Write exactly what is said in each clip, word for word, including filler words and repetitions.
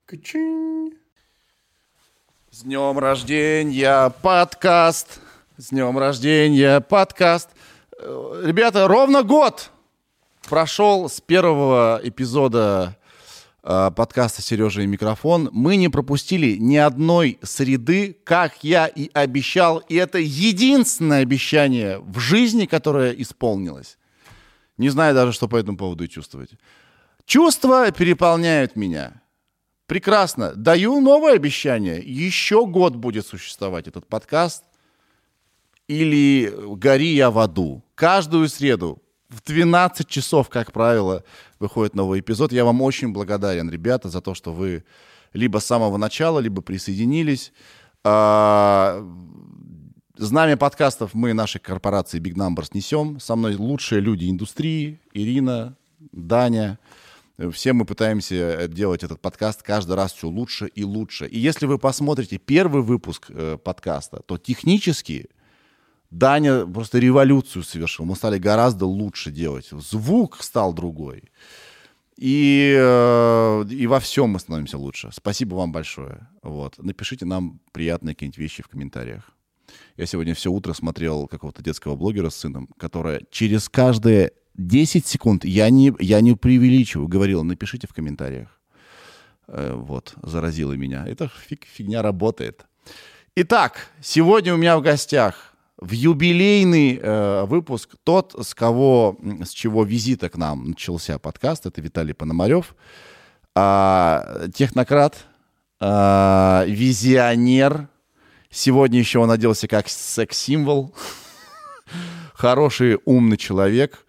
Качинь. С днем рождения, подкаст! С днем рождения, подкаст! Ребята, ровно год прошел с первого эпизода э, подкаста «Сережа и микрофон». Мы не пропустили ни одной среды, как я и обещал. И это единственное обещание в жизни, которое исполнилось. Не знаю даже, что по этому поводу и чувствовать. Чувства переполняют меня. Прекрасно. Даю новое обещание. Еще год будет существовать этот подкаст. Или «Гори я в аду». Каждую среду в двенадцать часов, как правило, выходит новый эпизод. Я вам очень благодарен, ребята, за то, что вы либо с самого начала, либо присоединились. Знамя подкастов мы нашей корпорации Big Numbers несем. Со мной лучшие люди индустрии. Ирина, Даня. Все мы пытаемся делать этот подкаст каждый раз все лучше и лучше. И если вы посмотрите первый выпуск э, подкаста, то технически Даня просто революцию совершил. Мы стали гораздо лучше делать. Звук стал другой. И, э, и во всем мы становимся лучше. Спасибо вам большое. Вот. Напишите нам приятные какие-нибудь вещи в комментариях. Я сегодня все утро смотрел какого-то детского блогера с сыном, которая через каждые десять секунд, я не, я не преувеличиваю, говорила, напишите в комментариях. Э, вот, заразила меня. Это фиг, фигня работает. Итак, сегодня у меня в гостях в юбилейный э, выпуск тот, с кого, с чего визита к нам начался подкаст, это Виталий Пономарев, э, технократ, э, визионер. Сегодня еще он оделся как секс-символ. Хороший, умный человек.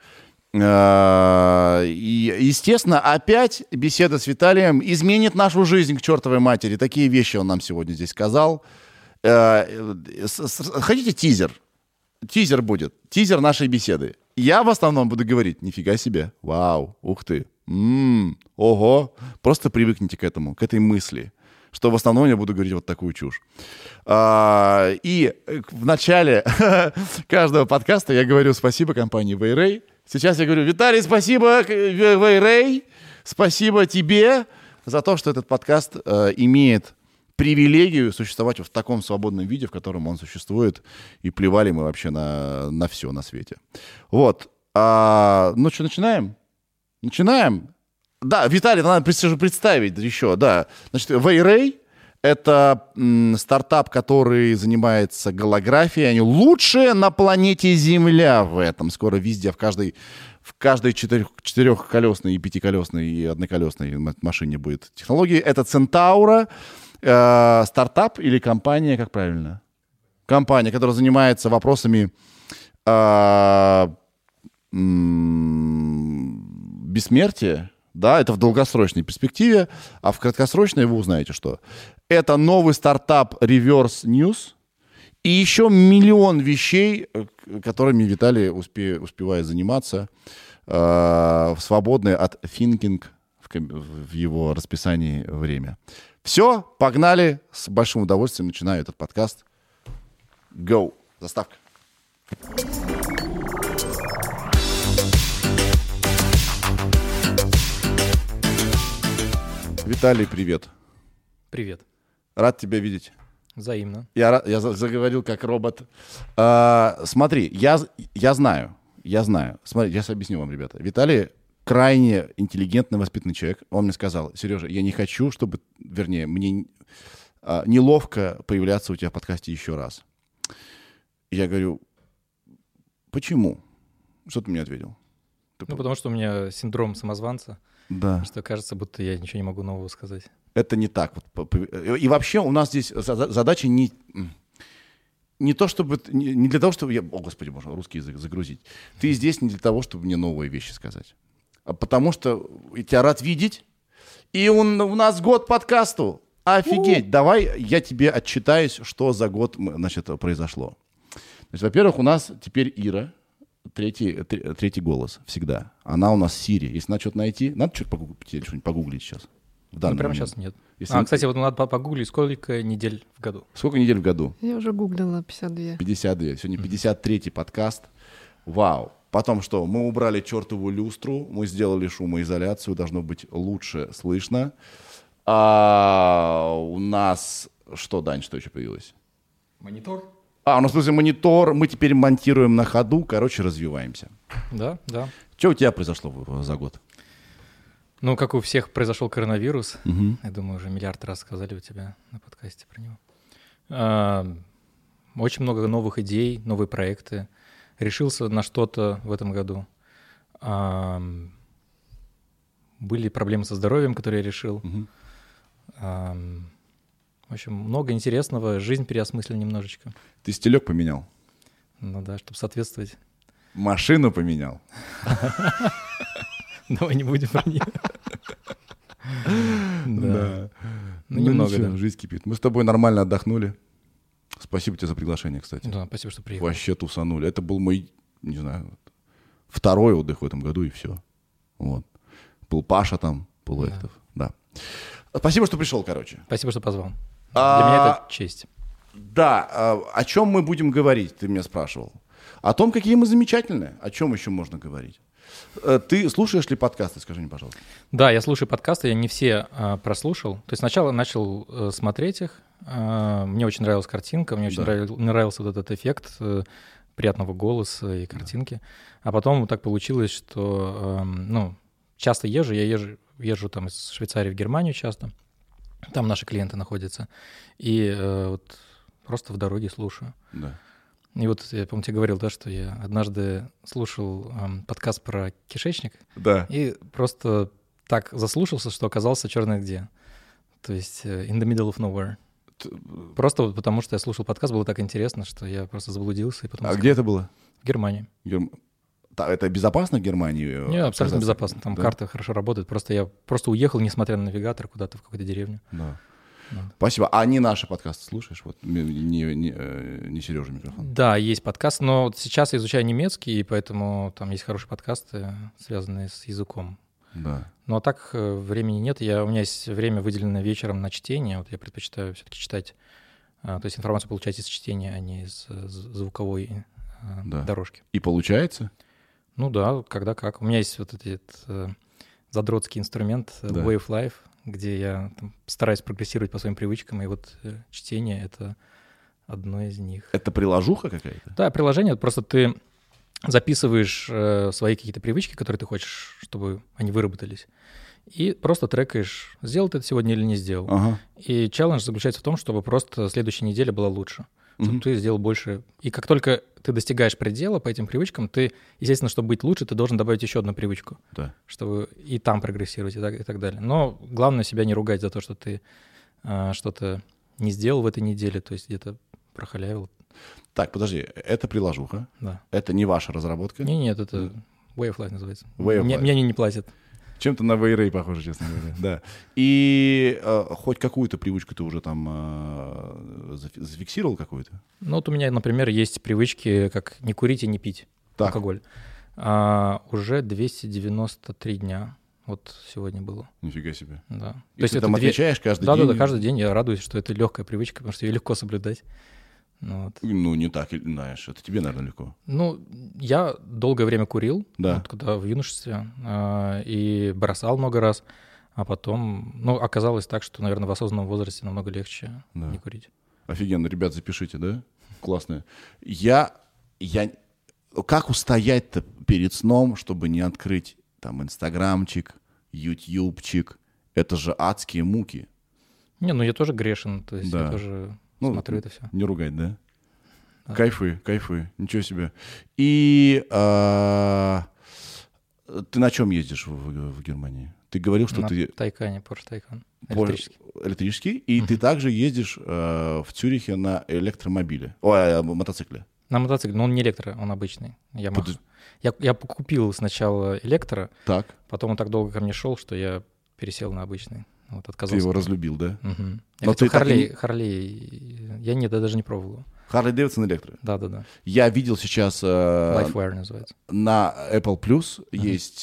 И, естественно, опять беседа с Виталием изменит нашу жизнь к чертовой матери. Такие вещи он нам сегодня здесь сказал. Хотите тизер? Тизер будет. Тизер нашей беседы. Я в основном буду говорить: нифига себе, вау, ух ты, м-м, ого. Просто привыкните к этому, к этой мысли, что в основном я буду говорить вот такую чушь. И в начале каждого подкаста я говорю спасибо компании Вейрей. Сейчас я говорю: Виталий, спасибо, Вейрей, спасибо тебе за то, что этот подкаст э, имеет привилегию существовать в таком свободном виде, в котором он существует, и плевали мы вообще на, на все на свете. Вот. А, ну что, начинаем? Начинаем? Да, Виталий, надо представить еще, да. Значит, Вейрей — это м, стартап, который занимается голографией. Они лучшие на планете Земля в этом. Скоро везде, в каждой, в каждой четырех, четырехколесной и пятиколесной и одноколесной машине будет технология. Это Центаура, э, стартап или компания, как правильно? Компания, которая занимается вопросами э, м, бессмертия. Да, это в долгосрочной перспективе, а в краткосрочной вы узнаете, что. Это новый стартап Reverse News и еще миллион вещей, которыми Виталий успе, успевает заниматься э, в свободное от thinking в, в его расписании время. Все, погнали. С большим удовольствием начинаю этот подкаст. Go. Заставка. Виталий, привет. Привет. Рад тебя видеть. Взаимно. Я, я заговорил как робот. А, смотри, я, я знаю, я знаю. Смотри, я объясню вам, ребята. Виталий крайне интеллигентный, воспитанный человек. Он мне сказал: Сережа, я не хочу, чтобы, вернее, мне а, неловко появляться у тебя в подкасте еще раз. Я говорю: почему? Что ты мне ответил? Ты ну, потому что у меня синдром самозванца. Да. Что кажется, будто я ничего не могу нового сказать. Это не так. И вообще у нас здесь задача не, не то, чтобы... Не для того, чтобы... Я, о, Господи, можно русский язык загрузить. Ты здесь не для того, чтобы мне новые вещи сказать. А потому что я тебя рад видеть. И он, у нас год подкасту. Офигеть. У-у-у. Давай я тебе отчитаюсь, что за год, значит, произошло. Значит, во-первых, у нас теперь Ира. Третий, третий голос всегда. Она у нас Сири. Если надо что-то найти, надо что-то погуглить, что-нибудь погуглить сейчас. Ну, прямо момент. Сейчас нет. Если а, не... кстати, вот надо погуглить, сколько недель в году. Сколько недель в году? Я уже гуглила, пятьдесят две. пятьдесят две. Сегодня пятьдесят третий подкаст. Вау. Потом что? Мы убрали чертову люстру, мы сделали шумоизоляцию, должно быть лучше слышно. А, у нас... Что, Дань, что еще появилось? Монитор? А, у нас, в смысле, монитор. Мы теперь монтируем на ходу. Короче, развиваемся. Да, да. Что у тебя произошло за год? Ну, как у всех произошел коронавирус. Угу. Я думаю, уже миллиард раз сказали у тебя на подкасте про него. А, очень много новых идей, новые проекты. Решился на что-то в этом году. А, были проблемы со здоровьем, которые я решил. Угу. А, в общем, много интересного. Жизнь переосмыслил немножечко. Ты стилек поменял? Ну да, чтобы соответствовать. Машину поменял? Давай не будем про нее. Да. Ну, немного, да. Жизнь кипит. Мы с тобой нормально отдохнули. Спасибо тебе за приглашение, кстати. Да, спасибо, что приехал. Вообще тусанули. Это был мой, не знаю, второй отдых в этом году, и все. Вот. Был Паша там, был Да. Эктов. Да. Спасибо, что пришел, короче. Спасибо, что позвал. Для А, меня это честь. Да, а, о чем мы будем говорить, ты меня спрашивал. О том, какие мы замечательные. О чем еще можно говорить? Э, Ты слушаешь ли подкасты, скажи мне, пожалуйста. Да, я слушаю подкасты, я не все а, прослушал. То есть сначала начал э, смотреть их. А, мне очень нравилась картинка, мне очень Да. нравил- нравился вот этот эффект э, приятного голоса и картинки. А потом вот так получилось, что эм, ну, часто езжу, я езжу, езжу там из Швейцарии в Германию часто. Там наши клиенты находятся. И э, вот просто в дороге слушаю. Да. И вот я, по-моему, тебе говорил, да, что я однажды слушал эм, подкаст про кишечник Да. и просто так заслушался, что оказался черный где. То есть э, in the middle of nowhere. Т- Просто вот потому, что я слушал подкаст, было так интересно, что я просто заблудился. И потом А сказал, где это было? в Германии. Герм- Та- Это безопасно в Германии? э, Не, абсолютно оказаться? безопасно. Там Да? карта хорошо работает. Просто я просто уехал, несмотря на навигатор, куда-то в какую-то деревню. Да. Да. Спасибо. А не наши подкасты слушаешь? Вот не, не, не, э, не Сережа микрофон. Да, есть подкаст, но вот сейчас я изучаю немецкий, и поэтому там есть хорошие подкасты, связанные с языком. Да. Ну а так э, времени нет. Я, у меня есть время, выделенное вечером на чтение. Вот я предпочитаю все-таки читать, а, то есть информацию получать из чтения, а не из э, з- звуковой а, Да. дорожки. И получается? Ну да, когда как. У меня есть вот этот э, задротский инструмент э, Да. Way of Life, где я там стараюсь прогрессировать по своим привычкам, и вот э, чтение — это одно из них. Это приложуха какая-то? Да, приложение, просто ты записываешь э, свои какие-то привычки, которые ты хочешь, чтобы они выработались, и просто трекаешь, сделал ты это сегодня или не сделал. Ага. И челлендж заключается в том, чтобы просто следующая неделя была лучше, чтобы Мгм. ты сделал больше. И как только ты достигаешь предела по этим привычкам, ты, естественно, чтобы быть лучше, ты должен добавить еще одну привычку, Да. чтобы и там прогрессировать, и так, и так далее. Но главное себя не ругать за то, что ты а, что-то не сделал в этой неделе, то есть где-то прохалявил. Так, подожди. Это приложуха. Да. Это не ваша разработка. Не, нет, это Way of Life называется. Way of Мне, Life. мне они не платят. Чем-то на Вейрей похоже, честно говоря. Да. И э, хоть какую-то привычку ты уже там э, зафи- зафиксировал какую-то? Ну вот у меня, например, есть привычки, как не курить и не пить Так. алкоголь. А, уже двести девяносто три дня. Вот сегодня было. Нифига себе. Да. И ты там две- отмечаешь каждый Да, день? да, да, каждый день я радуюсь, что это легкая привычка, потому что ее легко соблюдать. Ну, вот. Ну, не так, и- знаешь, это тебе, наверное, легко. Ну, я долгое время курил, Да. вот когда в юношестве, а, и бросал много раз, а потом, ну, оказалось так, что, наверное, в осознанном возрасте намного легче Да. не курить. Офигенно, ребят, запишите, да? Классно. Я, я... Как устоять-то перед сном, чтобы не открыть там инстаграмчик, ютубчик? Это же адские муки. Не, ну я тоже грешен, то есть Да. я тоже Ну, смотрю это все. Не ругать, да? Да. Кайфы, кайфы, ничего себе. И а, ты на чем ездишь в, в- в Германии? Ты говорил, что На ты Тайкане, Porsche Taycan, по- электрический. электрический, и ты также ездишь э, в Цюрихе на электромобиле, ой, э, мотоцикле. На мотоцикле, но он не электро, он обычный, Yamaha. Подож- Я, я купил сначала электро, Так, потом он так долго ко мне шел, что я пересел на обычный. Вот, ты отказался. его разлюбил, да? Мгм. Я Но хотел ты так и Харлей, не- Харлей, я нет, я даже не пробовал его. Харли Дэвидсон электро. Да-да-да, Я видел сейчас э, Lifewire называется. на Apple Plus есть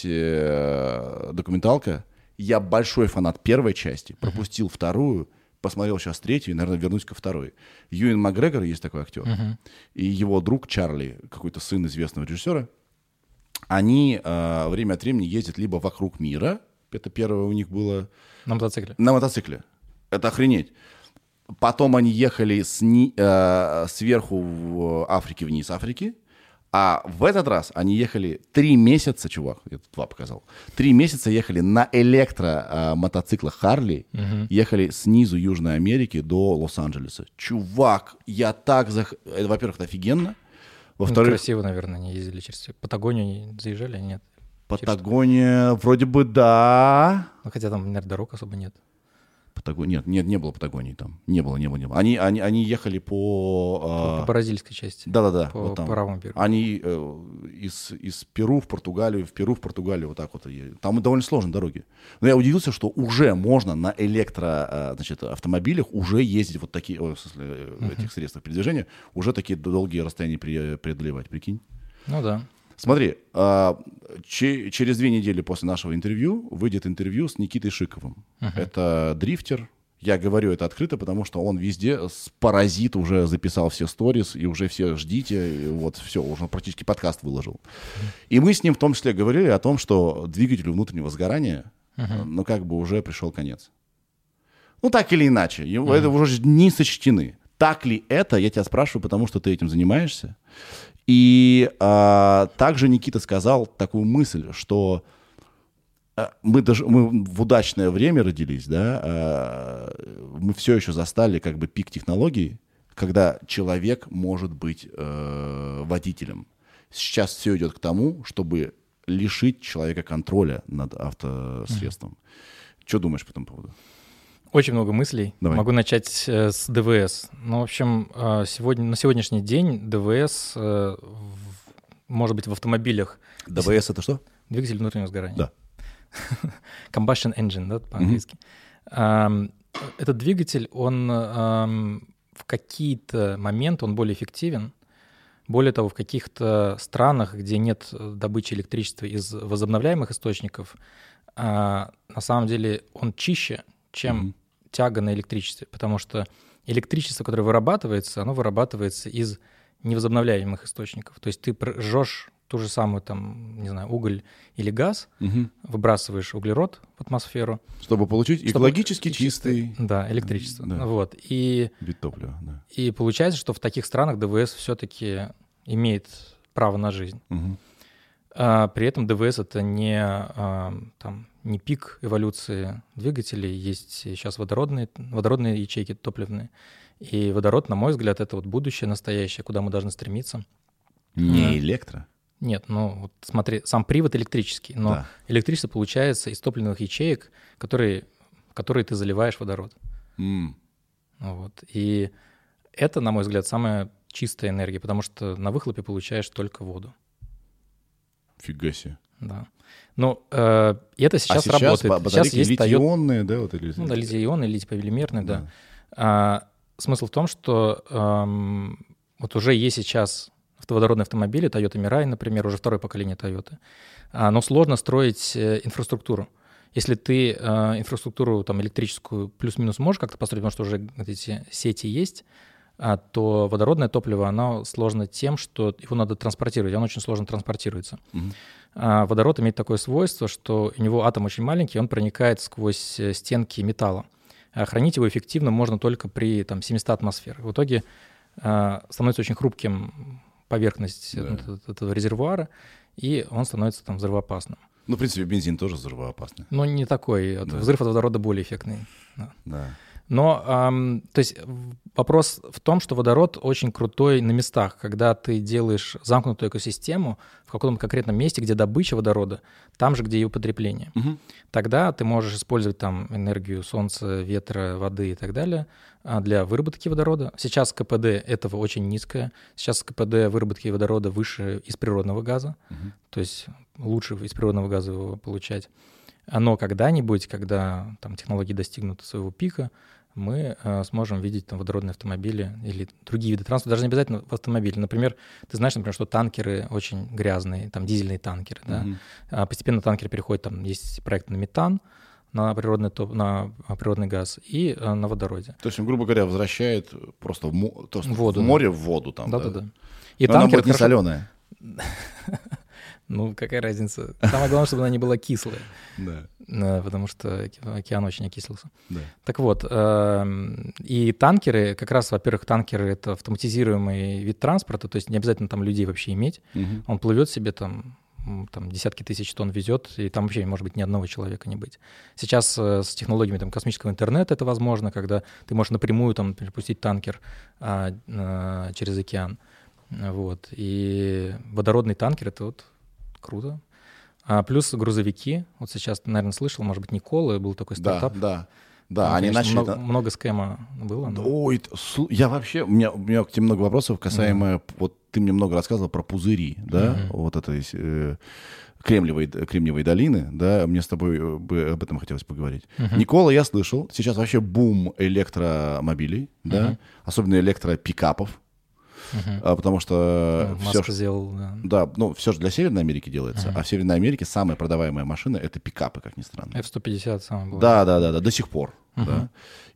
э, документалка. Я большой фанат первой части, пропустил вторую, посмотрел сейчас третью и, наверное, вернусь ко второй. Юэн Макгрегор, есть такой актер, Мгм. и его друг Чарли, какой-то сын известного режиссера, они э, время от времени ездят либо вокруг мира Это первое у них было... На мотоцикле. На мотоцикле. Это охренеть. Потом они ехали сни... э, сверху в Африке вниз Африки. А в этот раз они ехали три месяца, чувак, я тут два показал, три месяца ехали на электромотоциклах Харли, угу. ехали снизу Южной Америки до Лос-Анджелеса. Чувак, я так... Зах... Это, во-первых, это офигенно. Во-вторых... Ну, красиво, наверное, они ездили через... Патагонию не заезжали, нет? Патагония, вроде бы да. Ну, хотя там, наверное, дорог особо нет. Патагон... Нет, нет, не было Патагонии там. Не было, не было, не было. Они, они, они ехали по... По, э... по бразильской части. Да-да-да. По вот там. правому берегу. Они э, из, из Перу в Португалию, в Перу в Португалию вот так вот. Там довольно сложные дороги. Но я удивился, что уже можно на электро, э, значит, автомобилях уже ездить вот такие, о, в смысле, uh-huh. этих средствах передвижения, уже такие долгие расстояния преодолевать, прикинь. Ну да. Смотри, э, че, через две недели после нашего интервью выйдет интервью с Никитой Шиковым. Uh-huh. Это дрифтер. Я говорю это открыто, потому что он везде с паразит уже записал все сторис, и уже все ждите, и вот все, уже практически подкаст выложил. Uh-huh. И мы с ним в том числе говорили о том, что двигателю внутреннего сгорания, uh-huh. ну как бы уже пришел конец. Ну так или иначе, его, uh-huh. это уже дни сочтены. Так ли это, я тебя спрашиваю, потому что ты этим занимаешься. И а, также Никита сказал такую мысль, что а, мы, даже, мы в удачное время родились, да, а, мы все еще застали как бы пик технологий, когда человек может быть э, водителем. Сейчас все идет к тому, чтобы лишить человека контроля над автосредством. Mm-hmm. Что думаешь по этому поводу? Очень много мыслей. Давай. Могу начать э, с ДВС. Ну, в общем, э, сегодня, на сегодняшний день ДВС э, в, может быть в автомобилях. ДВС — это что? Двигатель внутреннего сгорания. Да. Combustion engine, да, по-английски. Mm-hmm. Э, этот двигатель, он э, в какие-то моменты он более эффективен. Более того, в каких-то странах, где нет добычи электричества из возобновляемых источников, э, на самом деле он чище, чем mm-hmm. тяга на электричестве, потому что электричество, которое вырабатывается, оно вырабатывается из невозобновляемых источников. То есть ты жжешь ту же самую, там, не знаю, уголь или газ, угу. выбрасываешь углерод в атмосферу. Чтобы получить чтобы экологически чистый... чистый... Да, электричество. Да. Вот. И, вид топлива, да. И получается, что в таких странах ДВС все-таки имеет право на жизнь. Угу. А, при этом ДВС — это не, а, там, не пик эволюции двигателей. Есть сейчас водородные, водородные ячейки топливные. И водород, на мой взгляд, это вот будущее настоящее, куда мы должны стремиться. Не а, электро? Нет, ну вот смотри, сам привод электрический, но да. электричество получается из топливных ячеек, которые, в которые ты заливаешь водород. Mm. Вот. И это, на мой взгляд, самая чистая энергия, потому что на выхлопе получаешь только воду. Фига себе. Да. Ну, э, это сейчас, а сейчас работает. Сейчас есть литий-ионные, да? Вот, или... Ну да, литий-ионные, литий-полимерные, да. да. А, смысл в том, что эм, вот уже есть сейчас водородные автомобили, Toyota Mirai, например, уже второе поколение Toyota, а, но сложно строить э, инфраструктуру. Если ты э, инфраструктуру там, электрическую плюс-минус можешь как-то построить, потому что уже эти сети есть, а, то водородное топливо, оно сложно тем, что его надо транспортировать, оно очень сложно транспортируется. Mm-hmm. А водород имеет такое свойство, что у него атом очень маленький, он проникает сквозь стенки металла. А хранить его эффективно можно только при там, семьсот атмосфер. В итоге а, становится очень хрупким поверхность да. этого резервуара, и он становится там взрывоопасным. Ну, в принципе, бензин тоже взрывоопасный. Но не такой. Да. Взрыв от водорода более эффектный. Да. Да. Но, эм, то есть вопрос в том, что водород очень крутой на местах, когда ты делаешь замкнутую экосистему в каком-то конкретном месте, где добыча водорода, там же, где и употребление. Угу. Тогда ты можешь использовать там энергию солнца, ветра, воды и так далее для выработки водорода. Сейчас КПД этого очень низкое. Сейчас КПД выработки водорода выше из природного газа, угу. то есть лучше из природного газа его получать. Но когда-нибудь, когда там, технологии достигнут своего пика, мы э, сможем видеть там, водородные автомобили или другие виды транспорта, даже не обязательно в автомобиле. Например, ты знаешь, например, что танкеры очень грязные, там дизельные танкеры. Да? Mm-hmm. А постепенно танкеры переходят, там есть проект на метан, на природный, топ, на природный газ и э, на водороде. То есть он, грубо говоря, возвращает просто в, мо- то, воду, в море в воду. Там, да, да, да, да. И но она будет не хорошо... соленая. Ну, какая разница? Самое главное, чтобы она не была кислая. Да. Потому что океан очень окислился. Да. Так вот, и танкеры, как раз, во-первых, танкеры — это автоматизируемый вид транспорта, то есть не обязательно там людей вообще иметь. Угу. Он плывет себе там, там десятки тысяч тонн везет, и там вообще может быть ни одного человека не быть. Сейчас с технологиями там, космического интернета это возможно, когда ты можешь напрямую там перепустить танкер а, а, через океан. Вот. И водородный танкер — это вот круто. А плюс грузовики. Вот сейчас, ты, наверное, слышал, может быть, Никола, был такой стартап. Да, да. Да, Там, они конечно, начали... Много, много скема было. Но... Ой, я вообще... У меня, у меня к тебе много вопросов касаемо... Да. Вот ты мне много рассказывал про пузыри, да? Mm-hmm. Вот это э, Кремниевой, Кремниевой долины, да? Мне с тобой бы об этом хотелось поговорить. Mm-hmm. Никола, я слышал. Сейчас вообще бум электромобилей, mm-hmm. да? Особенно электропикапов. Uh-huh. А, потому что ну, все, Маск сделал, да. Да, ну, все же для Северной Америки делается, uh-huh. а в Северной Америке самая продаваемая машина — это пикапы, как ни странно. эф сто пятьдесят самая была. Да, да, да, да, до сих пор. Uh-huh. Да.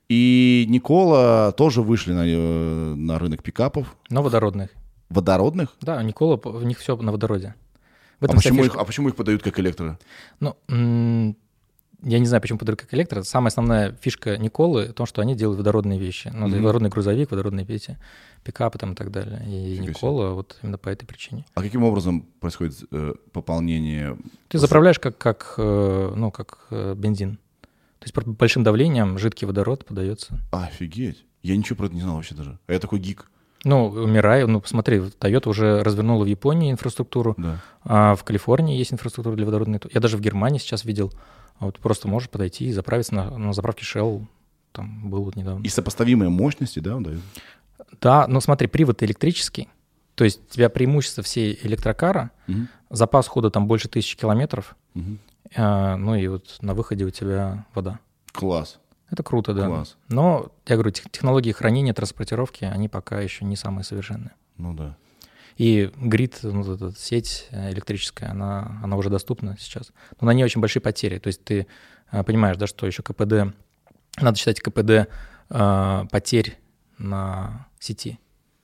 И Никола тоже вышли на, на рынок пикапов. Но водородных. Водородных? Да, у Никола, у них все на водороде. В этом а, почему их, а почему их подают как электро? Ну, м- я не знаю, почему подают как электро. Самая основная фишка Николы в том, что они делают водородные вещи. Ну, mm-hmm. водородный грузовик, водородные эти пикапы там и так далее. И Фига Никола себе. Вот именно по этой причине. А каким образом происходит э, пополнение? Ты заправляешь как, как, э, ну, как э, бензин. То есть под большим давлением жидкий водород подается. Офигеть. Я ничего про это не знал вообще даже. А я такой гик. Ну, Мирай, ну, посмотри, Toyota уже развернула в Японии инфраструктуру, да. а в Калифорнии есть инфраструктура для водородной. Я даже в Германии сейчас видел. Вот просто можешь подойти и заправиться на, на заправке Shell. Там был вот недавно. И сопоставимые мощности, да, он дает? Да, но смотри, привод электрический. То есть у тебя преимущество всей электрокара, угу. запас хода там больше тысячи километров, угу. а, ну и вот на выходе у тебя вода. Класс. Это круто, да. Класс. Но, я говорю, технологии хранения, транспортировки, они пока еще не самые совершенные. Ну да. И грид, ну, вот эта сеть электрическая, она, она уже доступна сейчас. Но на ней очень большие потери. То есть ты понимаешь, да, что еще КПД, надо считать КПД э, потерь на сети.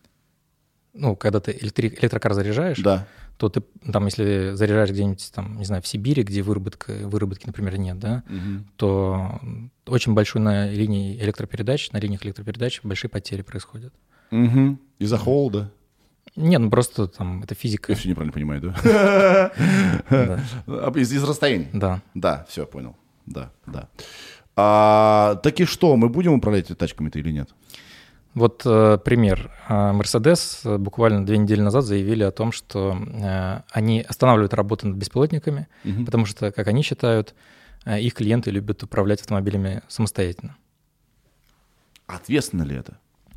Ну, когда ты электри- электрокар заряжаешь, да. то ты там, если заряжаешь где-нибудь там, не знаю, в Сибири, где выработка, выработки, например, нет, да, угу. то очень большой на линии электропередач, на линиях электропередач большие потери происходят. Угу. Из-за холода. Не, ну просто там это физика. Я все неправильно понимаю, да? Из расстояния? Да. Да, все, понял. Да, да. Так и что, мы будем управлять тачками-то или нет? Вот пример. Mercedes буквально две недели назад заявили о том, что они останавливают работу над беспилотниками, потому что, как они считают, их клиенты любят управлять автомобилями самостоятельно. Ответственно ли это?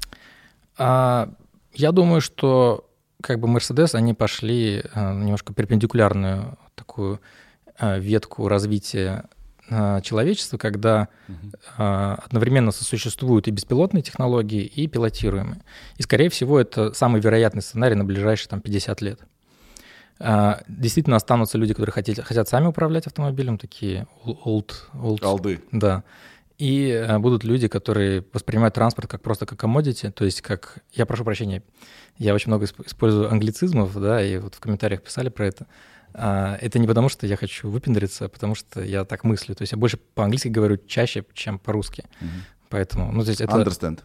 Я думаю, что как бы Mercedes, они пошли немножко перпендикулярную такую ветку развития человечества, когда uh-huh. одновременно сосуществуют и беспилотные технологии, и пилотируемые. И, скорее всего, это самый вероятный сценарий на ближайшие там, пятьдесят лет. Действительно останутся люди, которые хотят, хотят сами управлять автомобилем, такие old... old Алды. Да. И будут люди, которые воспринимают транспорт как просто как commodity, то есть как... Я прошу прощения, я очень много использую англицизмов, да, и вот в комментариях писали про это. Это не потому, что я хочу выпендриться, а потому что я так мыслю. То есть я больше по-английски говорю чаще, чем по-русски. Mm-hmm. Поэтому... Ну, то есть это... Understand.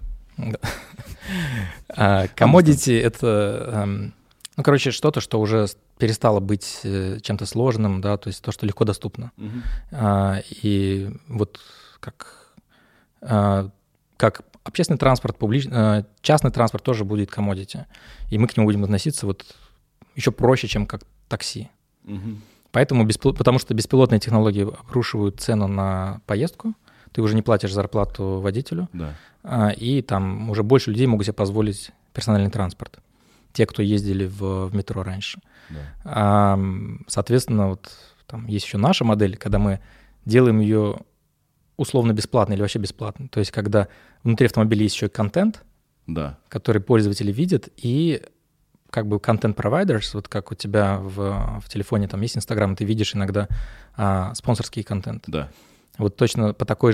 Commodity — это... Ну, короче, что-то, что уже перестало быть чем-то сложным, да, то есть то, что легко доступно. Mm-hmm. И вот как... как общественный транспорт, публич... частный транспорт тоже будет commodity. И мы к нему будем относиться вот еще проще, чем как такси. Угу. Поэтому, беспил... потому что беспилотные технологии обрушивают цену на поездку, ты уже не платишь зарплату водителю, да. а, и там уже больше людей могут себе позволить персональный транспорт. Те, кто ездили в, в метро раньше. Да. А, соответственно, вот там есть еще наша модель, когда мы делаем ее условно бесплатно или вообще бесплатно. То есть когда внутри автомобиля есть еще контент, да. который пользователи видят, и как бы контент-провайдерс, вот как у тебя в, в телефоне там есть Инстаграм, ты видишь иногда а, спонсорский контент. Да. Вот точно по такой же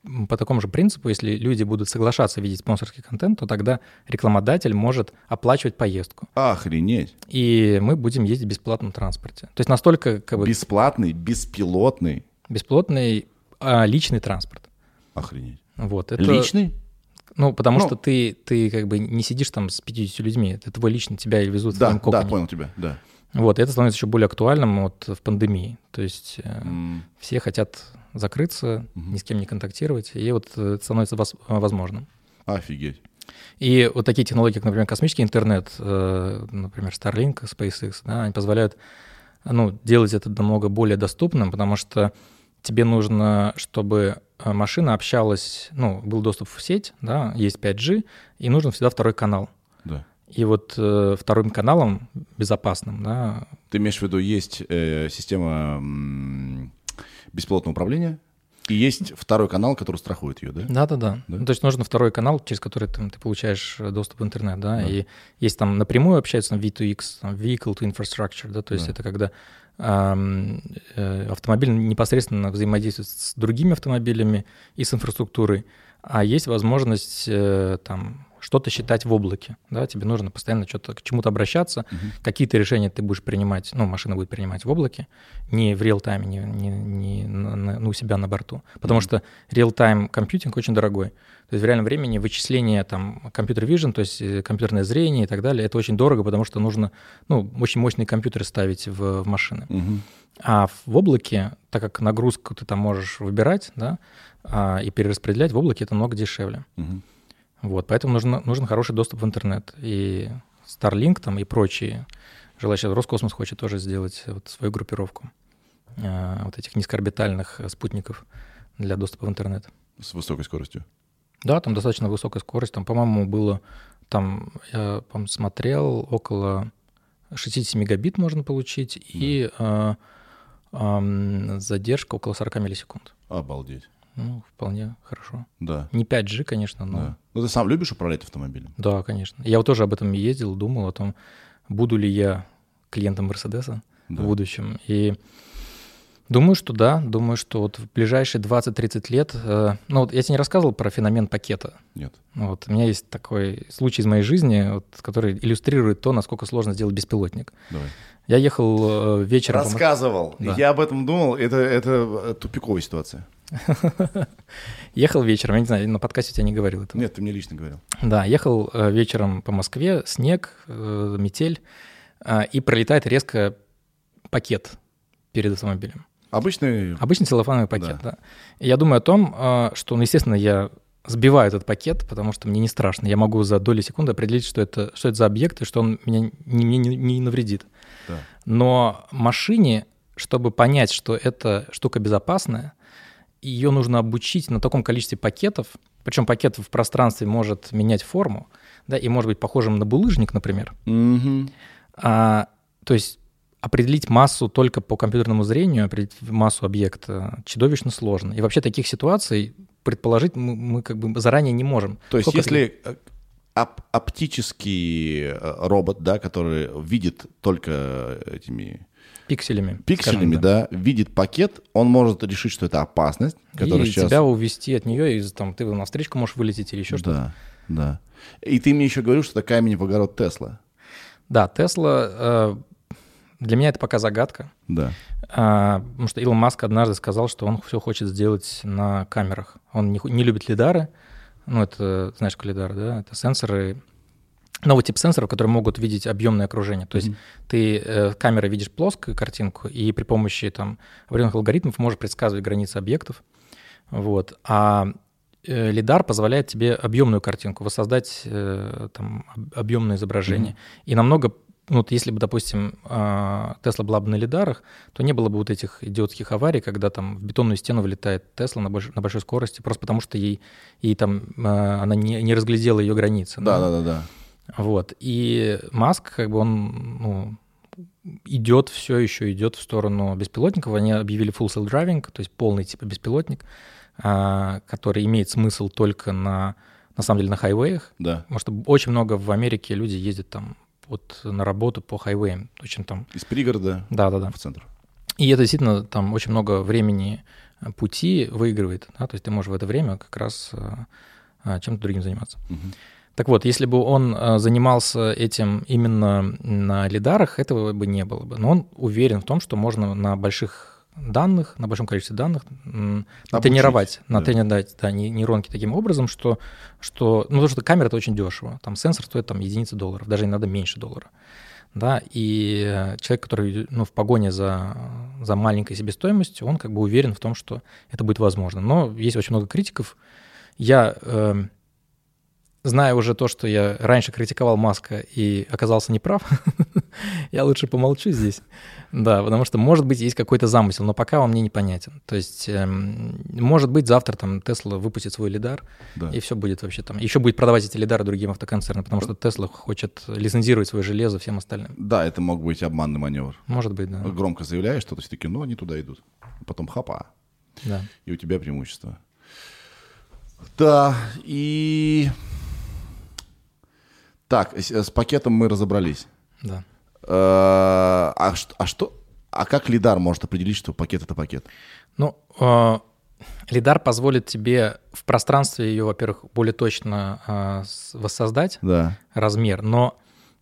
по такому же принципу, если люди будут соглашаться видеть спонсорский контент, то тогда рекламодатель может оплачивать поездку. Охренеть. И мы будем ездить в бесплатном транспорте. То есть настолько как бы... Бесплатный, беспилотный. Бесплатный а, личный транспорт. Охренеть. Вот, это... Личный? Ну, потому ну, что ты, ты как бы не сидишь там с пятьюдесятью людьми, это твой личный, тебя везут в да, твоем коконе. Да, понял тебя, да. Вот, это становится еще более актуальным вот в пандемии. То есть mm. все хотят закрыться, mm-hmm. ни с кем не контактировать, и вот это становится возможным. Офигеть. И вот такие технологии, как, например, космический интернет, например, Starlink, SpaceX, да, они позволяют ну, делать это намного более доступным, потому что тебе нужно, чтобы машина общалась, ну, был доступ в сеть, да, есть пять джи, и нужен всегда второй канал. Да. И вот э, вторым каналом безопасным, да. Ты имеешь в виду, есть э, система м, беспилотного управления, и есть второй канал, который страхует ее, да? Да-да-да. да? Ну, то есть нужен второй канал, через который ты, ты получаешь доступ в интернет, да, да. И есть там напрямую общаются на ви ту икс, там, Vehicle to Infrastructure, да, то есть да. это когда э, э, автомобиль непосредственно взаимодействует с другими автомобилями и с инфраструктурой, а есть возможность э, там что-то считать в облаке, да, тебе нужно постоянно что-то, к чему-то обращаться, uh-huh. какие-то решения ты будешь принимать, ну, машина будет принимать в облаке, не в реал-тайме, не, не, не на, на, у себя на борту, потому uh-huh. что реал-тайм компьютинг очень дорогой, то есть в реальном времени вычисление там компьютер-вижн, то есть компьютерное зрение и так далее, это очень дорого, потому что нужно, ну, очень мощные компьютеры ставить в, в машины. Uh-huh. А в облаке, так как нагрузку ты там можешь выбирать, да, а, и перераспределять, в облаке это много дешевле. Uh-huh. Вот, поэтому нужен, нужен хороший доступ в интернет. И Starlink там, и прочие. Желающие, Роскосмос хочет тоже сделать вот свою группировку э, вот этих низкоорбитальных спутников для доступа в интернет. С высокой скоростью? Да, там достаточно высокая скорость. Там, по-моему, было, там, я, по-моему, смотрел, около шестьдесят мегабит можно получить, да. и э, э, задержка около сорок миллисекунд. Обалдеть. Ну, вполне хорошо. Да. Не пять джи, конечно, но... Да. Ну, ты сам любишь управлять автомобилем? Да, конечно. Я вот тоже об этом ездил, думал о том, буду ли я клиентом Мерседеса да. в будущем. И думаю, что да. Думаю, что вот в ближайшие двадцать-тридцать лет... Э, ну, вот я тебе не рассказывал про феномен пакета. Нет. Вот, у меня есть такой случай из моей жизни, вот, который иллюстрирует то, насколько сложно сделать беспилотник. Давай. Я ехал э, вечером... Рассказывал. Да. Я об этом думал. Это, это тупиковая ситуация. Ехал вечером, я не знаю, на подкасте я тебе не говорил этого. Нет, ты мне лично говорил. Да, ехал вечером по Москве, снег, метель, и пролетает резко пакет перед автомобилем. Обычный... Обычный целлофановый пакет, да. да. И я думаю о том, что, ну, естественно, я сбиваю этот пакет, потому что мне не страшно. Я могу за доли секунды определить, что это, что это за объект, и что он меня не, не, не навредит. Да. Но машине, чтобы понять, что эта штука безопасная, ее нужно обучить на таком количестве пакетов, причем пакет в пространстве может менять форму, да, и может быть похожим на булыжник, например. Mm-hmm. А, то есть определить массу только по компьютерному зрению, определить массу объекта чудовищно сложно. И вообще таких ситуаций предположить мы, мы как бы заранее не можем. То есть Сколько если это... оп- оптический робот, да, который видит только этими... Пикселями. Пикселями, скажем, да. да, видит пакет, он может решить, что это опасность, которая и сейчас... тебя увести от нее, и там, ты на встречку можешь вылететь или еще да, что-то. Да, да. И ты мне еще говорил, что это камень в огород Тесла. Да, Тесла... Для меня это пока загадка. Да. А, потому что Илон Маск однажды сказал, что он все хочет сделать на камерах. Он не, не любит лидары. Ну, это, знаешь, как лидары, да? Это сенсоры... Новый тип сенсоров, которые могут видеть объемное окружение. То есть mm-hmm. ты э, камерой видишь плоскую картинку, и при помощи там, определенных алгоритмов можешь предсказывать границы объектов. Вот. А э, лидар позволяет тебе объемную картинку, воссоздать э, там, объемное изображение. Mm-hmm. И намного, ну, вот если бы, допустим, Тесла была бы на лидарах, то не было бы вот этих идиотских аварий, когда там в бетонную стену вылетает Тесла на, больш, на большой скорости, просто потому что ей, ей там, э, она не, не разглядела ее границы. Да-да-да. Вот. И Маск, как бы он ну, идет, все еще идет в сторону беспилотников. Они объявили full self-driving, то есть полный типа беспилотник, а, который имеет смысл только на, на самом деле на хайвеях. Да. Потому что очень много в Америке люди ездят там вот на работу по хайвеям. Очень там... Из пригорода да, да, да. в центр. И это действительно там очень много времени пути выигрывает, да, то есть ты можешь в это время как раз чем-то другим заниматься. Угу. Так вот, если бы он занимался этим именно на лидарах, этого бы не было бы. Но он уверен в том, что можно на больших данных, на большом количестве данных тренировать, да. натренировать да, нейронки таким образом, что, что ну, потому что камера — это очень дешево. Там сенсор стоит там, единицы долларов, даже не надо меньше доллара. Да, и человек, который ну, в погоне за, за маленькой себестоимостью, он как бы уверен в том, что это будет возможно. Но есть очень много критиков. Я... Э, Зная уже то, что я раньше критиковал Маска и оказался неправ, я лучше помолчу здесь. Да, потому что, может быть, есть какой-то замысел, но пока он мне непонятен. То есть, эм, может быть, завтра там Tesla выпустит свой лидар, да. и все будет вообще там. Еще будет продавать эти лидары другим автоконцернам, потому что Tesla хочет лицензировать свое железо всем остальным. Да, это мог быть обманный маневр. Может быть, да. Громко заявляешь что-то, все таки, ну, они туда идут. Потом хапа. Да. И у тебя преимущество. Да, и... Так, с пакетом мы разобрались. Да. А, а, что, а что, а как лидар может определить, что пакет — это пакет? Ну, э, лидар позволит тебе в пространстве ее, во-первых, более точно э, воссоздать да. размер, но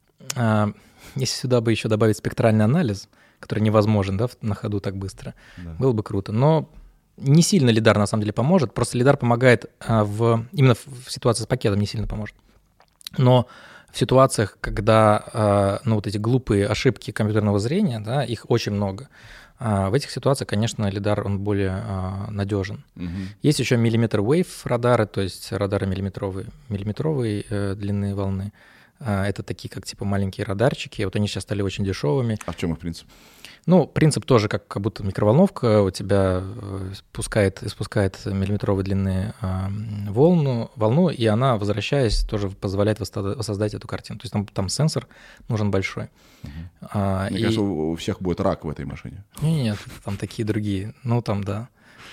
э, если сюда бы еще добавить спектральный анализ, который невозможен, да, на ходу так быстро, да. было бы круто. Но не сильно лидар на самом деле поможет, просто лидар помогает э, в, именно в ситуации с пакетом не сильно поможет. Но в ситуациях, когда ну, вот эти глупые ошибки компьютерного зрения, да, их очень много, в этих ситуациях, конечно, лидар он более надежен. Угу. Есть еще миллиметр wave радары, то есть радары миллиметровые, миллиметровые э, длины волны. Это такие, как типа маленькие радарчики. Вот они сейчас стали очень дешевыми. А в чем их принцип? Ну, принцип тоже как, как будто микроволновка у тебя спускает, испускает миллиметровой длины э, волну, волну, и она, возвращаясь, тоже позволяет воссоздать эту картину. То есть там, там сенсор нужен большой. Угу. А, Мне и... кажется, у всех будет рак в этой машине. Нет, нет, там такие другие. Ну, там, да.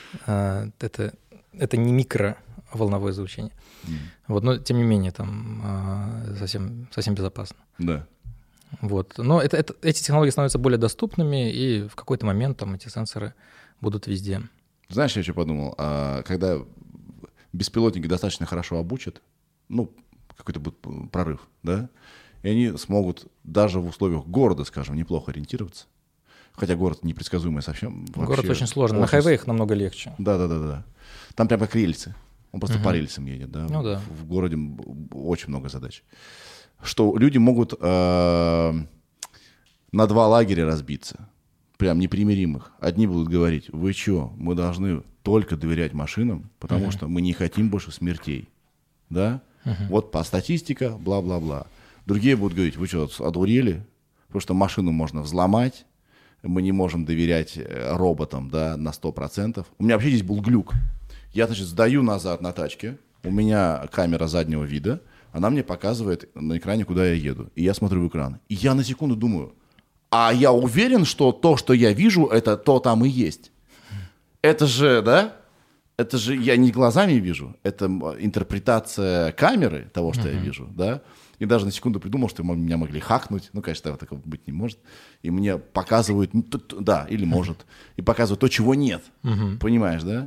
А, это, это не микроволновое излучение. Mm. Вот, но, тем не менее, там а, совсем, совсем безопасно. Да. Вот. Но это, это, эти технологии становятся более доступными, и в какой-то момент там эти сенсоры будут везде. Знаешь, я что подумал? А, когда беспилотники достаточно хорошо обучат, ну, какой-то будет прорыв, да, и они смогут даже в условиях города, скажем, неплохо ориентироваться. Хотя город непредсказуемый совсем. Город очень сложный. Очень... На хайвеях намного легче. Да-да-да. Там прям как рельсы. Он просто uh-huh. по рельсам едет, да. Ну, да. В, в городе очень много задач. Что люди могут э, на два лагеря разбиться, прям непримиримых. Одни будут говорить: вы что, мы должны только доверять машинам, потому uh-huh. что мы не хотим больше смертей, да? Uh-huh. Вот по статистике, бла-бла-бла. Другие будут говорить: вы что, одурели? Потому что машину можно взломать, мы не можем доверять роботам, да, на сто процентов. У меня вообще здесь был глюк. Я, значит, сдаю назад на тачке, у меня камера заднего вида, она мне показывает на экране, куда я еду. И я смотрю в экран. И я на секунду думаю: а я уверен, что то, что я вижу, это то там и есть. Это же, да? Это же я не глазами вижу. Это интерпретация камеры того, что uh-huh. я вижу, да? И даже на секунду придумал, что меня могли хакнуть. Ну, конечно, такого быть не может. И мне показывают, да, или может. И показывают то, чего нет. Uh-huh. Понимаешь, да?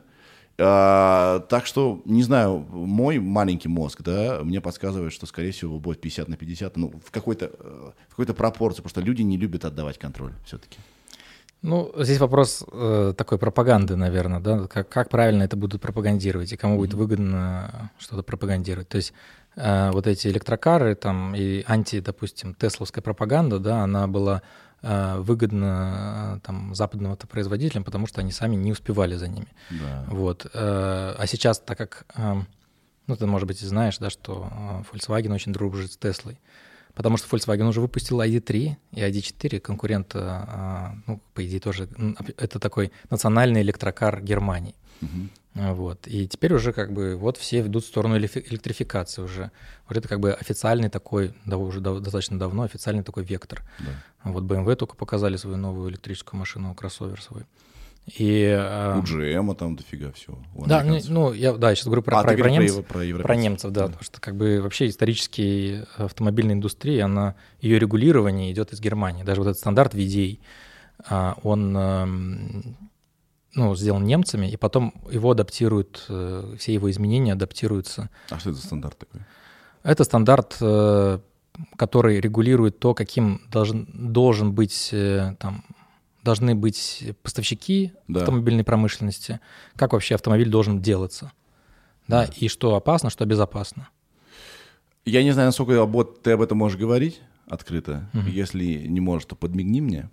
А, так что, не знаю, мой маленький мозг, да, мне подсказывает, что, скорее всего, будет пятьдесят на пятьдесят, ну, в какой-то, в какой-то пропорции, потому что люди не любят отдавать контроль все-таки. Ну, здесь вопрос э, такой пропаганды, наверное, да, как, как правильно это будут пропагандировать и кому mm-hmm. будет выгодно что-то пропагандировать. То есть э, вот эти электрокары там и анти, допустим, тесловская пропаганда, да, она была э, выгодна там западным автопроизводителям, потому что они сами не успевали за ними. Да. Вот. Э, а сейчас, так как, э, ну, ты, может быть, знаешь, да, что Volkswagen очень дружит с Теслой. Потому что Volkswagen уже выпустил ай ди три и ай ди четыре, конкурент, ну, по идее, тоже, это такой национальный электрокар Германии. Uh-huh. Вот. И теперь уже как бы вот все ведут в сторону электрификации уже. Вот это как бы официальный такой, да, уже достаточно давно официальный такой вектор. Да. Вот бэ эм вэ только показали свою новую электрическую машину, кроссовер свой. И, у джи эм там дофига всего. Да, ну, ну я да, сейчас говорю про, а, про, про, немцев, про, про немцев, да, да, потому что как бы вообще исторически автомобильная индустрия, она, ее регулирование идет из Германии. Даже вот этот стандарт ви ди эй, Он ну, сделан немцами, и потом его адаптируют, все его изменения адаптируются. А что это за стандарт такой? Это стандарт, который регулирует то, каким должен, должен быть, там, должны быть поставщики да. автомобильной промышленности, как вообще автомобиль должен делаться, да, да. и что опасно, что безопасно. Я не знаю, насколько ты об этом можешь говорить открыто. Угу. Если не можешь, то подмигни мне.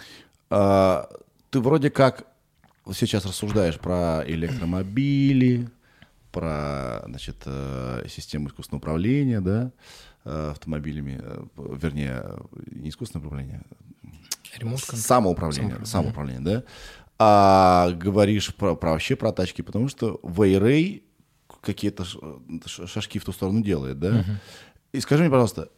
А, ты вроде как сейчас рассуждаешь про электромобили, про, значит, систему искусственного управления, да, автомобилями, вернее, не искусственное управление, самоуправление, самоуправление, да. А говоришь про, про вообще про тачки, потому что Вейрей какие-то шажки в ту сторону делает, да. Uh-huh. И скажи мне, пожалуйста,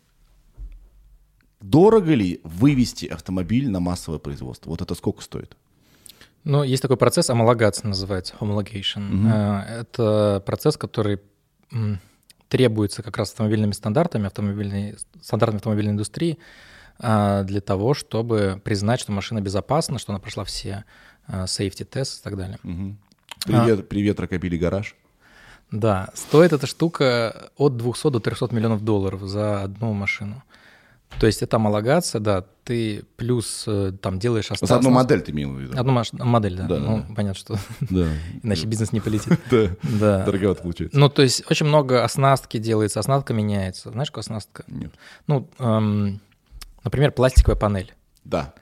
дорого ли вывести автомобиль на массовое производство? Вот это сколько стоит? Ну, есть такой процесс, homologation называется, homologation. Mm-hmm. Это процесс, который требуется как раз автомобильными стандартами, автомобильной, стандартами автомобильной индустрии для того, чтобы признать, что машина безопасна, что она прошла все safety tests и так далее. Mm-hmm. Привет, а, привет, Рокобили гараж. Да, стоит эта штука от двухсот до трехсот миллионов долларов за одну машину. То есть это homologация, да, ты плюс там делаешь оснастку. За одну модель ты имел в виду? Одну маш... модель, да. да ну, да. понятно, что да. иначе бизнес не полетит. Да, дороговато получается. Ну, то есть очень много оснастки делается, оснастка меняется. Знаешь, какая оснастка? Нет. Ну, например, пластиковая панель. Да.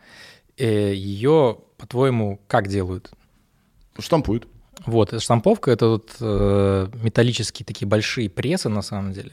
Ее, по-твоему, как делают? Штампуют. Вот, эта штамповка — это вот металлические такие большие прессы, на самом деле.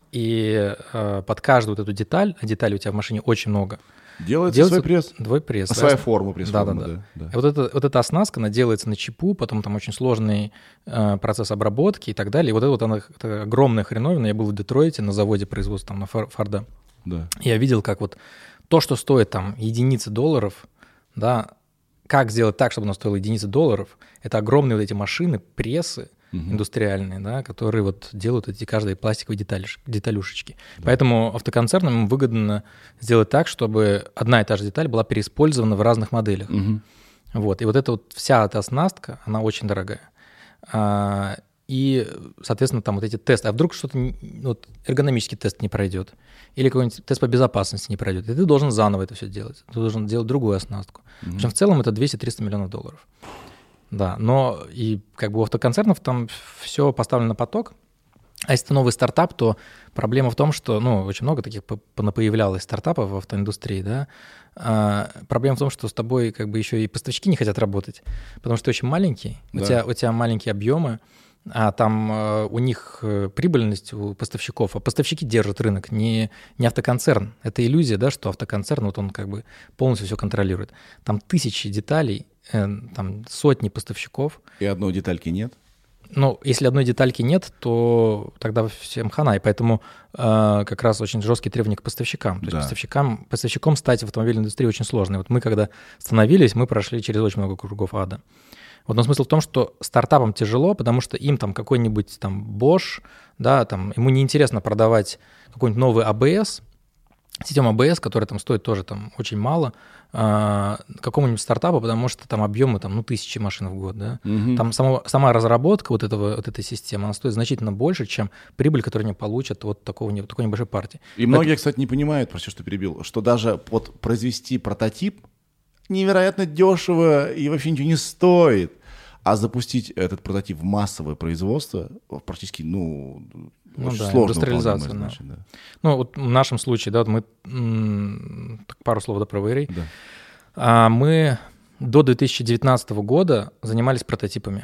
И э, под каждую вот эту деталь, а деталей у тебя в машине очень много. Делается, делается свой пресс. Твой пресс. А своя форма, пресс-форма, да, да, да. да. И вот, это, вот эта оснастка, она делается на чипу, потом там очень сложный э, процесс обработки и так далее. И вот это вот она, это огромная хреновина. Я был в Детройте на заводе производства там, на Форда. Да. Я видел, как вот то, что стоит там единицы долларов, да, как сделать так, чтобы оно стоило единицы долларов, это огромные вот эти машины, прессы, Uh-huh. индустриальные, да, которые вот делают эти каждые пластиковые детали, деталюшечки. Да. Поэтому автоконцернам выгодно сделать так, чтобы одна и та же деталь была переиспользована в разных моделях. Uh-huh. Вот. И вот эта вот вся эта оснастка, она очень дорогая. А, и, соответственно, там вот эти тесты. А вдруг что-то, вот, эргономический тест не пройдет, или какой-нибудь тест по безопасности не пройдет, и ты должен заново это все делать. Ты должен делать другую оснастку. Uh-huh. В общем, в целом это двести-триста миллионов долларов. Да, но и как бы у автоконцернов там все поставлено на поток. А если это новый стартап, то проблема в том, что, ну, очень много таких появлялось стартапов в автоиндустрии, да. А, проблема в том, что с тобой как бы еще и поставщики не хотят работать, потому что ты очень маленький, да. у, тебя, у тебя маленькие объемы, а там э, у них э, прибыльность у поставщиков, а поставщики держат рынок, не, не автоконцерн. Это иллюзия, да, что автоконцерн, вот он как бы полностью все контролирует. Там тысячи деталей, э, там сотни поставщиков. И одной детальки нет? Ну, если одной детальки нет, то тогда всем хана, и поэтому э, как раз очень жесткие требования к поставщикам. То есть да. поставщикам, поставщиком стать в автомобильной индустрии очень сложно. И вот мы, когда становились, мы прошли через очень много кругов ада. Вот, но смысл в том, что стартапам тяжело, потому что им там какой-нибудь там Bosch, да, там ему неинтересно продавать какой-нибудь новый эй би эс, систему эй би эс, которая там стоит тоже там очень мало, а, какому-нибудь стартапу, потому что там объемы там, ну, тысячи машин в год, да. Угу. Там само, сама разработка вот, этого, вот этой системы, она стоит значительно больше, чем прибыль, которую они получат от такого, такой небольшой партии. И Поэтому... многие, кстати, не понимают, прости, что перебил, что даже вот произвести прототип невероятно дешево и вообще ничего не стоит. А запустить этот прототип в массовое производство практически, ну, ну очень да, сложно. Индустриализация, да. Значит, да. Ну, вот в нашем случае, да, вот мы, м- пару слов да, про Вейрей. Да. А, мы до две тысячи девятнадцатого года занимались прототипами.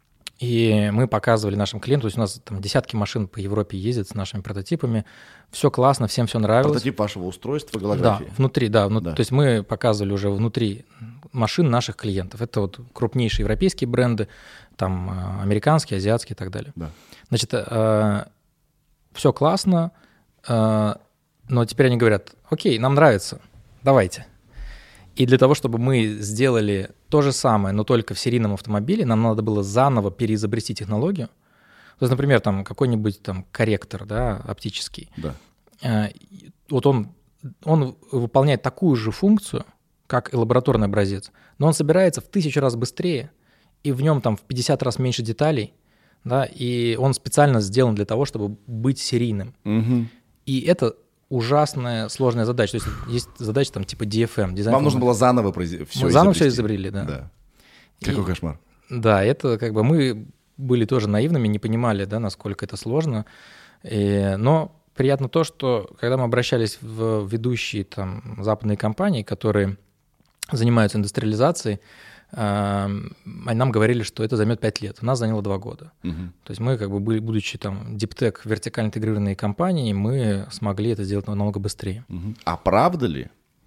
И мы показывали нашим клиентам, то есть у нас там десятки машин по Европе ездят с нашими прототипами, все классно, всем все нравилось. Прототип вашего устройства, голографии. Да, внутри, да, вну... да. То есть мы показывали уже внутри машин наших клиентов. Это вот крупнейшие европейские бренды, там американские, азиатские и так далее. Да. Значит, э, все классно, э, но теперь они говорят, окей, нам нравится, давайте. И для того, чтобы мы сделали то же самое, но только в серийном автомобиле, нам надо было заново переизобрести технологию. То есть, например, там какой-нибудь там корректор, да, оптический. Да. Э, вот он, он выполняет такую же функцию, как и лабораторный образец, но он собирается в тысячу раз быстрее, и в нем там в пятьдесят раз меньше деталей, да, и он специально сделан для того, чтобы быть серийным. Угу. И это ужасная сложная задача. То есть есть задача там типа ди эф эм. Вам нужно было заново произвести все. Мы заново все изобрели, да. да. Какой и, кошмар. Да, это как бы мы были тоже наивными, не понимали, да, насколько это сложно. И, но приятно то, что когда мы обращались в ведущие там западные компании, которые занимаются индустриализацией, они нам говорили, что это займет пять лет. У нас заняло два года. Угу. То есть мы, как бы, были, будучи там диптек, вертикально интегрированные компании, мы смогли это сделать намного быстрее. Угу. А правда ли,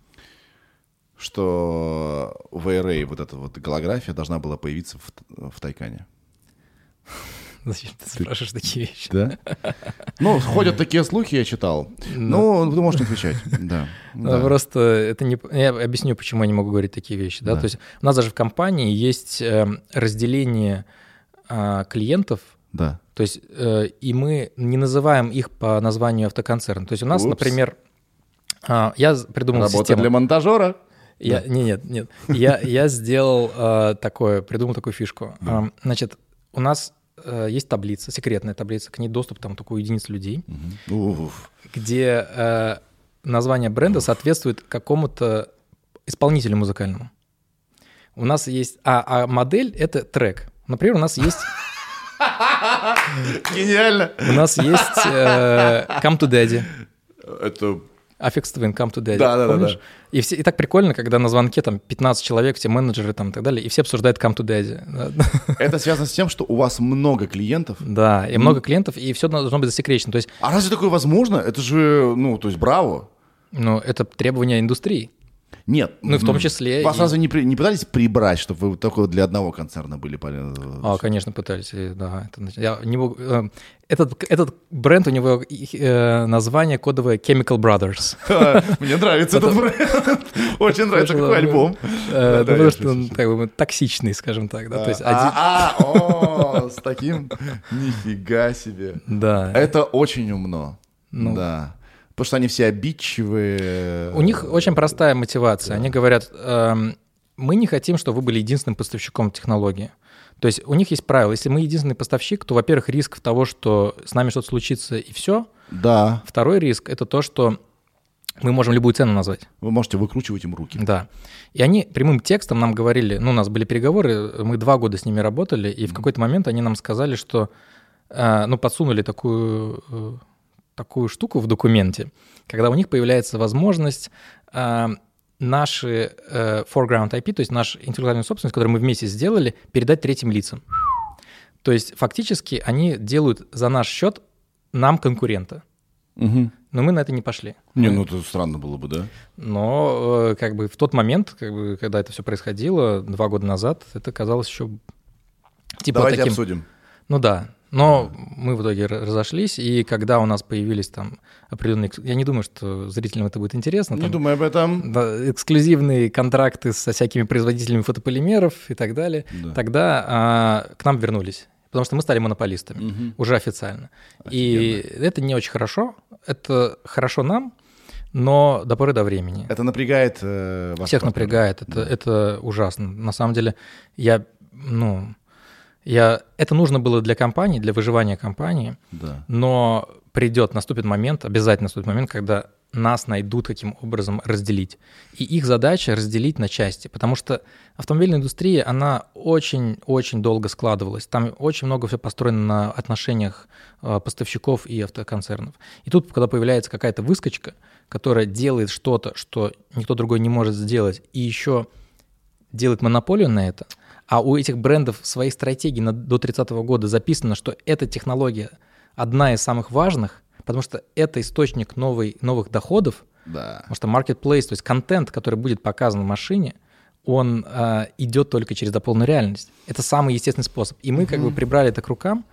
что в эй ар эй вот эта вот голография должна была появиться в, в Тайкане? Зачем ты спрашиваешь такие вещи? Да? Ну, ходят такие слухи, я читал. Ну, ты можешь не отвечать. Да. Да. Просто это не... Я объясню, почему я не могу говорить такие вещи. Да? Да. То есть у нас даже в компании есть разделение клиентов. Да. То есть и мы не называем их по названию автоконцерна. То есть у нас, Упс. например, я придумал Работа систему... для монтажера. Я, да. Нет, нет, нет. Я, я сделал uh, такое, придумал такую фишку. Да. Uh, значит, у нас uh, есть таблица, секретная таблица, к ней доступ там только у единиц людей, угу. где uh, название бренда Уф. соответствует какому-то исполнителю музыкальному. У нас есть... А, а модель — это трек. Например, у нас есть... Гениально! У нас есть uh, Come to Daddy. Это... Affix Twin, Come to Daddy. Да, да, да, да. И, все, и так прикольно, когда на звонке там пятнадцать человек, все менеджеры там и так далее, и все обсуждают Come to Daddy. Это связано с тем, что у вас много клиентов. Да, и mm. много клиентов, и все должно быть засекречено. То есть... А разве такое возможно? Это же, ну, то есть браво. Ну, это требования индустрии. Нет. Ну, в том числе... Вас и... разве не, не пытались прибрать, чтобы вы только для одного концерна были? А, конечно, пытались, да. Это, я не могу, этот, этот бренд, у него э, название кодовое Chemical Brothers. Мне нравится этот бренд. Очень нравится какой альбом. Потому что он как бы токсичный, скажем так. А, о, с таким... Нифига себе. Да. Это очень умно. Да. Потому что они все обидчивые. У них очень простая мотивация. Да. Они говорят, эм, мы не хотим, чтобы вы были единственным поставщиком технологии. То есть у них есть правило. Если мы единственный поставщик, то, во-первых, риск того, что с нами что-то случится и все. Да. Второй риск — это то, что мы можем любую цену назвать. Вы можете выкручивать им руки. Да. И они прямым текстом нам говорили, ну, у нас были переговоры, мы два года с ними работали, и mm-hmm. в какой-то момент они нам сказали, что, э, ну, подсунули такую... Э, такую штуку в документе, когда у них появляется возможность э, наши э, foreground ай пи, то есть наш интеллектуальную собственность, которую мы вместе сделали, передать третьим лицам. То есть фактически они делают за наш счет нам конкурента. Угу. Но мы на это не пошли. Не, мы... ну это странно было бы, да? Но э, как бы в тот момент, как бы, когда это все происходило, два года назад, это казалось еще типа Давайте таким... обсудим. Ну да. Но мы в итоге разошлись, и когда у нас появились там определенные... Я не думаю, что зрителям это будет интересно. Не там, думаю об этом. Да, эксклюзивные контракты со всякими производителями фотополимеров и так далее. Да. Тогда а, к нам вернулись, потому что мы стали монополистами, угу. уже официально. Офигенно. И это не очень хорошо. Это хорошо нам, но до поры до времени. Это напрягает э, вас? Всех напрягает. Это, да. это ужасно. На самом деле я... ну. Я, это нужно было для компании, для выживания компании, да. но придет, наступит момент, обязательно наступит момент, когда нас найдут каким образом разделить. И их задача разделить на части, потому что автомобильная индустрия, она очень-очень долго складывалась. Там очень много все построено на отношениях поставщиков и автоконцернов. И тут, когда появляется какая-то выскочка, которая делает что-то, что никто другой не может сделать, и еще делает монополию на это, а у этих брендов в своей стратегии на, до тридцатого года записано, что эта технология одна из самых важных, потому что это источник новой, новых доходов, да. потому что marketplace, то есть контент, который будет показан в машине, он э, идет только через дополненную реальность. Это самый естественный способ. И мы mm-hmm. как бы прибрали это к рукам,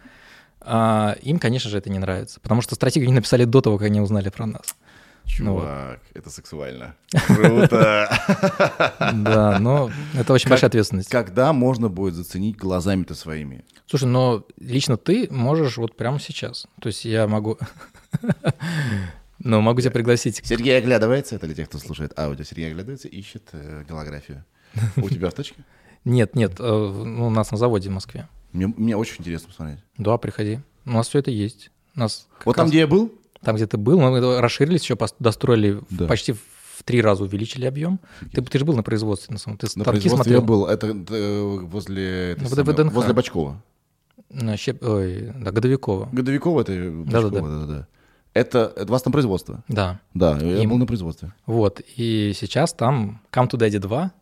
э, им, конечно же, это не нравится, потому что стратегию они написали до того, как они узнали про нас. Чувак, ну, вот. Это сексуально. Круто. Да, но это очень большая ответственность. Когда можно будет заценить глазами-то своими? Слушай, но лично ты можешь вот прямо сейчас. То есть я могу... Ну, могу тебя пригласить. Сергей оглядывается, это для тех, кто слушает аудио. Сергей оглядывается, ищет э, голографию. У тебя в точке? Нет, нет, э, у нас на заводе в Москве. Мне, мне очень интересно посмотреть. Да, приходи. У нас все это есть. У нас Вот там, раз... где я был? Там, где ты был, мы расширились, еще достроили, Да. почти в три раза увеличили объем. Ты, ты же был на производстве, на самом ты На танки производстве смотрел. я был. Это э, возле, это Ну, самое, ВДНХ. возле Бочкова. На Щеп... Ой, да, Годовикова. Годовикова это Бочкова, Да-да-да. да-да-да. Это, это у вас там производство? Да. Да, я И- был на производстве. Вот, и сейчас там Come to Daddy два,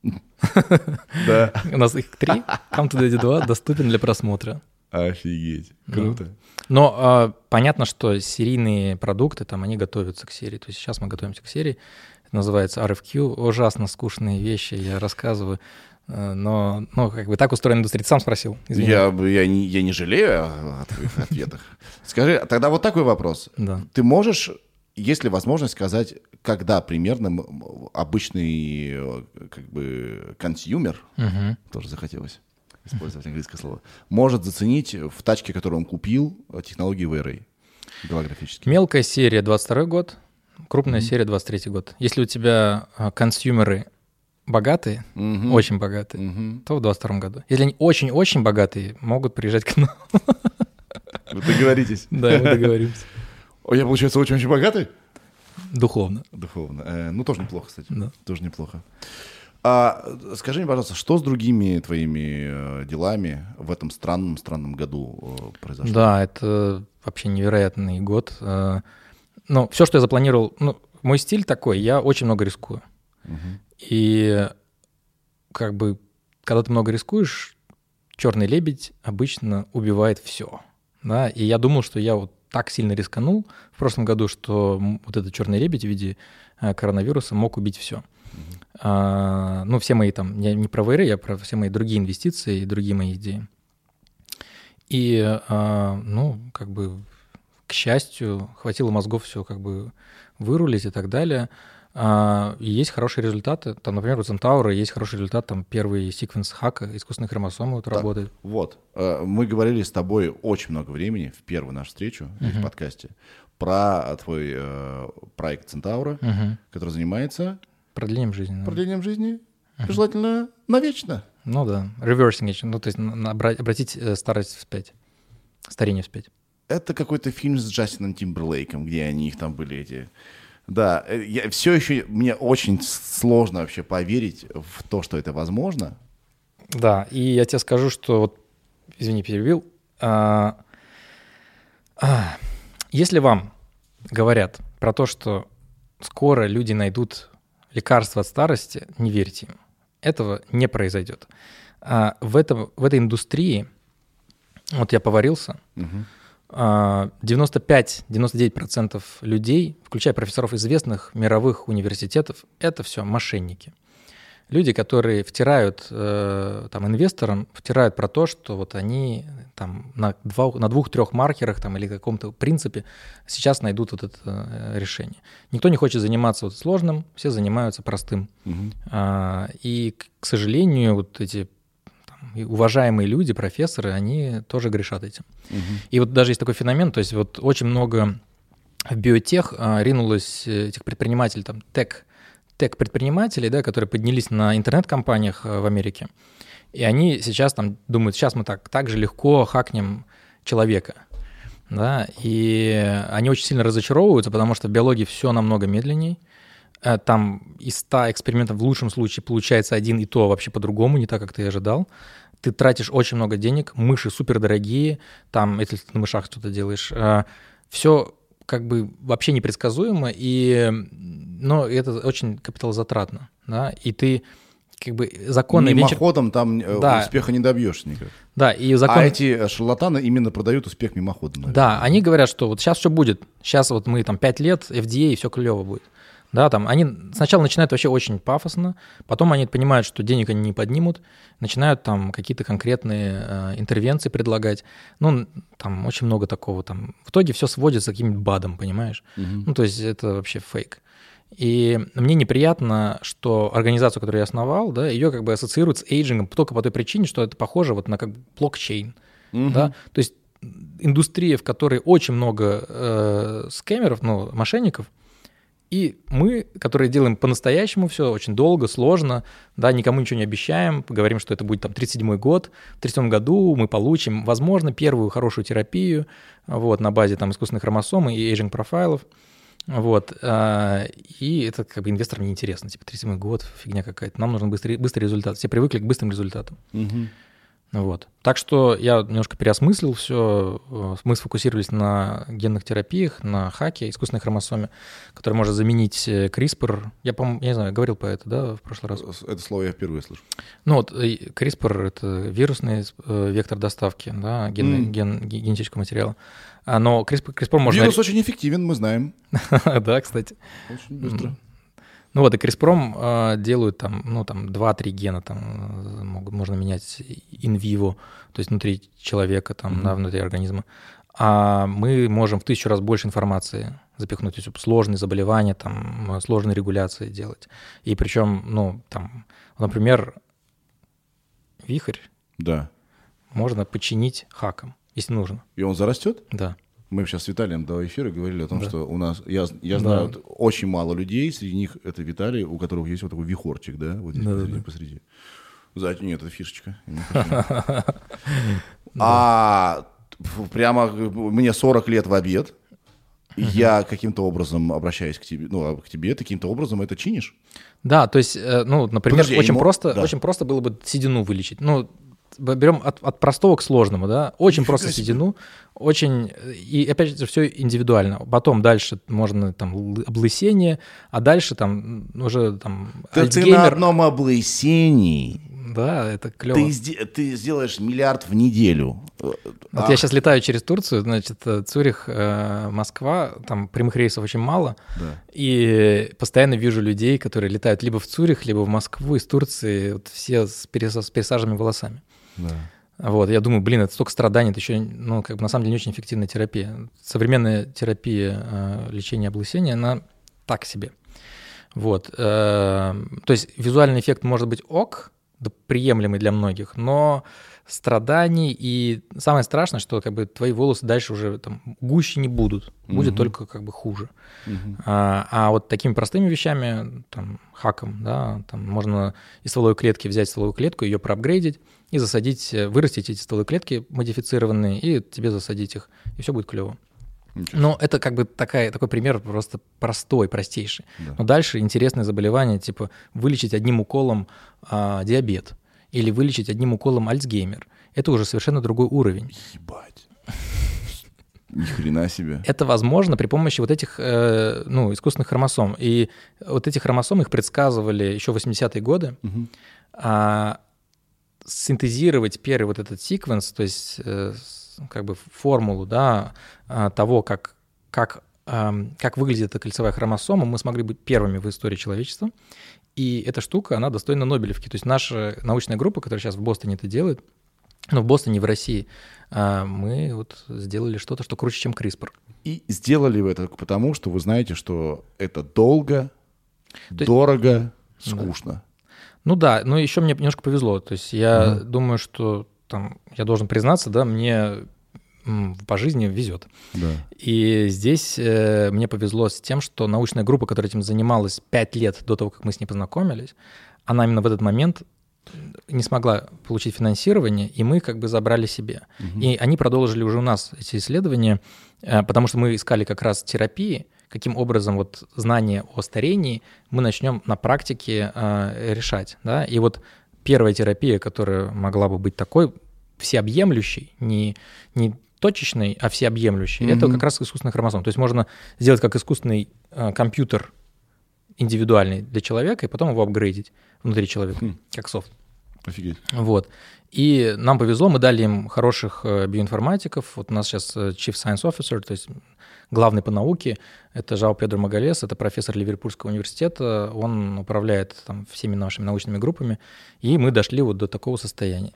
Да. у нас их три, Come to Daddy два доступен для просмотра. Офигеть. Круто. Но а, понятно, что серийные продукты, там, они готовятся к серии. То есть сейчас мы готовимся к серии. Это называется ар эф кью. Ужасно скучные вещи я рассказываю. Э, Но, ну, как бы так устроена индустрия. Ты сам спросил. Извини. Я, я, не, я не жалею о, о твоих ответах. Скажи, а тогда вот такой вопрос. Да. Ты можешь, есть ли возможность сказать, когда примерно м- обычный э, как бы консюмер, Мгм. тоже захотелось использовать английское слово, может заценить в тачке, которую он купил, э, технологии ви ар эй голографические? Мелкая серия двадцать второй год, крупная серия двадцать третий год. Если у тебя а, консюмеры богатые, Мгм. очень богатые, Мгм. то в двадцать втором году. Если они очень-очень богатые, могут приезжать к нам. Вы договоритесь. Да, мы договоримся. О, я, получается, очень-очень богатый? Духовно. Духовно. Э, ну, тоже неплохо, кстати. Да. Тоже неплохо. А, скажи мне, пожалуйста, что с другими твоими э, делами в этом странном-странном году э, произошло? Да, это вообще невероятный год. Э, Ну, все, что я запланировал, ну, мой стиль такой, я очень много рискую. Мгм. И как бы, когда ты много рискуешь, черный лебедь обычно убивает все. Да? И я думал, что я вот так сильно рисканул в прошлом году, что м, вот этот черный лебедь в виде э, коронавируса мог убить все. А, ну, все мои там, я не про ви ар эй, я про все мои другие инвестиции и другие мои идеи. И, а, ну, как бы, к счастью, хватило мозгов все как бы вырулить и так далее. А, и есть хорошие результаты. Там, например, у Центаура есть хороший результат, там первый секвенс хака искусственной хромосомы вот Так, работает. Вот. Э, Мы говорили с тобой очень много времени в первую нашу встречу здесь в подкасте про твой э, проект Центаура, Мгм. который занимается Продлением жизни. да. продлением жизни, желательно навечно. Ну да, reversing agent, ну то есть на- на- обра- обратить э, старость вспять, старение вспять. Это какой-то фильм с Джастином Тимберлейком, где они их там были эти. Да, э, я, все еще мне очень с- сложно вообще поверить в то, что это возможно. Да, и я тебе скажу, что вот, извини, перебил. А, а, если вам говорят про то, что скоро люди найдут лекарство от старости, не верьте им. Этого не произойдет. А в, этом, в этой индустрии, вот я поварился, Мгм. а, девяносто пять - девяносто девять процентов людей, включая профессоров известных мировых университетов, это все мошенники. Люди, которые втирают э, там, инвесторам, втирают про то, что вот они там, на, два, на двух-трех маркерах там, или каком-то принципе сейчас найдут вот это э, решение. Никто не хочет заниматься вот сложным, все занимаются простым. Мгм. А, и, к к сожалению, вот эти там, и уважаемые люди, профессоры, они тоже грешат этим. Мгм. И вот даже есть такой феномен, то есть вот очень много в биотех а, ринулось э, этих предпринимателей, там, тег, тег-предпринимателей, да, которые поднялись на интернет-компаниях а, в Америке, и они сейчас там думают, сейчас мы так, так же легко хакнем человека, да, и они очень сильно разочаровываются, потому что в биологии все намного медленнее. Э, Там из ста экспериментов в лучшем случае получается один, и то вообще по-другому, не так, как ты ожидал. Ты тратишь очень много денег, мыши супердорогие, там, если ты на мышах что-то делаешь, все как бы вообще непредсказуемо, и, но это очень капиталозатратно, да, и ты как бы законы... венчур- Мимоходом там э, Да. успеха не добьешься никак. Да, и закон... А эти шарлатаны именно продают успех мимоходом. наверное. Да, они говорят, что вот сейчас все будет, сейчас вот мы там пять лет, эф ди эй, и все клево будет. Да, там они сначала начинают вообще очень пафосно, потом они понимают, что денег они не поднимут, начинают там какие-то конкретные э, интервенции предлагать. Ну, там очень много такого там. В итоге все сводится к каким-нибудь БАДам, понимаешь? Мгм. Ну, то есть это вообще фейк. И мне неприятно, что организацию, которую я основал, да, ее как бы ассоциируют с эйджингом только по той причине, что это похоже вот на как бы блокчейн. Мгм. Да? То есть индустрия, в которой очень много э, скэмеров, ну, мошенников, и мы, которые делаем по-настоящему все, очень долго, сложно, да, никому ничего не обещаем, говорим, что это будет там тридцать седьмой год, в тридцать седьмом году мы получим, возможно, первую хорошую терапию вот, на базе там искусственных хромосом и эйджинг профайлов, вот, и это как бы инвесторам неинтересно, типа тридцать седьмой год, фигня какая-то, нам нужен быстрый, быстрый результат, все привыкли к быстрым результатам. Угу. Вот. Так что я немножко переосмыслил все. Мы сфокусировались на генных терапиях, на хаке, искусственной хромосоме, который может заменить CRISPR. Я, по-моему, я не знаю, говорил про это, да, в прошлый раз? Это слово я впервые слышу. Ну вот CRISPR — это вирусный вектор доставки, да, ген, mm. ген, генетического материала. Но CRISPR, CRISPR можно... Вирус очень эффективен, мы знаем. Да, кстати. Очень быстро. Ну вот, и CRISPR э, делают там, ну, там два-три гена там могут, можно менять in vivo, то есть внутри человека, там, mm-hmm. да, внутри организма. А мы можем в тысячу раз больше информации запихнуть, то есть сложные заболевания, там, сложные регуляции делать. И причем, ну, там, например, вихрь да. можно починить хаком, если нужно. И он зарастет? Да. Мы сейчас с Виталием до эфира говорили о том, да. что у нас, я, я да. знаю вот, очень мало людей, среди них это Виталий, у которого есть вот такой вихорчик, да, вот здесь да, посреди, да. посреди. Сзади, нет, это фишечка. А прямо мне сорок лет в обед, я каким-то образом обращаюсь к тебе, ну, к тебе, ты каким-то образом это чинишь? Да, то есть, ну, например, Подожди, очень, ему... просто, да. очень просто было бы седину вылечить. Ну, берем от, от простого к сложному, да, очень Нифига просто себе. седину, очень, и опять же, все индивидуально. Потом дальше можно там облысение, а дальше там уже там да альцгеймер. Ты на одном облысении. Да, это клево. Ты, ты сделаешь миллиард в неделю. Вот я сейчас летаю через Турцию, значит, Цюрих, Москва, там прямых рейсов очень мало, да. и постоянно вижу людей, которые летают либо в Цюрих, либо в Москву из Турции, вот все с, перес, с пересаженными волосами. Да. Вот, я думаю, блин, это столько страданий, это еще, ну, как бы на самом деле не очень эффективная терапия. Современная терапия э, лечения облысения, она так себе. Вот, э, то есть визуальный эффект может быть ок, да, приемлемый для многих, но страданий и самое страшное, что как бы твои волосы дальше уже там гуще не будут, будет угу. только как бы хуже. Угу. А, а вот такими простыми вещами, там, хаком, да, там можно из стволовой клетки взять стволовую клетку, ее проапгрейдить и засадить, вырастить эти стволовые клетки модифицированные и тебе засадить их, и все будет клево. Но это как бы такая, такой пример просто простой, простейший. Да. Но дальше интересные заболевания, типа вылечить одним уколом а, диабет или вылечить одним уколом Альцгеймер. Это уже совершенно другой уровень. Ебать. Ни хрена себе. Это возможно при помощи вот этих э, ну, искусственных хромосом. И вот эти хромосомы их предсказывали еще в восьмидесятые годы. Угу. А, синтезировать первый вот этот секвенс, то есть э, как бы формулу, да, того, как, как, как выглядит эта кольцевая хромосома, мы смогли быть первыми в истории человечества. И эта штука, она достойна Нобелевки. То есть наша научная группа, которая сейчас в Бостоне это делает, но в Бостоне, в России, мы вот сделали что-то, что круче, чем CRISPR. И сделали вы это потому, что вы знаете, что это долго, то дорого, есть... скучно. Да. Ну да, но еще мне немножко повезло. То есть я угу. думаю, что там, я должен признаться, да, мне по жизни везет. Да. И здесь э, мне повезло с тем, что научная группа, которая этим занималась пять лет до того, как мы с ней познакомились, она именно в этот момент не смогла получить финансирование, и мы как бы забрали себе. Угу. И они продолжили уже у нас эти исследования, э, потому что мы искали как раз терапии, каким образом вот знание о старении мы начнем на практике э, решать. Да? И вот первая терапия, которая могла бы быть такой всеобъемлющей, не, не точечной, а всеобъемлющей, mm-hmm. это как раз искусственный хромосом. То есть можно сделать как искусственный э, компьютер индивидуальный для человека и потом его апгрейдить внутри человека, mm. как софт. Офигеть. Вот. И нам повезло, мы дали им хороших э, биоинформатиков. Вот у нас сейчас Chief Science Officer, то есть главный по науке, это Жао Педро Магалес, это профессор Ливерпульского университета, он управляет там всеми нашими научными группами, и мы дошли вот до такого состояния.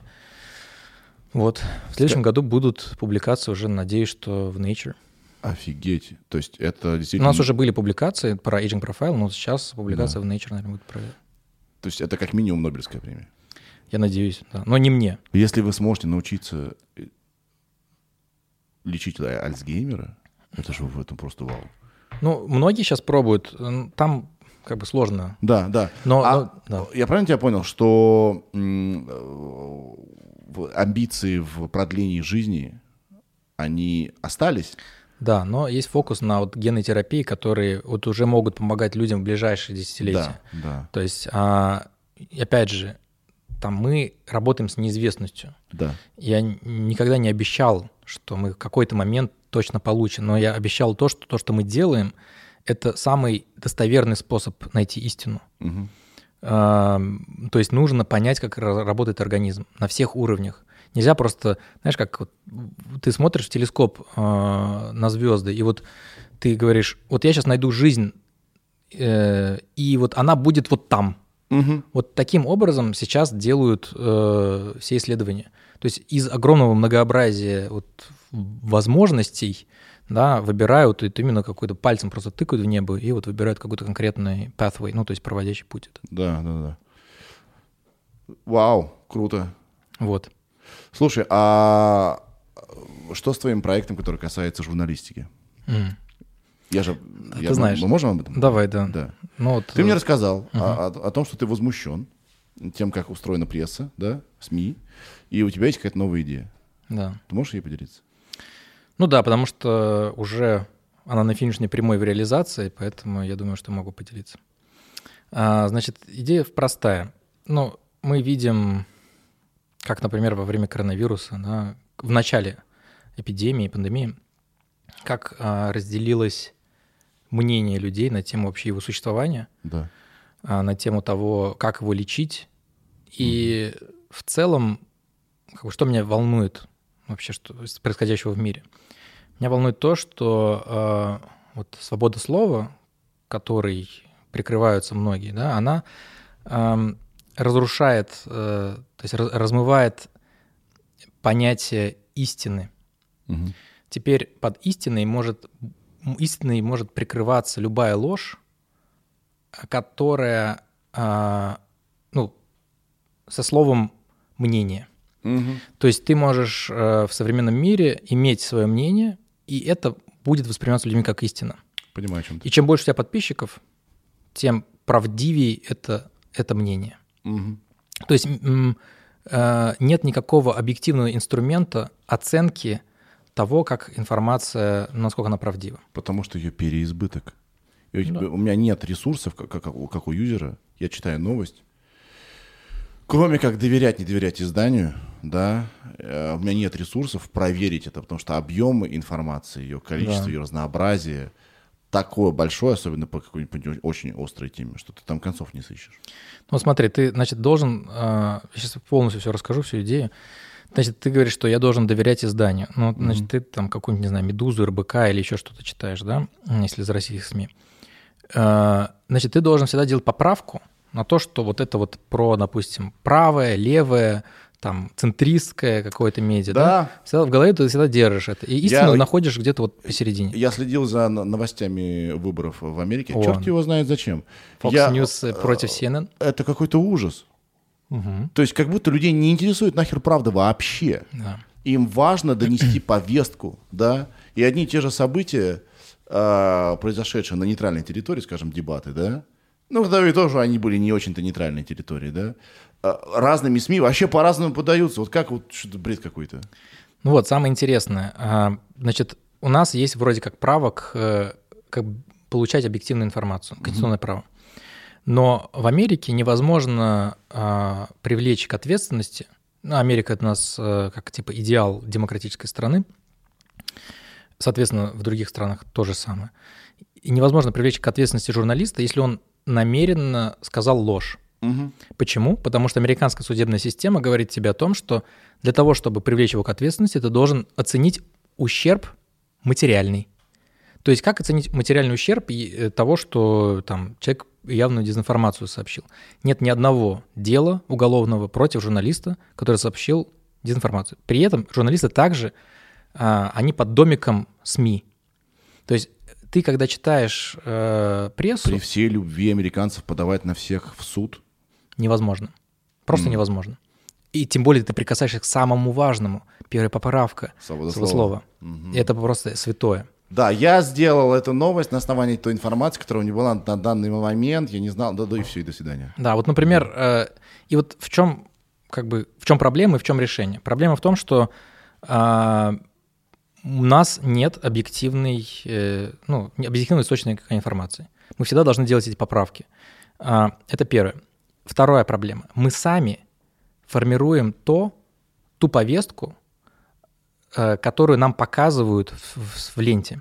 Вот. В следующем году будут публикации уже, надеюсь, что в Nature. Офигеть. То есть это действительно... У нас уже были публикации про aging profile, но сейчас публикация да. в Nature, наверное, будет про... То есть это как минимум Нобелевская премия? Я надеюсь, да. Но не мне. Если вы сможете научиться лечить Альцгеймера? Это же в этом просто вау. Ну, многие сейчас пробуют. Там как бы сложно. Да, да. Но, а но, да. Я правильно тебя понял, что м, амбиции в продлении жизни, они остались? Да, но есть фокус на вот генной терапии, которые вот уже могут помогать людям в ближайшие десятилетия. Да, да. То есть, а, опять же, там мы работаем с неизвестностью. Да. Я никогда не обещал, что мы в какой-то момент точно получим, но я обещал то, что то, что мы делаем, это самый достоверный способ найти истину. Угу. А, то есть нужно понять, как работает организм на всех уровнях. Нельзя просто, знаешь, как вот ты смотришь в телескоп э, на звезды, и вот ты говоришь, вот я сейчас найду жизнь, э, и вот она будет вот там. Угу. Вот таким образом сейчас делают э, все исследования. То есть из огромного многообразия вот возможностей, да, выбирают вот именно какой-то пальцем просто тыкают в небо и вот выбирают какой-то конкретный pathway, ну то есть проводящий путь. Да, да, да. Вау, круто. Вот. Слушай, а что с твоим проектом, который касается журналистики? Mm. Я же, а я, ты знаешь. Мы можем об этом? Давай, да. да. Ну, вот, ты мне рассказал uh-huh. о, о, о том, что ты возмущен тем, как устроена пресса, да, СМИ, и у тебя есть какая-то новая идея. Да. Ты можешь ей поделиться? Ну да, потому что уже она на финишной прямой в реализации, поэтому я думаю, что могу поделиться. А, значит, идея простая. Ну, мы видим, как, например, во время коронавируса, да, в начале эпидемии, пандемии, как а, разделилось мнение людей на тему вообще его существования, да. а, на тему того, как его лечить. И mm-hmm. в целом, как бы, что меня волнует вообще что, из происходящего в мире? Меня волнует то, что э, вот свобода слова, которой прикрываются многие, да, она э, разрушает, э, то есть раз, размывает понятие истины. Угу. Теперь под истиной может, истиной может прикрываться любая ложь, которая, э, ну, со словом «мнение». Угу. То есть ты можешь э, в современном мире иметь свое мнение, и это будет восприниматься людьми как истина. Понимаю, о чем ты. И чем больше у тебя подписчиков, тем правдивее это, это мнение. Угу. То есть м- э, нет никакого объективного инструмента оценки того, как информация, насколько она правдива. Потому что ее переизбыток. И Да. У меня нет ресурсов, как, как, как у юзера. Я читаю новость. Кроме как доверять, не доверять изданию, да, у меня нет ресурсов проверить это, потому что объем информации, ее количество, Да. ее разнообразие такое большое, особенно по какой-нибудь очень острой теме, что ты там концов не сыщешь. Ну смотри, ты, значит, должен, я сейчас полностью все расскажу, всю идею. Значит, ты говоришь, что я должен доверять изданию. Ну, mm-hmm. значит, ты там какую-нибудь, не знаю, «Медузу», эр бэ ка или еще что-то читаешь, да, если из российских СМИ. Значит, ты должен всегда делать поправку на то, что вот это вот про, допустим, правое, левое, там, центристское какое-то медиа, да? Да. Всегда в голове ты всегда держишь это. И истину Я- находишь где-то вот посередине. Я следил за но- новостями выборов в Америке. О. Черт его знает зачем. Fox Я- News против си эн эн. Это какой-то ужас. Мгм. То есть как будто людей не интересует нахер правда вообще. Да. Им важно донести повестку, да, и одни и те же события, а, произошедшие на нейтральной территории, скажем, дебаты, да, ну, да, и тоже они были не очень-то нейтральной территории, да, а, разными СМИ вообще по-разному подаются, вот как вот что-то бред какой-то. Ну вот, самое интересное. а, Значит, у нас есть вроде как право к, э, как получать объективную информацию, конституционное право. Но в Америке невозможно а, привлечь к ответственности. Ну, Америка — это у нас э, как типа идеал демократической страны. Соответственно, в других странах то же самое. И невозможно привлечь к ответственности журналиста, если он намеренно сказал ложь. Угу. Почему? Потому что американская судебная система говорит тебе о том, что для того, чтобы привлечь его к ответственности, ты должен оценить ущерб материальный. То есть как оценить материальный ущерб и- того, что там, человек явную дезинформацию сообщил? Нет ни одного дела уголовного против журналиста, который сообщил дезинформацию. При этом журналисты также, а, они под домиком СМИ. То есть ты, когда читаешь э, прессу, При всей любви американцев подавать на всех в суд. невозможно. Просто Мгм. невозможно. и тем более ты прикасаешься к самому важному. Первая поправка. Свобода слова. слова. Угу. Это просто святое. Да, я сделал эту новость на основании той информации, которая у меня была на данный момент. Я не знал, да, да и все, и до свидания. Да, вот, например, э, и вот в чем, как бы, в чем проблема и в чем решение? Проблема в том, что э, у нас нет объективной, э, ну, объективного источника информации. Мы всегда должны делать эти поправки. Э, это первое. Вторая проблема. Мы сами формируем то, ту повестку, которую нам показывают в, в, в ленте.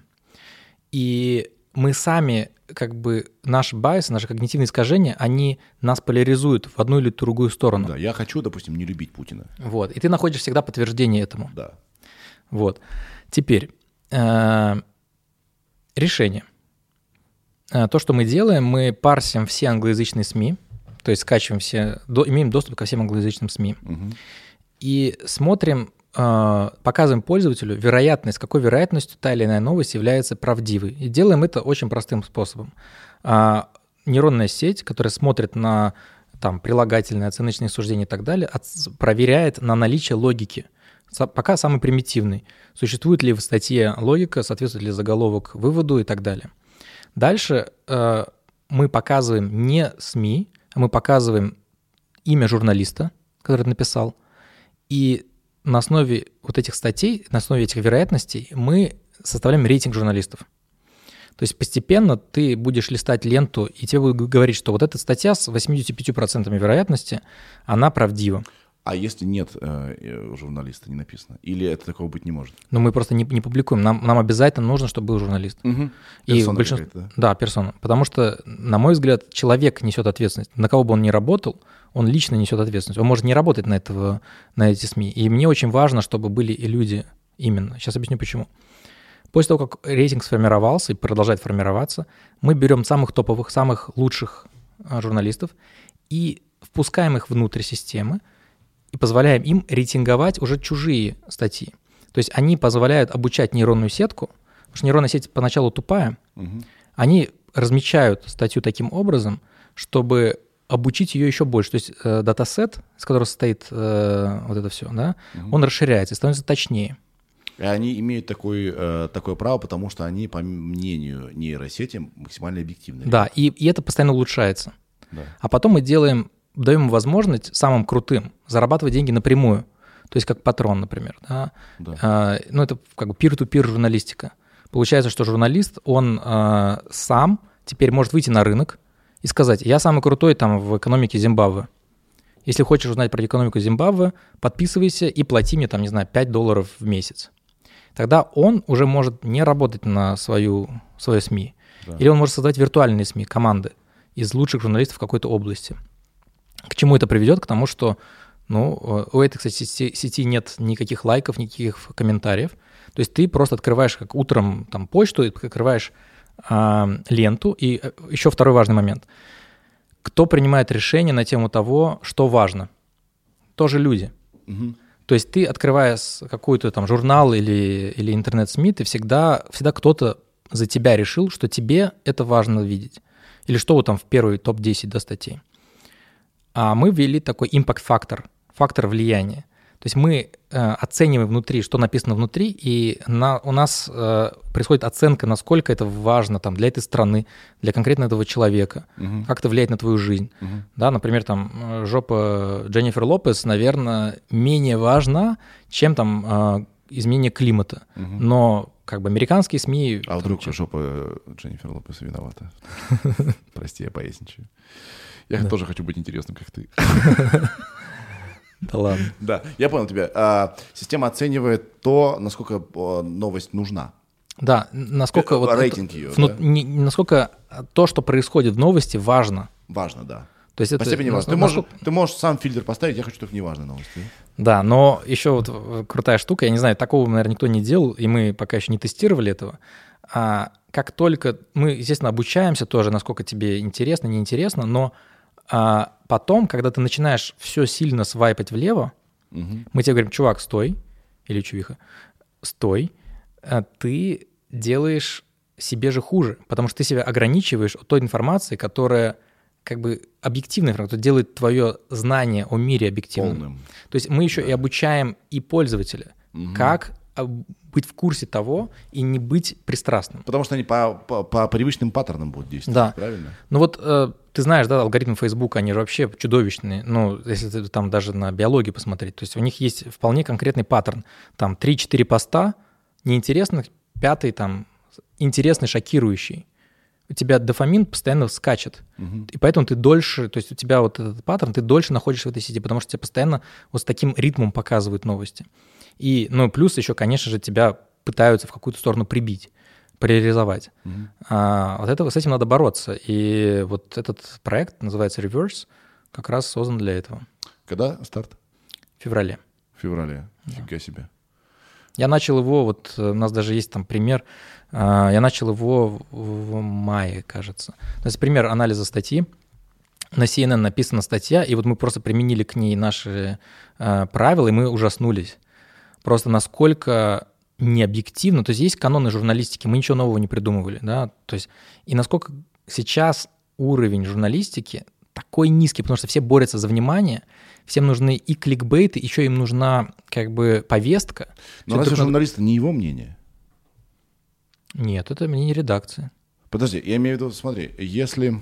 И мы сами, как бы, наши байсы, наши когнитивные искажения, они нас поляризуют в одну или другую сторону. Да, я хочу, допустим, не любить Путина. Вот. И ты находишь всегда подтверждение этому. Да. Вот. Теперь, э, решение. Э, то, что мы делаем, мы парсим все англоязычные СМИ, то есть скачиваем все, до, имеем доступ ко всем англоязычным СМИ. Угу. И смотрим, показываем пользователю вероятность, с какой вероятностью та или иная новость является правдивой. И делаем это очень простым способом. Нейронная сеть, которая смотрит на там, прилагательные, оценочные суждения и так далее, проверяет на наличие логики. Пока самый примитивный. Существует ли в статье логика, соответствует ли заголовок выводу и так далее. Дальше мы показываем не СМИ, а мы показываем имя журналиста, который это написал, и на основе вот этих статей, на основе этих вероятностей мы составляем рейтинг журналистов. То есть постепенно ты будешь листать ленту, и тебе будут говорить, что вот эта статья с восемьдесят пять процентов вероятности, она правдива. А если нет э, журналиста, не написано? Или это такого быть не может? Ну, мы просто не, не публикуем. Нам, нам обязательно нужно, чтобы был журналист. Угу. И большинство... да? да, персона. Потому что, на мой взгляд, человек несет ответственность. На кого бы он ни работал, он лично несет ответственность. Он может не работать на, этого, на эти СМИ. И мне очень важно, чтобы были и люди именно. Сейчас объясню, почему. После того, как рейтинг сформировался и продолжает формироваться, мы берем самых топовых, самых лучших журналистов и впускаем их внутрь системы, и позволяем им рейтинговать уже чужие статьи. То есть они позволяют обучать нейронную сетку, потому что нейронная сеть поначалу тупая, угу. Они размечают статью таким образом, чтобы обучить ее еще больше. То есть э, датасет, из которого состоит э, вот это все, да, угу. Он расширяется и становится точнее. И они имеют такой, э, такое право, потому что они, по мнению нейросети, максимально объективны. Да, и, и это постоянно улучшается. Да. А потом мы делаем... даем им возможность самым крутым зарабатывать деньги напрямую, то есть как патрон, например. Да? Да. А, ну, это как бы peer-to-peer журналистика. Получается, что журналист, он а, сам теперь может выйти на рынок и сказать, я самый крутой там в экономике Зимбабве. Если хочешь узнать про экономику Зимбабве, подписывайся и плати мне, там, не знаю, пять долларов в месяц. Тогда он уже может не работать на свою, свою СМИ. Да. Или он может создать виртуальные СМИ, команды из лучших журналистов в какой-то области. К чему это приведет? К тому, что ну, у этой, кстати, сети нет никаких лайков, никаких комментариев. То есть ты просто открываешь как утром там, почту, открываешь э, ленту. И еще второй важный момент. Кто принимает решение на тему того, что важно? Тоже люди. Угу. То есть ты, открывая какой-то там журнал или, или интернет-СМИ, ты всегда, всегда кто-то за тебя решил, что тебе это важно видеть. Или что вот там в первый топ десять до статей. А мы ввели такой импакт-фактор, фактор влияния. То есть мы э, оцениваем внутри, что написано внутри, и на, у нас э, происходит оценка, насколько это важно там, для этой страны, для конкретно этого человека, uh-huh. как это влияет на твою жизнь. Uh-huh. Да, например, там, жопа Дженнифер Лопес, наверное, менее важна, чем там, э, изменение климата. Uh-huh. Но как бы американские СМИ... А вдруг там, жопа Дженнифер Лопес виновата? Прости, я поясничаю. Я да. тоже хочу быть интересным, как ты. Да ладно. Да, я понял тебя. А, система оценивает то, насколько новость нужна. Да, насколько... Вот рейтинг это, ее, вну, да? не, насколько то, что происходит в новости, важно. Важно, да. То есть это, по степени важно. Ты, насколько... можешь, ты можешь сам фильтр поставить, я хочу только неважные новости. Да, но еще вот крутая штука, я не знаю, такого, наверное, никто не делал, и мы пока еще не тестировали этого. А как только мы, естественно, обучаемся тоже, насколько тебе интересно, неинтересно, но а потом, когда ты начинаешь все сильно свайпать влево, угу. мы тебе говорим, чувак, стой, или чувиха, стой, ты делаешь себе же хуже, потому что ты себя ограничиваешь от той информации, которая как бы объективная информация, делает твое знание о мире объективным. Полным. То есть мы еще Да. и обучаем и пользователя, Мгм. как быть в курсе того и не быть пристрастным. Потому что они по, по, по привычным паттернам будут действовать, Да. правильно? Ну вот э, ты знаешь, да, алгоритмы Facebook, они же вообще чудовищные. Ну, если ты там даже на биологию посмотреть. То есть у них есть вполне конкретный паттерн. Там три-четыре поста неинтересных, пятый там интересный, шокирующий. У тебя дофамин постоянно скачет. Мгм. И поэтому ты дольше, то есть у тебя вот этот паттерн, ты дольше находишься в этой сети, потому что тебе постоянно вот с таким ритмом показывают новости. И, ну, плюс еще, конечно же, тебя пытаются в какую-то сторону прибить, поляризовать. Мгм. А, вот это, с этим надо бороться. И вот этот проект называется Reverse, как раз создан для этого. Когда старт? В феврале. В феврале. Фига себе. Я начал его, вот у нас даже есть там пример, а, я начал его в мае, кажется. То есть пример анализа статьи. На си эн эн написана статья, и вот мы просто применили к ней наши а, правила, и мы ужаснулись. Просто насколько необъективно, то есть есть каноны журналистики, мы ничего нового не придумывали, да, то есть и насколько сейчас уровень журналистики такой низкий, потому что все борются за внимание, всем нужны и кликбейты, еще им нужна как бы повестка. Но Всё разве друг на- журналиста не его мнение? Нет, это мнение редакции. Подожди, я имею в виду, смотри, если...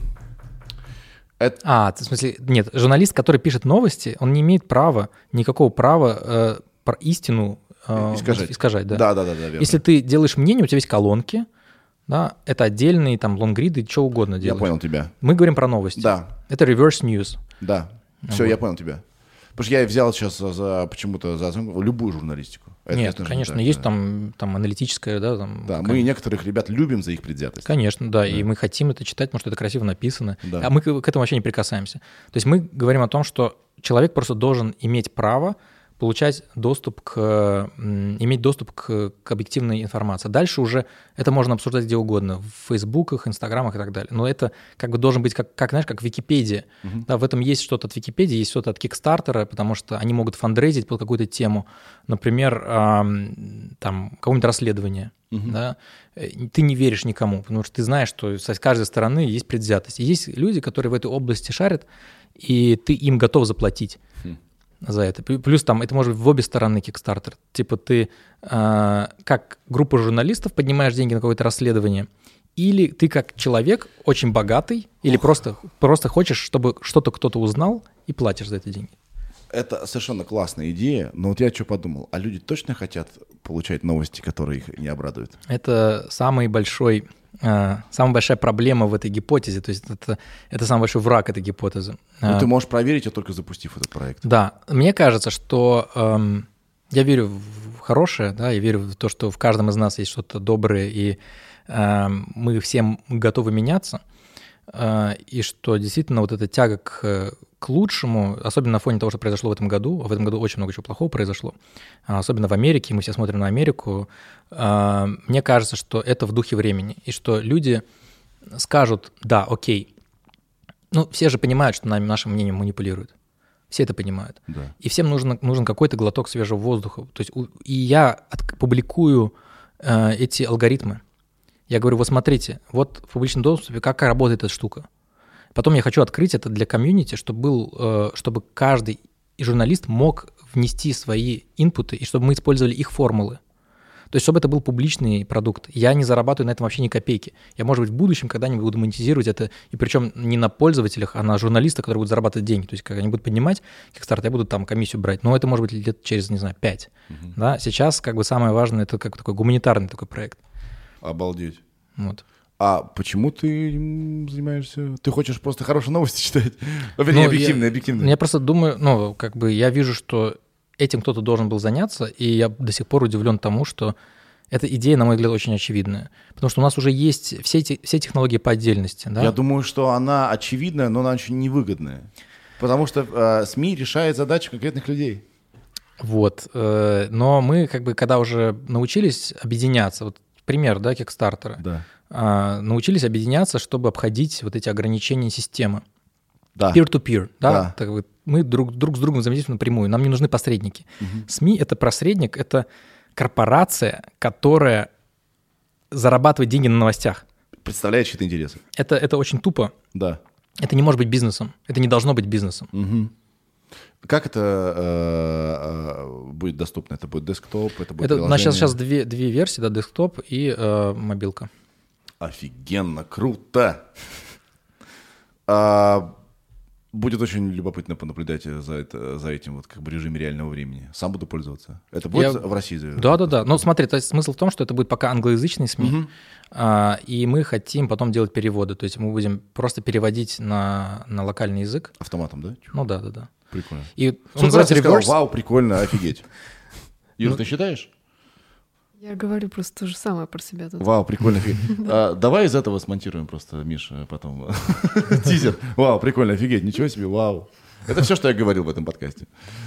Это... А, ты в смысле, нет, журналист, который пишет новости, он не имеет права, никакого права э, про истину э, Искажать. искажать, да. Да, да, да, да, верно. Если ты делаешь мнение, у тебя есть колонки, да, это отдельные там лонгриды, что угодно Я делаешь. понял тебя. Мы говорим про новости. Да, Это reverse news. да. Все, Вот. я понял тебя. Потому что я взял сейчас за, за- почему-то за оценку любую журналистику. Это, Нет, же конечно, так, есть да. там, там аналитическая, да, там. Да, кон- мы некоторых ребят любим за их предвзятость. Конечно, да, и мы хотим это читать, потому что это красиво написано. Да. А мы к, к этому вообще не прикасаемся. То есть мы говорим о том, что человек просто должен иметь право получать доступ к, м, иметь доступ к, к объективной информации. Дальше уже это можно обсуждать где угодно, в Фейсбуках, Инстаграмах и так далее. Но это как бы должен быть, как, как знаешь, как Википедия. Мгм. Да, в этом есть что-то от Википедии, есть что-то от Кикстартера, потому что они могут фандрейзить под какую-то тему. Например, ам, там, какое-нибудь расследование. Мгм. Да? Э, Ты не веришь никому, потому что ты знаешь, что с каждой стороны есть предвзятость. И есть люди, которые в этой области шарят, и ты им готов заплатить Хм. за это. Плю- Плюс там это может быть в обе стороны Kickstarter. Типа ты э, как группа журналистов поднимаешь деньги на какое-то расследование, или ты как человек очень богатый, или просто, просто хочешь, чтобы что-то кто-то узнал, и платишь за эти деньги. Это совершенно классная идея, но вот я что подумал, а люди точно хотят получать новости, которые их не обрадуют? Это самый большой, э, самая большая проблема в этой гипотезе. То есть это, это самый большой враг этой гипотезы. Ну, Э, ты можешь проверить, ее только запустив этот проект. Да, мне кажется, что эм, я верю в хорошее, да, я верю в то, что в каждом из нас есть что-то доброе, и эм, мы всем готовы меняться, э, и что действительно вот эта тяга к, к лучшему, особенно на фоне того, что произошло в этом году, а в этом году очень много чего плохого произошло, а особенно в Америке, мы все смотрим на Америку, э, мне кажется, что это в духе времени, и что люди скажут, да, окей, ну, все же понимают, что нами, нашим мнением манипулируют. Все это понимают. Да. И всем нужно, нужен какой-то глоток свежего воздуха. То есть, у- и я от- публикую э, эти алгоритмы. Я говорю, вот смотрите, вот в публичном доступе как работает эта штука. Потом я хочу открыть это для комьюнити, чтобы, был, э, чтобы каждый журналист мог внести свои инпуты, и чтобы мы использовали их формулы. То есть, чтобы это был публичный продукт. Я не зарабатываю на этом вообще ни копейки. Я, может быть, в будущем когда-нибудь буду монетизировать это, и причем не на пользователях, а на журналистах, которые будут зарабатывать деньги. То есть, когда они будут поднимать Kickstarter, я буду там комиссию брать. Но это может быть лет через, не знаю, пять. Мгм. Да? Сейчас как бы самое важное, это как такой гуманитарный такой проект. Обалдеть. Вот. А почему ты им занимаешься? Ты хочешь просто хорошие новости читать? Ну, вернее, Ну, объективные, я, объективные. Я просто думаю, ну, как бы я вижу, что этим кто-то должен был заняться, и я до сих пор удивлен тому, что эта идея, на мой взгляд, очень очевидная. Потому что у нас уже есть все, эти, все технологии по отдельности. Да? Я думаю, что она очевидная, но она очень невыгодная. Потому что э, СМИ решает задачи конкретных людей. Вот. э, Но мы, как бы, когда уже научились объединяться, вот пример, да, Kickstarter, Да. а, научились объединяться, чтобы обходить вот эти ограничения системы. Да. Peer-to-peer, да? Да. Так вот, мы друг, друг с другом взаимодействуем напрямую, нам не нужны посредники. Мгм. СМИ — это посредник, это корпорация, которая зарабатывает деньги на новостях. Представляет чьи-то интересы. Это, это очень тупо. Да. это не может быть бизнесом, это не должно быть бизнесом. Угу. Как это э, будет доступно? Это будет десктоп, это будет это, приложение? У нас сейчас, сейчас две, две версии, да, десктоп и э, мобилка. Офигенно, круто! а, будет очень любопытно понаблюдать за, это, за этим вот как бы режиме реального времени. Сам буду пользоваться. Это будет Я... в России? Да-да-да. Но смотри, то есть смысл в том, что это будет пока англоязычный СМИ, угу. а, и мы хотим потом делать переводы. То есть мы будем просто переводить на, на локальный язык. Автоматом, да? Ну да-да-да. Прикольно. И он называется reverse. Вау, прикольно, офигеть. Юр, ну, ты считаешь? Я говорю просто то же самое про себя тут. Вау, прикольно, офигеть. а, давай из этого смонтируем просто, Миша, потом тизер. Вау, прикольно, офигеть, ничего себе, вау. Это все, что я говорил в этом подкасте.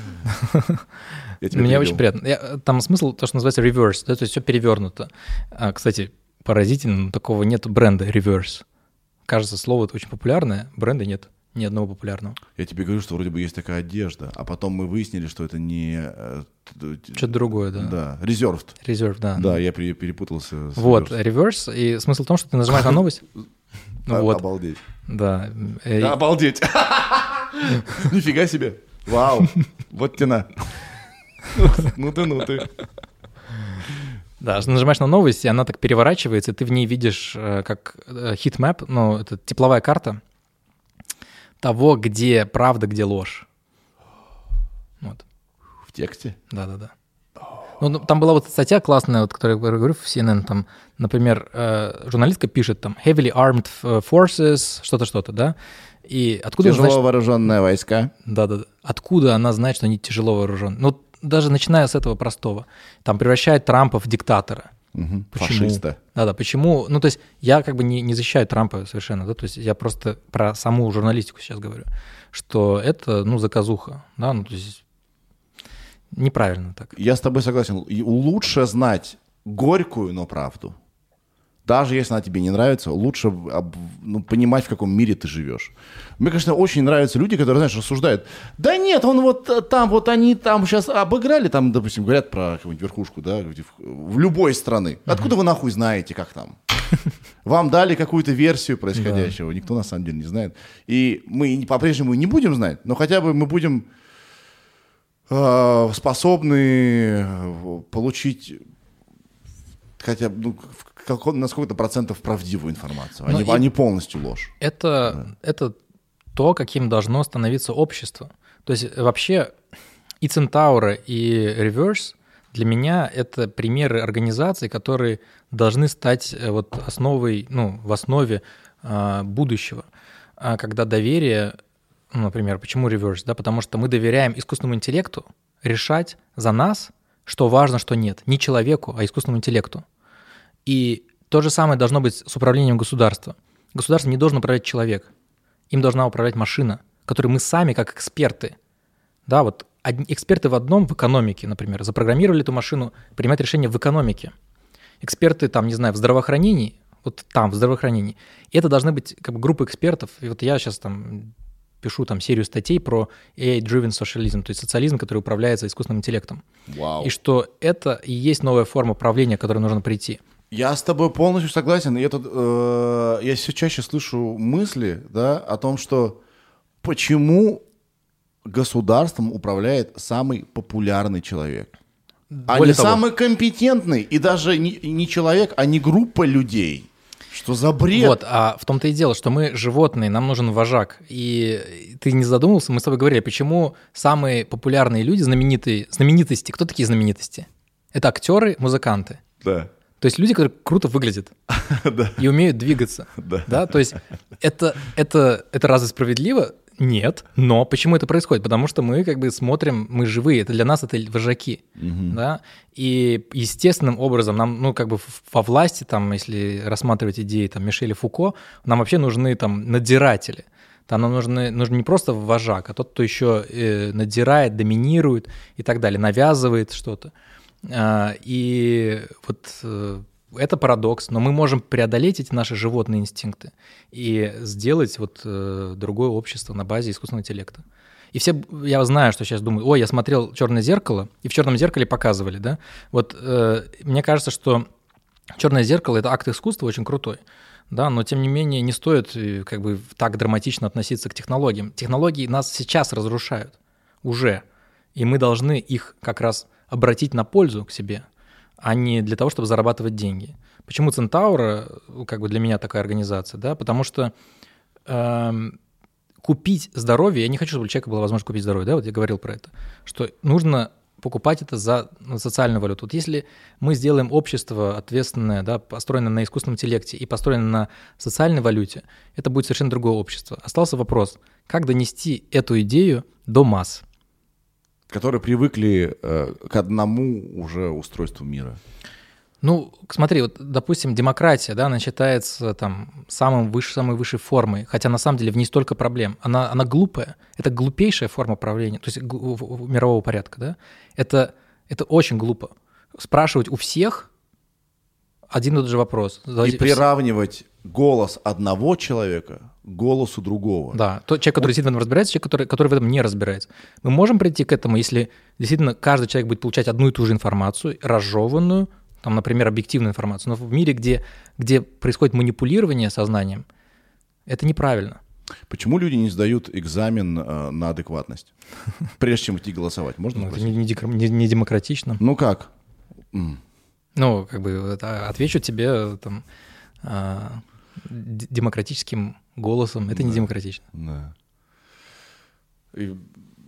Мне очень приятно. Я, там смысл, то, что называется reverse, да, то есть все перевернуто. А, кстати, поразительно, но такого нет бренда reverse. Кажется, слово это очень популярное, бренда нет. Ни одного популярного. Я тебе говорю, что вроде бы есть такая одежда, а потом мы выяснили, что это не... Что-то другое, да. Да, reserved. Reserved, да. Да, я перепутался с Вот, reverse, и смысл в том, что ты нажимаешь на новость. Обалдеть. Да. Обалдеть. Нифига себе. Вау. Вот тяна. Ну ты, ну ты. Да, нажимаешь на новость, и она так переворачивается, и ты в ней видишь как heatmap, ну, это тепловая карта того, где правда, где ложь. Вот. В тексте? Да-да-да. Ну, там была вот статья классная, вот, которую я говорю в си эн эн, там, например, э, журналистка пишет там heavily armed forces, что-то, что-то, да, и откуда... Тяжело знает, вооруженные войска. Да-да-да. Откуда она знает, что они тяжело вооружены? Ну, даже начиная с этого простого. Там превращает Трампа в диктатора. Угу. Почему? Фашиста. Да-да, почему? Ну, то есть я как бы не, не защищаю Трампа совершенно, да, то есть я просто про саму журналистику сейчас говорю, что это, ну, заказуха, да, ну, то есть неправильно так. Я с тобой согласен. Лучше знать горькую, но правду. Даже если она тебе не нравится, лучше ну, понимать, в каком мире ты живешь. Мне, конечно, очень нравятся люди, которые, знаешь, рассуждают. Да нет, он вот там, вот они там сейчас обыграли, там, допустим, говорят про какую-нибудь верхушку, да, в любой страны. Откуда вы нахуй знаете, как там? Вам дали какую-то версию происходящего, никто на самом деле не знает. И мы по-прежнему не будем знать, но хотя бы мы будем э, способны получить хотя бы ну, на сколько-то процентов правдивую информацию, а не, а не полностью ложь. Это, да. это то, каким должно становиться общество. То есть вообще и Центаура, и Реверс для меня это примеры организаций, которые должны стать вот основой, ну, в основе а, будущего. А когда доверие, ну, например, почему Реверс? Да, потому что мы доверяем искусственному интеллекту решать за нас, что важно, что нет. Не человеку, а искусственному интеллекту. И то же самое должно быть с управлением государства. Государство не должен управлять человек. Им должна управлять машина, которую мы сами, как эксперты, да, вот эксперты в одном, в экономике, например, запрограммировали эту машину принимать решения в экономике. Эксперты, там, не знаю, в здравоохранении, вот там, в здравоохранении. И это должны быть как бы группы экспертов. И вот я сейчас там пишу там серию статей про эй ай-driven socialism, то есть социализм, который управляется искусственным интеллектом. Вау. И что это и есть новая форма управления, к которой нужно прийти. Я с тобой полностью согласен. Я, тут, э, я все чаще слышу мысли, да, о том, что почему государством управляет самый популярный человек, а Более не того, самый компетентный, и даже не, не человек, а не группа людей. Что за бред? Вот, а в том-то и дело, что мы животные, нам нужен вожак. И ты не задумывался, мы с тобой говорили, почему самые популярные люди, знаменитые, знаменитости, кто такие знаменитости? Это актеры, музыканты. Да. То есть люди, которые круто выглядят и умеют двигаться. Да. То есть это, это, это разве справедливо? Нет. Но почему это происходит? Потому что мы как бы смотрим, мы живые, это для нас это вожаки. Угу. Да? И естественным образом нам, ну как бы во власти, там, если рассматривать идеи там, Мишеля Фуко, нам вообще нужны там надзиратели. Там нам нужны, нужен не просто вожак, а тот, кто еще э, надзирает, доминирует и так далее, навязывает что-то. И вот это парадокс, но мы можем преодолеть эти наши животные инстинкты и сделать вот другое общество на базе искусственного интеллекта. И все, я знаю, что сейчас думают, ой, я смотрел «Черное зеркало», и в «Черном зеркале» показывали, да, вот э, мне кажется, что «Черное зеркало» — это акт искусства очень крутой, да, но тем не менее не стоит как бы так драматично относиться к технологиям. Технологии нас сейчас разрушают уже, и мы должны их как раз обратить на пользу к себе, а не для того, чтобы зарабатывать деньги. Почему Центаура, как бы для меня такая организация, да, потому что э, купить здоровье, я не хочу, чтобы у человека была возможность купить здоровье, да, вот я говорил про это, что нужно покупать это за социальную валюту. Вот если мы сделаем общество ответственное, да, построенное на искусственном интеллекте и построенное на социальной валюте, это будет совершенно другое общество. Остался вопрос, как донести эту идею до масс? Которые привыкли э, к одному уже устройству мира. Ну, смотри, вот, допустим, демократия, да, она считается там самым выше, самой высшей формой, хотя на самом деле в ней столько проблем. Она, она глупая, это глупейшая форма правления, то есть мирового порядка, да. Это, это очень глупо. Спрашивать у всех один и тот же вопрос. И приравнивать голос одного человека к голосу другого. Да, тот человек, который действительно в этом разбирается, человек, который, который в этом не разбирается. Мы можем прийти к этому, если действительно каждый человек будет получать одну и ту же информацию, разжеванную, там, например, объективную информацию. Но в мире, где, где происходит манипулирование сознанием, это неправильно. Почему люди не сдают экзамен э, на адекватность, прежде чем идти голосовать? Можно ну, спросить? Это не, не, не демократично. Ну как? Ну, как бы это, отвечу тебе там, э, демократическим голосом. Это да. не демократично. Да. И,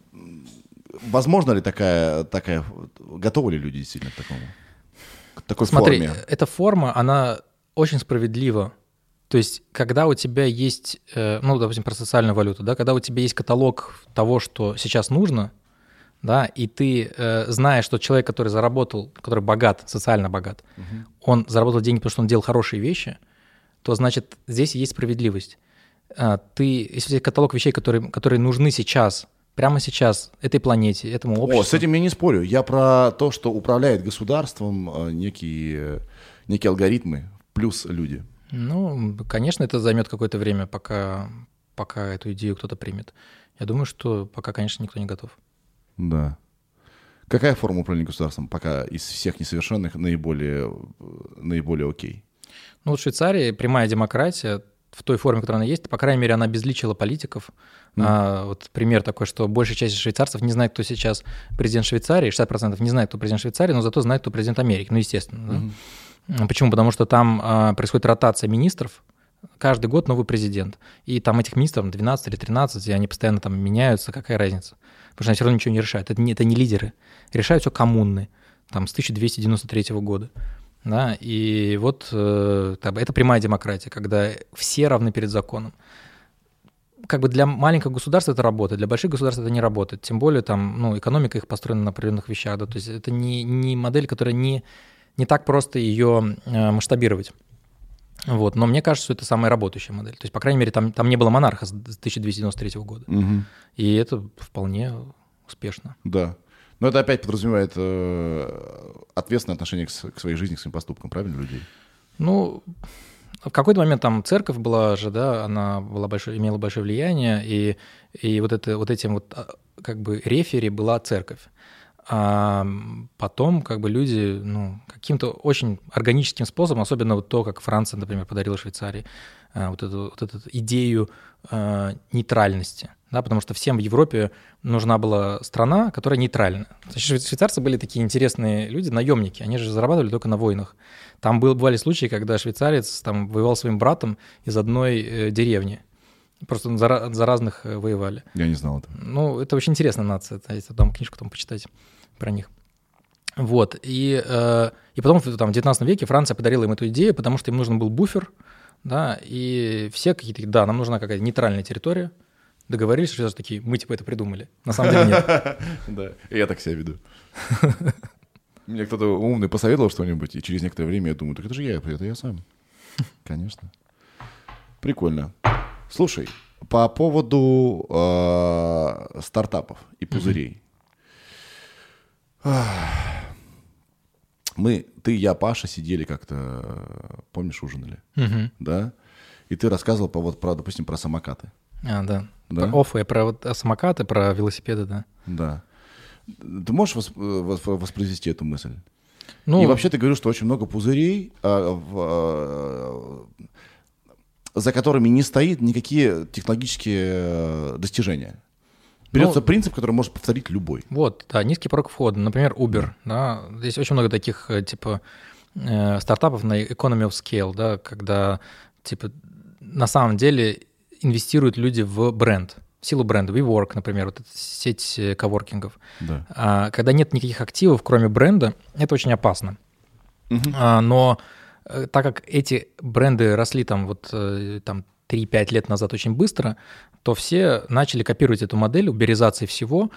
возможно ли такая, такая... Готовы ли люди действительно к такому? К такой Смотри, форме? эта форма, она очень справедлива. То есть, когда у тебя есть, ну, допустим, про социальную валюту, да, когда у тебя есть каталог того, что сейчас нужно, да, и ты э, знаешь, что человек, который заработал, который богат, социально богат, угу. он заработал деньги, потому что он делал хорошие вещи, то, значит, здесь есть справедливость. Ты, если есть каталог вещей, которые, которые нужны сейчас, прямо сейчас, этой планете, этому обществу. О, с этим я не спорю. Я про то, что управляет государством некие, некие алгоритмы, плюс люди. Ну, конечно, это займет какое-то время, пока, пока эту идею кто-то примет. Я думаю, что пока, конечно, никто не готов. Да. Какая форма управления государством пока из всех несовершенных наиболее, наиболее окей? Ну, вот в Швейцарии прямая демократия в той форме, которая она есть, по крайней мере, она обезличила политиков. Mm. А, вот пример такой, что большая часть швейцарцев не знает, кто сейчас президент Швейцарии, шестьдесят процентов не знает, кто президент Швейцарии, но зато знает, кто президент Америки. Ну, естественно. Mm-hmm. Да? Почему? Потому что там а, происходит ротация министров, каждый год новый президент. И там этих министров двенадцать или тринадцать, и они постоянно там меняются, какая разница? Потому что они все равно ничего не решают. Это не, это не лидеры. Решают все коммуны, там, с тысяча двести девяносто третьего года. Да? И вот э, это прямая демократия, когда все равны перед законом. Как бы для маленького государства это работает, для больших государств это не работает. Тем более там, ну, экономика их построена на определенных вещах. Да? То есть это не, не модель, которая не, не так просто ее э, масштабировать. Вот. Но мне кажется, что это самая работающая модель. То есть, по крайней мере, там, там не было монарха с тысяча двести девяносто третьего года. Угу. И это вполне успешно. Да. Но это опять подразумевает э, ответственное отношение к, к своей жизни, к своим поступкам, правильно, людей? Ну, в какой-то момент там церковь была же, да, она была большой, имела большое влияние, и, и вот, это, вот этим вот как бы рефери была церковь. А потом как бы люди, ну, каким-то очень органическим способом, особенно вот то, как Франция, например, подарила Швейцарии вот эту, вот эту идею э, нейтральности, да, потому что всем в Европе нужна была страна, которая нейтральна. Швейцарцы были такие интересные люди, наемники, они же зарабатывали только на войнах. Там был, бывали случаи, когда швейцарец там воевал своим братом из одной э, деревни. Просто за, за разных воевали. Я не знал это. Ну, это очень интересная нация. Если там книжку там почитать про них. Вот. И, э, и потом там, в девятнадцатом веке Франция подарила им эту идею, потому что им нужен был буфер. Да, и все какие-то... Да, нам нужна какая-то нейтральная территория. Договорились, что такие, мы типа это придумали. На самом деле нет. Да, я так себя веду. Мне кто-то умный посоветовал что-нибудь, и через некоторое время я думаю, так это же я, это я сам. Конечно. Прикольно. Слушай, по поводу э, стартапов и пузырей. Mm-hmm. Мы, ты, я, Паша сидели как-то, помнишь, ужинали, mm-hmm. да? И ты рассказывал, по, вот, про, допустим, про самокаты. А, да. Да? Про оффы, про вот, самокаты, про велосипеды, да. Да. Ты можешь восп- воспроизвести эту мысль? Ну, и вообще ты говоришь, что очень много пузырей, а, в, а, за которыми не стоит никакие технологические достижения. Берется ну, принцип, который может повторить любой. Вот, да, низкий порог входа. Например, Uber. Да, здесь очень много таких типа э, стартапов на economy of scale, да, когда типа на самом деле инвестируют люди в бренд, в силу бренда. WeWork, например, вот эта сеть коворкингов. Да. А, когда нет никаких активов, кроме бренда, это очень опасно. Угу. А, но так как эти бренды росли там вот там три-пять лет назад очень быстро, то все начали копировать эту модель уберизации всего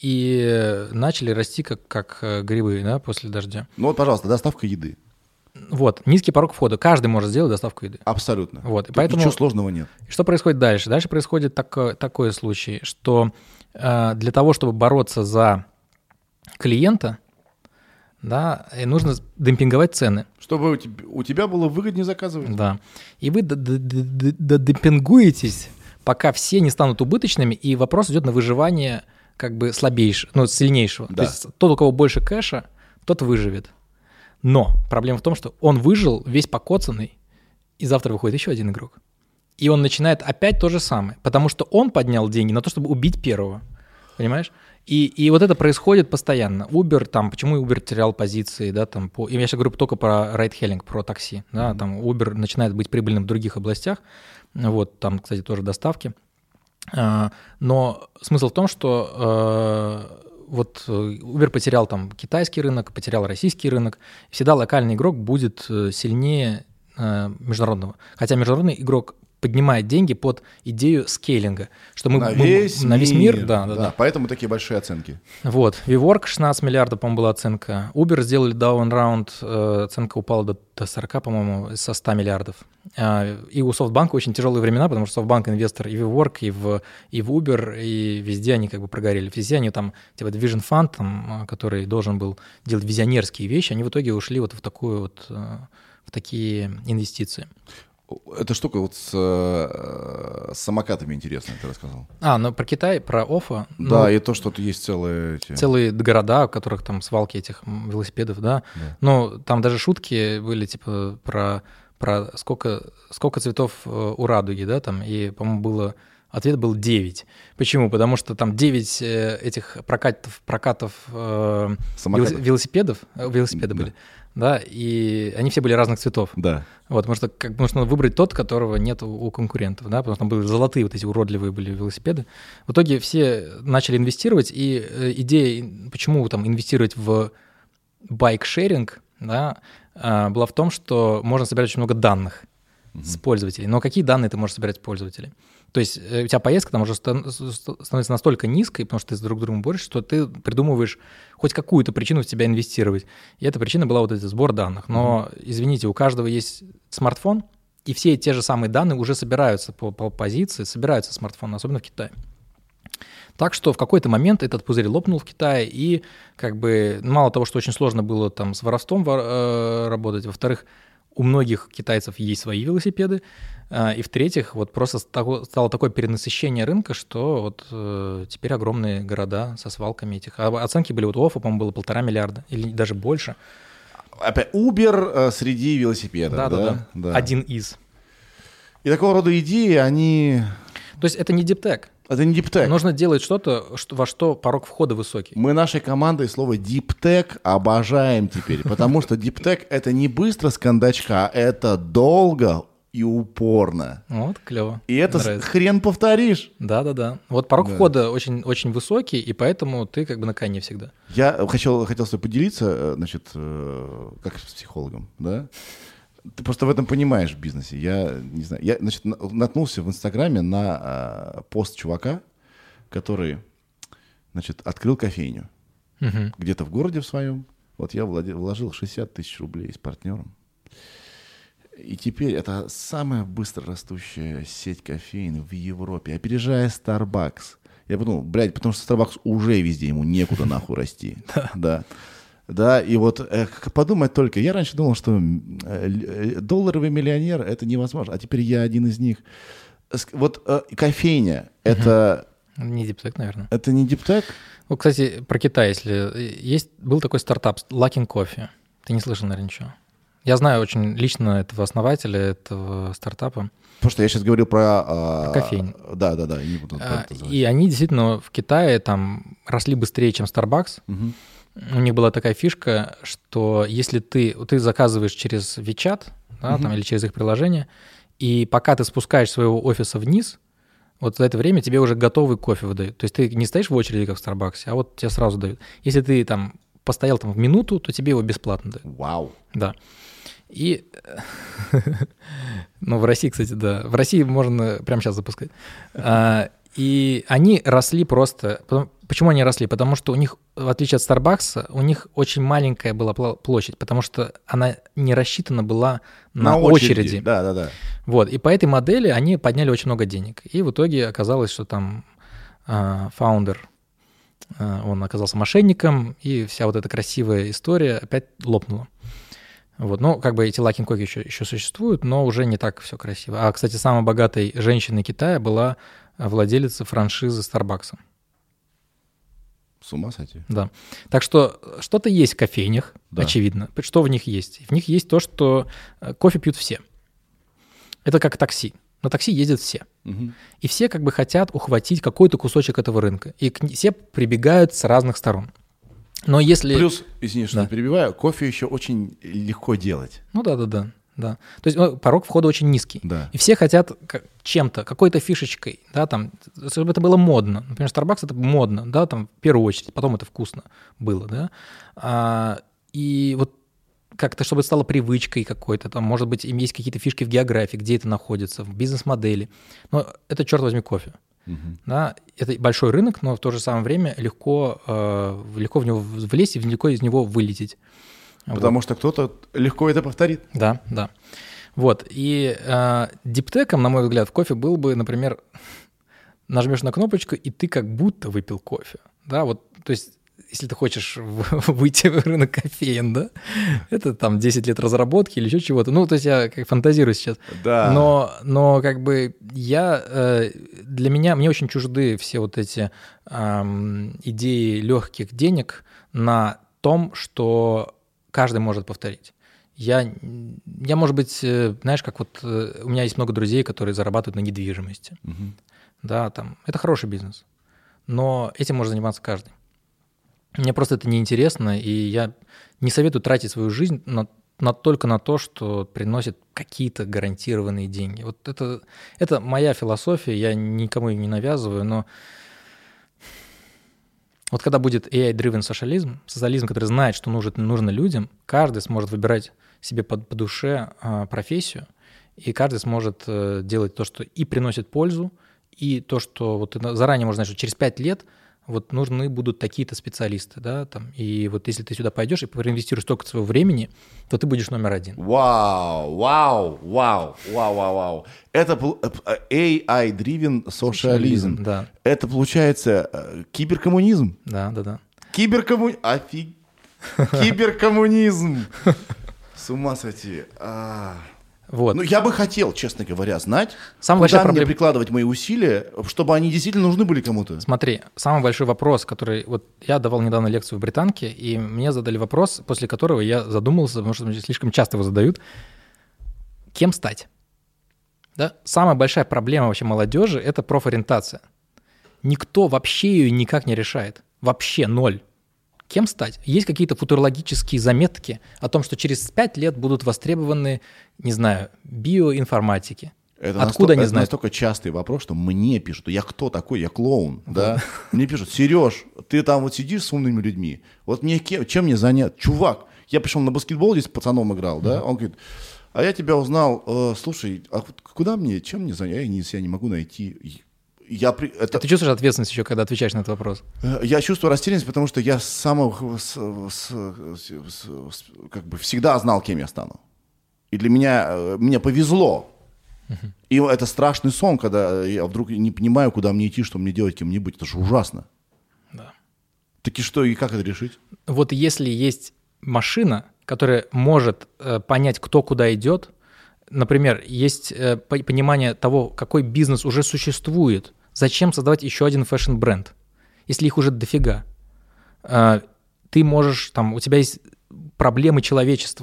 и начали расти как, как грибы, да, после дождя. Ну вот, пожалуйста, доставка еды. Вот, низкий порог входа. Каждый может сделать доставку еды. Абсолютно. Вот, Тут поэтому, ничего сложного нет. Что происходит дальше? Дальше происходит так, такой случай, что э, для того, чтобы бороться за клиента, да, и нужно демпинговать цены. Чтобы у тебя, у тебя было выгоднее заказывать. Да. И вы додемпингуетесь, пока все не станут убыточными, и вопрос идет на выживание как бы слабейшего, ну, сильнейшего. Да. То есть тот, у кого больше кэша, тот выживет. Но проблема в том, что он выжил весь покоцанный, и завтра выходит еще один игрок. И он начинает опять то же самое, потому что он поднял деньги на то, чтобы убить первого. Понимаешь? И, и вот это происходит постоянно. Uber, там, почему Uber терял позиции, да, там, по, я сейчас говорю только про ride-hailing, про такси, да, mm-hmm. там Uber начинает быть прибыльным в других областях, вот, там, кстати, тоже доставки, а, но смысл в том, что а, вот Uber потерял там китайский рынок, потерял российский рынок, всегда локальный игрок будет сильнее а, международного, хотя международный игрок поднимает деньги под идею скейлинга, что мы на весь, мы, на весь мир, мир да, да, да, да. Поэтому такие большие оценки. Вот, WeWork шестнадцать миллиардов, по-моему, была оценка. Uber сделали down round, оценка упала до, до сорок, по-моему, со ста миллиардов. И у SoftBank очень тяжелые времена, потому что SoftBank инвестор и в WeWork, и в, и в Uber, и везде они как бы прогорели. Везде они там, типа Vision Fund, там, который должен был делать визионерские вещи, они в итоге ушли вот в такую вот, в такие инвестиции. Эта штука вот с, с самокатами интересная, ты рассказал. А, ну про Китай, про Офа. Да, ну, и то, что тут есть целые... Эти... Целые города, у которых там свалки этих велосипедов, да. да. Ну, там даже шутки были, типа, про, про сколько, сколько цветов у радуги, да, там, и, по-моему, было... Ответ был девять. Почему? Потому что там девять этих прокатов, прокатов э, велосипедов, велосипеды да. были, да, и они все были разных цветов. Да. Вот, потому что как, нужно выбрать тот, которого нет у, у конкурентов, да, потому что там были золотые вот эти уродливые были велосипеды. В итоге все начали инвестировать, и э, идея, почему там инвестировать в байк-шеринг, да, э, была в том, что можно собирать очень много данных mm-hmm. с пользователей. Но какие данные ты можешь собирать с пользователей? То есть у тебя поездка там уже становится настолько низкой, потому что ты с друг другом борешься, что ты придумываешь хоть какую-то причину в тебя инвестировать. И эта причина была вот этот сбор данных. Но, mm-hmm. извините, у каждого есть смартфон, и все те же самые данные уже собираются по, по позиции, собираются смартфоны, особенно в Китае. Так что в какой-то момент этот пузырь лопнул в Китае, и как бы мало того, что очень сложно было там с воровством э, работать, во-вторых, у многих китайцев есть свои велосипеды, и в-третьих, вот просто стало такое перенасыщение рынка, что вот э, теперь огромные города со свалками этих. А оценки были, вот у Офа, по-моему, было полтора миллиарда или даже больше. Опять Uber э, среди велосипедов, да, да? Да, да, да. Один из. И такого рода идеи, они... То есть это не диптек. Это не диптек. Нужно делать что-то, что, во что порог входа высокий. Мы нашей командой слово диптек обожаем теперь, потому что диптек — это не быстро с кондачка, это долго и упорно. Вот, клево. И это нравится. Хрен повторишь. Да-да-да. Вот порог да. входа очень, очень высокий, и поэтому ты как бы на коне всегда. Я хотел, хотел с тобой поделиться, значит, как с психологом, да? Ты просто в этом понимаешь в бизнесе. Я не знаю. Я, значит, наткнулся в Инстаграме на а, пост чувака, который, значит, открыл кофейню угу. где-то в городе в своем. Вот я владе, вложил шестьдесят тысяч рублей с партнером. И теперь это самая быстро растущая сеть кофеин в Европе, опережая Starbucks. Я подумал, блядь, потому что Starbucks уже везде, ему некуда нахуй расти. Да. Да, и вот э, подумать только, я раньше думал, что э, долларовый миллионер — это невозможно, а теперь я один из них. Вот э, кофейня, угу. это... Не диптек, наверное. Это не диптек? Ну, кстати, про Китай, если... Есть, был такой стартап Luckin Coffee. Ты не слышал, наверное, ничего. Я знаю очень лично этого основателя, этого стартапа. Потому что я сейчас говорил про... Про кофейню. Да, да, да. И, не буду а, и они действительно в Китае там росли быстрее, чем Starbucks. Угу. У них была такая фишка, что если ты, ты заказываешь через WeChat, да, угу. там, или через их приложение, и пока ты спускаешь своего офиса вниз, вот за это время тебе уже готовый кофе выдают. То есть ты не стоишь в очереди, как в Starbucks, а вот тебе сразу дают. Если ты там постоял там в минуту, то тебе его бесплатно дают. Вау. Да. И, ну, в России, кстати, да. В России можно прямо сейчас запускать. И они росли просто... Почему они росли? Потому что у них, в отличие от Starbucks, у них очень маленькая была площадь, потому что она не рассчитана была на, на очереди. очереди. Да, да, да. Вот. И по этой модели они подняли очень много денег. И в итоге оказалось, что там фаундер, он оказался мошенником, и вся вот эта красивая история опять лопнула. Вот. Ну, как бы эти Luckin Coffee еще, еще существуют, но уже не так все красиво. А, кстати, самой богатой женщиной Китая была владелица франшизы Starbucks. С ума сойти. Да. Так что что-то есть в кофейнях, да. Очевидно. Что в них есть? В них есть то, что кофе пьют все. Это как такси. На такси ездят все. Угу. И все как бы хотят ухватить какой-то кусочек этого рынка. И к... все прибегают с разных сторон. Но если... Плюс, извини, что да. я перебиваю, кофе еще очень легко делать. Ну да-да-да. Да. То есть ну, порог входа очень низкий. Да. И все хотят чем-то, какой-то фишечкой, да, там, чтобы это было модно. Например, Starbucks — это модно, да, там, в первую очередь, потом это вкусно было, да. А, и вот как-то, чтобы это стало привычкой какой-то, там, может быть, им есть какие-то фишки в географии, где это находится, в бизнес-модели. Но это, черт возьми, кофе. Угу. Да? Это большой рынок, но в то же самое время легко, э, легко в него влезть и легко из него вылететь. Потому вот. что кто-то легко это повторит. Да, да. Вот. И э, диптеком, на мой взгляд, в кофе был бы, например, нажмешь на кнопочку, и ты как будто выпил кофе. Да, вот, то есть, если ты хочешь выйти в рынок кофеин, да, это там десять лет разработки или еще чего-то. Ну, то есть я как фантазирую сейчас. Да. Но, но как бы я, э, для меня, мне очень чужды все вот эти э, идеи легких денег на том, что каждый может повторить. Я, я, может быть, знаешь, как вот у меня есть много друзей, которые зарабатывают на недвижимости. Угу. Да, там, это хороший бизнес, но этим может заниматься каждый. Мне просто это неинтересно, и я не советую тратить свою жизнь на, на, только на то, что приносит какие-то гарантированные деньги. Вот это, это моя философия, я никому ее не навязываю, но вот когда будет эй ай-driven социализм, социализм, который знает, что нужно, нужно людям, каждый сможет выбирать себе по, по душе а, профессию, и каждый сможет а, делать то, что и приносит пользу, и то, что вот заранее можно знать, что через пять лет вот нужны будут такие-то специалисты, да, там, и вот если ты сюда пойдешь и проинвестируешь столько своего времени, то ты будешь номер один. Вау, вау, вау, вау, вау, вау. Это эй ай-driven socialism. Да. Это получается киберкоммунизм. Да, да, да. Киберкоммунизм. Офиг... Киберкоммунизм. С ума сойти. А... Вот. Ну, я бы хотел, честно говоря, знать, самая куда мне проблема... прикладывать мои усилия, чтобы они действительно нужны были кому-то. Смотри, самый большой вопрос, который... Вот я давал недавно лекцию в Британке, и мне задали вопрос, после которого я задумался, потому что слишком часто его задают. Кем стать? Да? Самая большая проблема вообще молодежи – это профориентация. Никто вообще ее никак не решает. Вообще ноль. Кем стать? Есть какие-то футурологические заметки о том, что через пять лет будут востребованы, не знаю, биоинформатики. Это Откуда настолько, они это знают? настолько частый вопрос, что мне пишут, я кто такой, я клоун, да? Мне пишут, Сереж, ты там вот сидишь с умными людьми, вот мне кем, чем мне занять? Чувак, я пришел на баскетбол, здесь с пацаном играл, да? Он говорит, а я тебя узнал, э, слушай, а куда мне, чем мне занять? Я не, я не могу найти... Я при... это... Ты чувствуешь ответственность еще, когда отвечаешь на этот вопрос? Я чувствую растерянность, потому что я с самого с, с, с, с, как бы всегда знал, кем я стану. И для меня мне повезло. Uh-huh. И это страшный сон, когда я вдруг не понимаю, куда мне идти, что мне делать кем-нибудь. Это же ужасно. Да. Так и что, и как это решить? Вот если есть машина, которая может э, понять, кто куда идет, например, есть э, понимание того, какой бизнес уже существует, зачем создавать еще один фэшн-бренд, если их уже дофига? Э, ты можешь, там, у тебя есть проблемы человечества,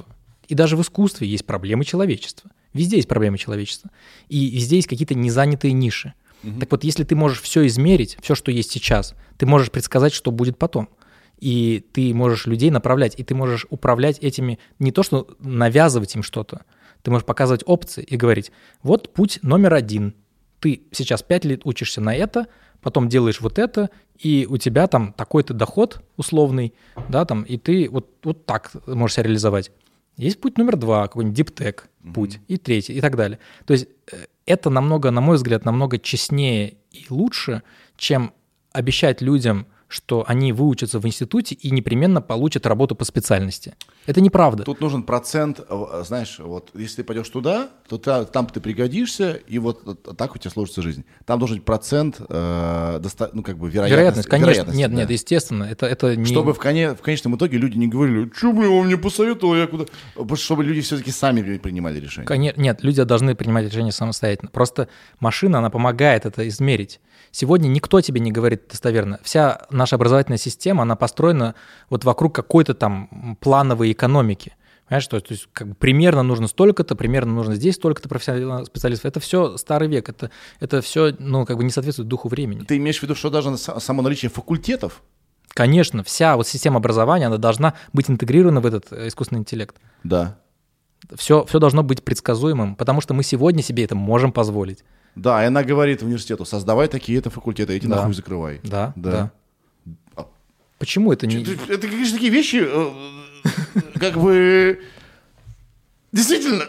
И даже в искусстве есть проблемы человечества. Везде есть проблемы человечества. И везде есть какие-то незанятые ниши. Угу. Так вот, если ты можешь все измерить, все, что есть сейчас, ты можешь предсказать, что будет потом. И ты можешь людей направлять, и ты можешь управлять этими, не то что навязывать им что-то, ты можешь показывать опции и говорить, вот путь номер один. Ты сейчас пять лет учишься на это, потом делаешь вот это, и у тебя там такой-то доход условный, да, там, и ты вот, вот так можешь себя реализовать. Есть путь номер два, какой-нибудь диптек путь, mm-hmm. и третий, и так далее. То есть это намного, на мой взгляд, намного честнее и лучше, чем обещать людям, что они выучатся в институте и непременно получат работу по специальности. Это неправда. Тут нужен процент, знаешь, вот если ты пойдешь туда, то ты, там ты пригодишься, и вот так у тебя сложится жизнь. Там должен быть процент, э, доста- ну как бы вероятность. Вероятность, конечно. Вероятность, нет, да. нет, естественно. Это, это не... Чтобы в, коне, в конечном итоге люди не говорили, что, блин, он мне посоветовал, я куда... Чтобы люди все-таки сами принимали решения. Коне... Нет, люди должны принимать решения самостоятельно. Просто машина, она помогает это измерить. Сегодня никто тебе не говорит достоверно. Вся наша образовательная система, она построена вот вокруг какой-то там плановой экономики. Понимаешь, то, то есть как бы примерно нужно столько-то, примерно нужно здесь столько-то профессиональных специалистов. Это все старый век, это, это все ну, как бы не соответствует духу времени. Ты имеешь в виду, что даже само наличие факультетов? Конечно, вся вот система образования, она должна быть интегрирована в этот искусственный интеллект. Да. Все, все должно быть предсказуемым, потому что мы сегодня себе это можем позволить. Да, и она говорит университету, создавай такие-то факультеты, эти да. нахуй закрывай. Да, да. да. Почему это не... Это, это конечно, такие вещи, как бы... Действительно.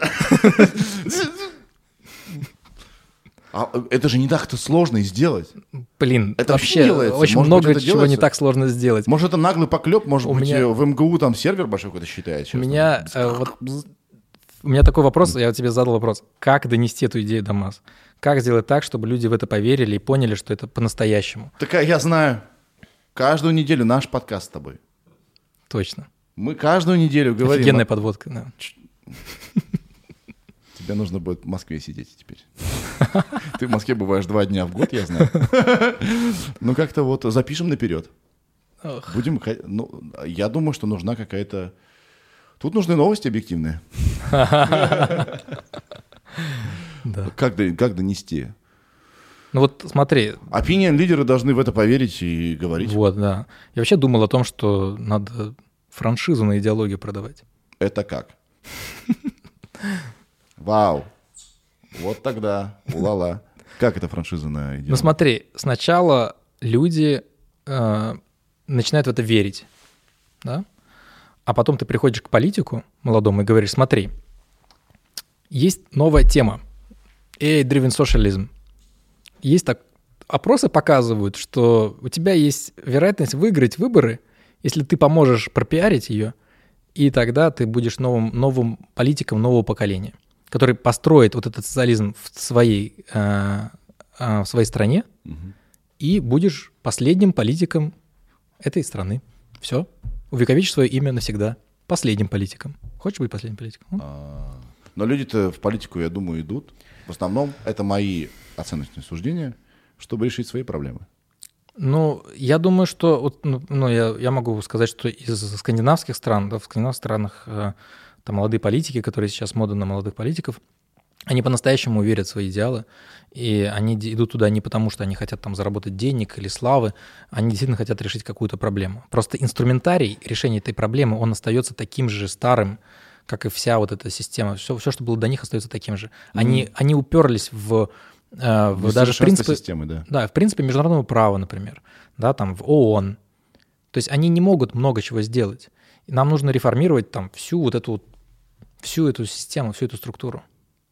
А это же не так-то сложно сделать. Блин, это вообще делается. Очень может много быть, чего делается? Не так сложно сделать. Может, это наглый поклеп, может у быть, меня... в эм гэ у там сервер большой какой-то считает. У меня, э, вот, у меня такой вопрос, я тебе задал вопрос. Как донести эту идею до масс? Как сделать так, чтобы люди в это поверили и поняли, что это по-настоящему? Так я знаю. Каждую неделю наш подкаст с тобой. Точно. Мы каждую неделю говорим... Офигенная подводка, да. Тебе нужно будет в Москве сидеть теперь. Ты в Москве бываешь два дня в год, я знаю. Ну, как-то вот запишем наперед. Будем... Ну, я думаю, что нужна какая-то... Тут нужны новости объективные. Да. Как, как донести? Ну вот смотри. Opinion-лидеры должны в это поверить и говорить. Вот, да. Я вообще думал о том, что надо франшизу на идеологию продавать. Это как? Вау. Вот тогда. Ула-ла. Как это франшиза на идеологию? Ну смотри, сначала люди э, начинают в это верить, да? А потом ты приходишь к политику молодому и говоришь, смотри, есть новая тема. эй ай-driven socialism. Есть так, опросы показывают, что у тебя есть вероятность выиграть выборы, если ты поможешь пропиарить ее, и тогда ты будешь новым, новым политиком нового поколения, который построит вот этот социализм в своей, э, э, в своей стране, угу. и будешь последним политиком этой страны. Все. Увековечишь свое имя навсегда. Последним политиком. Хочешь быть последним политиком? А, но люди-то в политику, я думаю, идут. В основном это мои оценочные суждения, чтобы решить свои проблемы. Ну, я думаю, что... Ну, я, я могу сказать, что из скандинавских стран, да, в скандинавских странах э, там молодые политики, которые сейчас мода на молодых политиков, они по-настоящему верят в свои идеалы, и они идут туда не потому, что они хотят там заработать денег или славы, они действительно хотят решить какую-то проблему. Просто инструментарий решения этой проблемы, он остается таким же старым, как и вся вот эта система. Все, все что было до них, остается таким же. Они, mm-hmm. они уперлись в... в даже в принципе, системы, да. Да, в принципе международного права, например, да, там в ООН. То есть они не могут много чего сделать. И нам нужно реформировать там всю вот эту всю эту систему, всю эту структуру.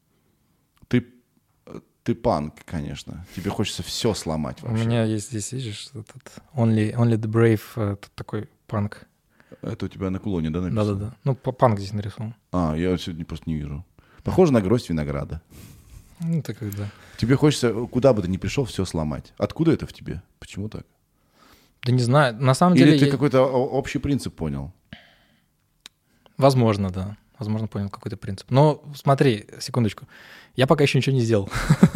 Ты ты панк, конечно. Тебе хочется все сломать вообще. У меня есть здесь, видишь, этот Only Only the Brave, тут такой панк. Это у тебя на кулоне, да, написано? Да-да-да. Ну, панк здесь нарисован. А, я сегодня просто не вижу. Похоже на гроздь винограда. Ну, так да. Тебе хочется, куда бы ты ни пришел, все сломать. Откуда это в тебе? Почему так? Да не знаю. На самом Или деле... ты я... какой-то общий принцип понял? Возможно, да. возможно, понял какой-то принцип. Но смотри, секундочку, я пока еще ничего не сделал.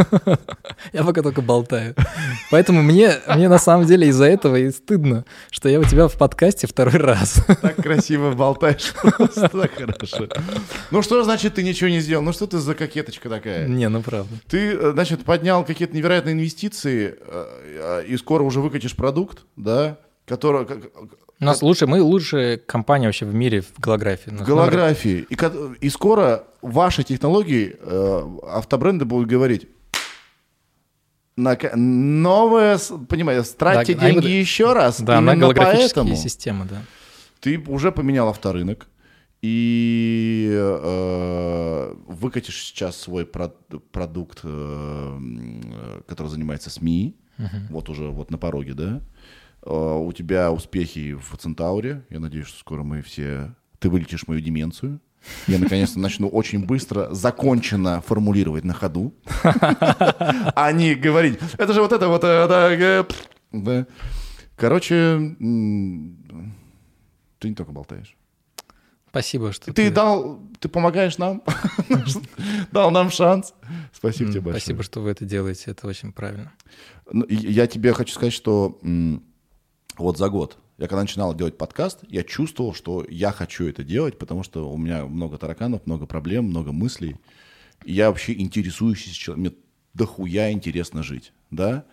Я пока только болтаю. Поэтому мне, мне на самом деле из-за этого и стыдно, что я у тебя в подкасте второй раз. Так красиво болтаешь, просто так хорошо. Ну что значит ты ничего не сделал? Ну что ты за кокеточка такая? Не, ну правда. Ты, значит, поднял какие-то невероятные инвестиции, и скоро уже выкатишь продукт, да, который... У нас лучше, мы лучшая компания вообще в мире в голографии. В голографии. И, и скоро ваши технологии, э, автобренды будут говорить, на, новая, понимаете, тратьте да, деньги еще раз. Да, на голографические системы, да. Ты уже поменял авторынок, и э, выкатишь сейчас свой прод, продукт, э, который занимается СМИ, угу. вот уже вот на пороге, да? Uh, у тебя успехи в Центауре. Я надеюсь, что скоро мы все... Ты вылечишь мою деменцию. Я, наконец-то, начну очень быстро, законченно формулировать на ходу. А не говорить, это же вот это вот... Да. Короче, ты не только болтаешь. Спасибо, что ты... Ты дал... Ты помогаешь нам. Дал нам шанс. Спасибо тебе большое. Спасибо, что вы это делаете. Это очень правильно. Я тебе хочу сказать, что... Вот за год, я когда начинал делать подкаст, я чувствовал, что я хочу это делать, потому что у меня много тараканов, много проблем, много мыслей. И я вообще интересующийся человек, мне дохуя интересно жить, да.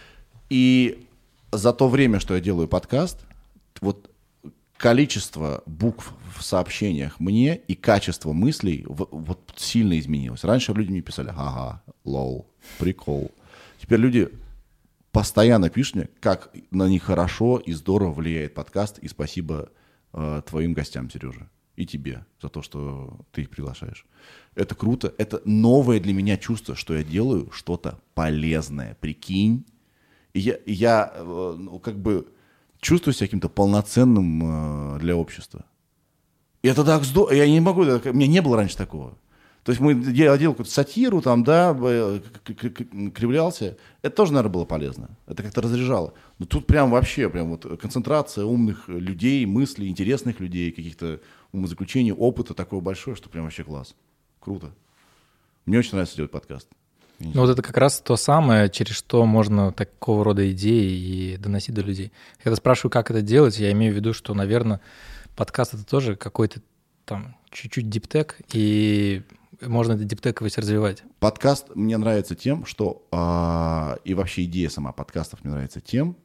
И за то время, что я делаю подкаст, вот количество букв в сообщениях мне и качество мыслей вот сильно изменилось. Раньше люди мне писали «ага, лол, прикол». Теперь люди... постоянно пишут мне, как на них хорошо и здорово влияет подкаст. И спасибо э, твоим гостям, Сережа, и тебе за то, что ты их приглашаешь. Это круто. Это новое для меня чувство, что я делаю что-то полезное. Прикинь. И я, и я э, ну, как бы чувствую себя каким-то полноценным э, для общества. И это так здорово. Я не могу... У меня не было раньше такого. То есть мы, я делал какую-то сатиру, там, да, кривлялся. Это тоже, наверное, было полезно. Это как-то разряжало. Но тут прям вообще, прям вот концентрация умных людей, мыслей, интересных людей, каких-то умозаключений, опыта такое большое, что прям вообще класс. Круто. Мне очень нравится делать подкаст. Ну вот это как раз то самое, через что можно такого рода идеи и доносить до людей. Когда спрашиваю, как это делать, я имею в виду, что, наверное, подкаст — это тоже какой-то там чуть-чуть диптек, и... можно это диптековость развивать. Подкаст мне нравится тем, что... Э, и вообще идея сама подкастов мне нравится тем,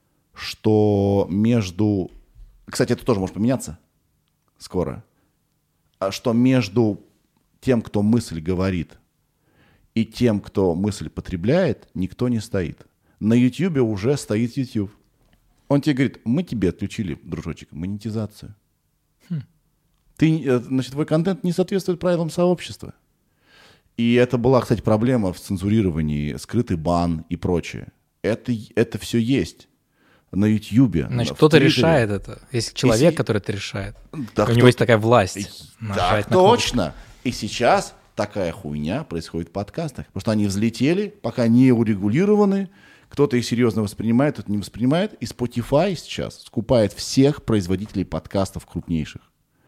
что между... Кстати, это тоже может поменяться скоро. Что между тем, кто мысль говорит, и тем, кто мысль потребляет, никто не стоит. На Ютьюбе уже стоит YouTube. Он тебе говорит, мы тебе отключили, дружочек, монетизацию. Хм. Ты, значит, твой контент не соответствует правилам сообщества. И это была, кстати, проблема в цензурировании, скрытый бан и прочее. Это, это все есть на Ютьюбе. Значит, кто-то решает это. Есть человек, Если... который это решает. Да, у кто... него есть такая власть. Да, точно. И сейчас такая хуйня происходит в подкастах. Потому что они взлетели, пока не урегулированы. Кто-то их серьезно воспринимает, кто-то не воспринимает. И Spotify сейчас скупает всех производителей подкастов крупнейших.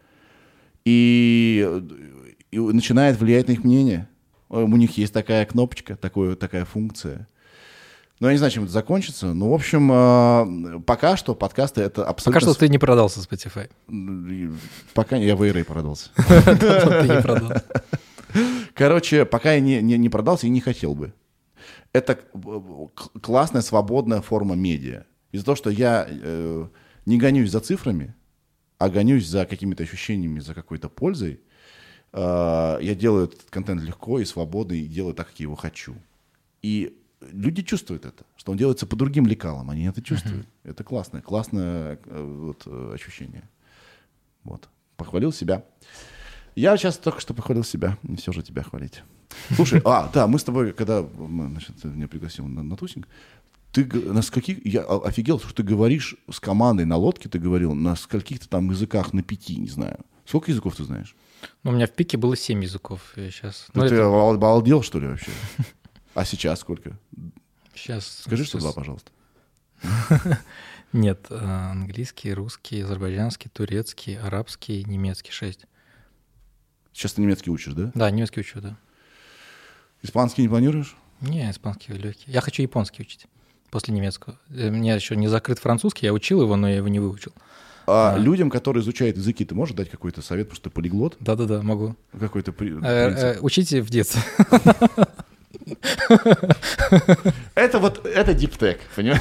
И, и начинает влиять на их мнение. У них есть такая кнопочка, такое, такая функция. Ну, я не знаю, чем это закончится. Ну, в общем, пока что подкасты — это абсолютно... Пока что ты не продался Spotify. Пока я в Эйрей продался. Ты не продал. Короче, пока я не, не, не продался и не хотел бы. Это классная, свободная форма медиа. Из-за того, что я э, не гонюсь за цифрами, а гонюсь за какими-то ощущениями, за какой-то пользой, э, я делаю этот контент легко и свободно, и делаю так, как я его хочу. И люди чувствуют это, что он делается по другим лекалам, они это чувствуют. Uh-huh. Это классное, классное вот, ощущение. Вот. Похвалил себя. Я сейчас только что похвалил себя, не все же тебя хвалить. Слушай, а, да, мы с тобой, когда значит, ты меня пригласил на, на тусинг, ты на скольких, я офигел, что ты говоришь с командой на лодке, ты говорил на скольких-то там языках, на пяти, не знаю. Сколько языков ты знаешь? Ну, у меня в пике было семь языков. Я сейчас... Ну, ты это... обалдел, что ли, вообще? А сейчас сколько? Сейчас... Скажи, что два, пожалуйста. Нет, английский, русский, азербайджанский, турецкий, арабский, немецкий, шесть. Сейчас ты немецкий учишь, да? Да, немецкий учу, да. Испанский не планируешь? Не, испанский легкий. Я хочу японский учить после немецкого. У меня еще не закрыт французский, я учил его, но я его не выучил. А, А. Людям, которые изучают языки, ты можешь дать какой-то совет, потому что ты полиглот? Да-да-да, могу. Какой-то при... Э, э, учите в детстве. Это вот, это диптек, понимаешь?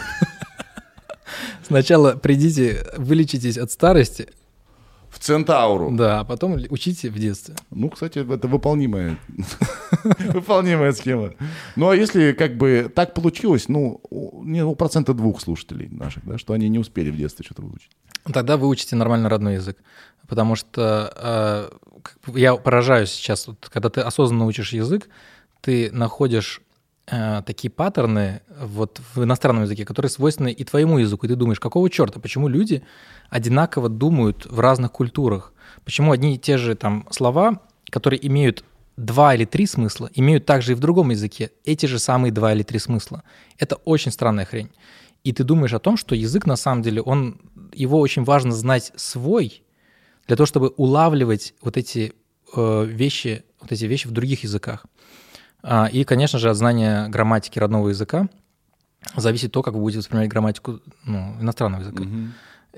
Сначала придите, вылечитесь от старости, В Центауру. да, а потом учите в детстве. Ну, кстати, это выполнимая, выполнимая схема. Ну, а если как бы так получилось, ну, у- не, у процента двух слушателей наших, да, что они не успели в детстве что-то выучить. Тогда вы учите нормально родной язык. Потому что э, как бы я поражаюсь сейчас, вот, когда ты осознанно учишь язык, ты находишь э, такие паттерны вот в иностранном языке, которые свойственны и твоему языку. И ты думаешь, какого черта, почему люди одинаково думают в разных культурах? Почему одни и те же там слова, которые имеют два или три смысла, имеют также и в другом языке эти же самые два или три смысла? Это очень странная хрень. И ты думаешь о том, что язык, на самом деле, он, его очень важно знать свой, для того, чтобы улавливать вот эти э, вещи, вот эти вещи в других языках. А, и, конечно же, от знания грамматики родного языка зависит то, как вы будете воспринимать грамматику, ну, иностранного языка. Мгм.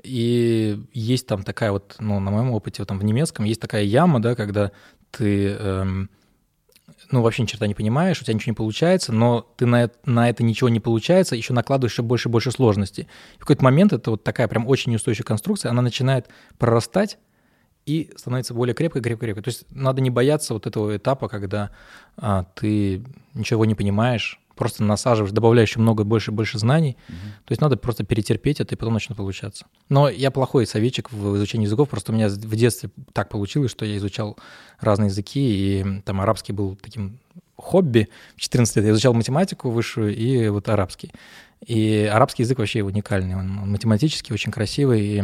И есть там такая вот, ну, на моем опыте, вот там в немецком есть такая яма, да, когда ты, эм, ну, вообще ни черта не понимаешь, у тебя ничего не получается, но ты на, это- на это ничего не получается, еще накладываешь еще больше и больше сложностей. И в какой-то момент это вот такая прям очень неустойчивая конструкция, она начинает прорастать и становится более крепкой, крепкой, крепкой. То есть надо не бояться вот этого этапа, когда а, ты ничего не понимаешь, просто насаживаешь, добавляешь еще много, больше, больше знаний. То есть надо просто перетерпеть это, и потом начнет получаться. Но я плохой советчик в изучении языков, просто у меня в детстве так получилось, что я изучал разные языки, и там арабский был таким хобби. В четырнадцать лет я изучал математику высшую и вот арабский. И арабский язык вообще уникальный, он математический, очень красивый, и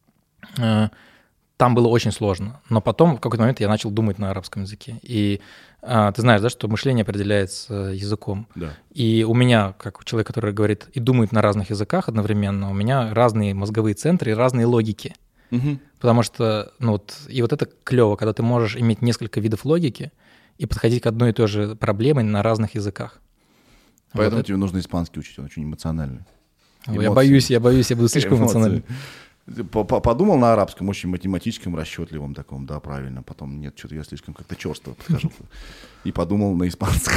э, там было очень сложно. Но потом в какой-то момент я начал думать на арабском языке. И а, ты знаешь, да, что мышление определяется языком. Да. И у меня, как у человека, который говорит и думает на разных языках одновременно, у меня разные мозговые центры и разные логики. Мгм. Потому что, ну вот, и вот это клево, когда ты можешь иметь несколько видов логики и подходить к одной и той же проблеме на разных языках. Поэтому Вот тебе нужно испанский учить, он очень эмоциональный. это- я эмоции. боюсь, я боюсь, я буду слишком Эмоции. эмоциональным. По- по- Подумал на арабском, очень математическом, расчетливом таком, да, правильно. Потом нет, что-то я слишком как-то черство подхожу. И подумал на испанском.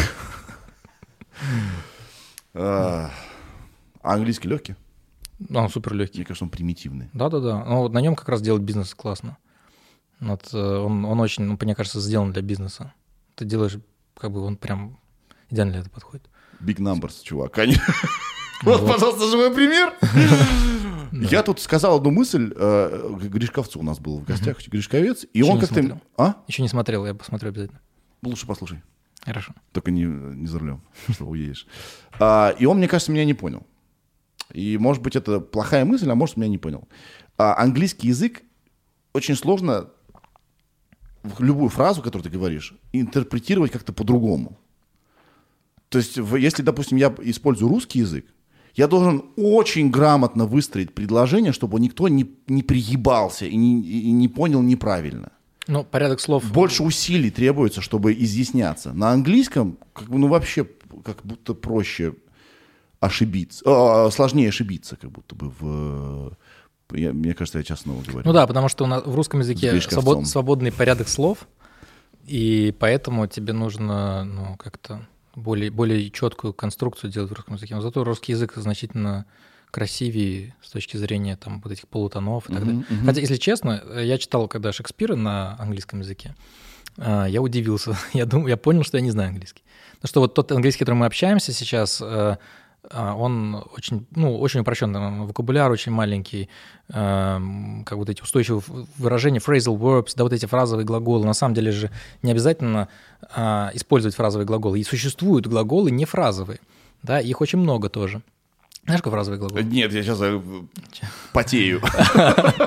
А а английский легкий? Он супер легкий. Мне кажется, он примитивный. Да-да-да. Ну, вот на нем как раз делать бизнес классно. Вот, э, он, он очень, ну, мне кажется, сделан для бизнеса. Ты делаешь, как бы он прям идеально для этого подходит. Big numbers, чувак. Они- Вот, пожалуйста, живой пример. Я тут сказал одну мысль. э, Гришковцу у нас был в гостях, Гришковец, и Еще он не как-то... смотрел. А? Еще не смотрел, я посмотрю обязательно. Лучше послушай. Хорошо. Только не, не за рулем, что уедешь. А, и он, мне кажется, меня не понял. И, может быть, это плохая мысль, а может, меня не понял. А, английский язык очень сложно в любую фразу, которую ты говоришь, интерпретировать как-то по-другому. То есть, в- если, допустим, я использую русский язык, я должен очень грамотно выстроить предложение, чтобы никто не, не приебался и не, и не понял неправильно. Ну, порядок слов. Больше усилий требуется, чтобы изъясняться. На английском как бы, ну, вообще как будто проще ошибиться, а, сложнее ошибиться, как будто бы в... я- мне кажется, я сейчас снова говорю. Ну да, потому что у нас в русском С языке Гришковцом. свобод- свободный порядок слов, и поэтому тебе нужно, ну, как-то более, более четкую конструкцию делать в русском языке. Но зато русский язык значительно красивее с точки зрения там вот этих полутонов и так далее. Мгм, мгм. Хотя, если честно, я читал когда Шекспира на английском языке, а, я удивился. Я думаю, я понял, что я не знаю английский. Потому что вот тот английский, которым мы общаемся сейчас, э, а, он очень, ну, очень упрощенный, он вокабуляр очень маленький, эм, как вот эти устойчивые выражения, phrasal verbs, да, вот эти фразовые глаголы. На самом деле же не обязательно а, использовать фразовые глаголы. И существуют глаголы не фразовые, да, их очень много тоже. Знаешь, какой фразовый глагол? Нет, я сейчас э, потею.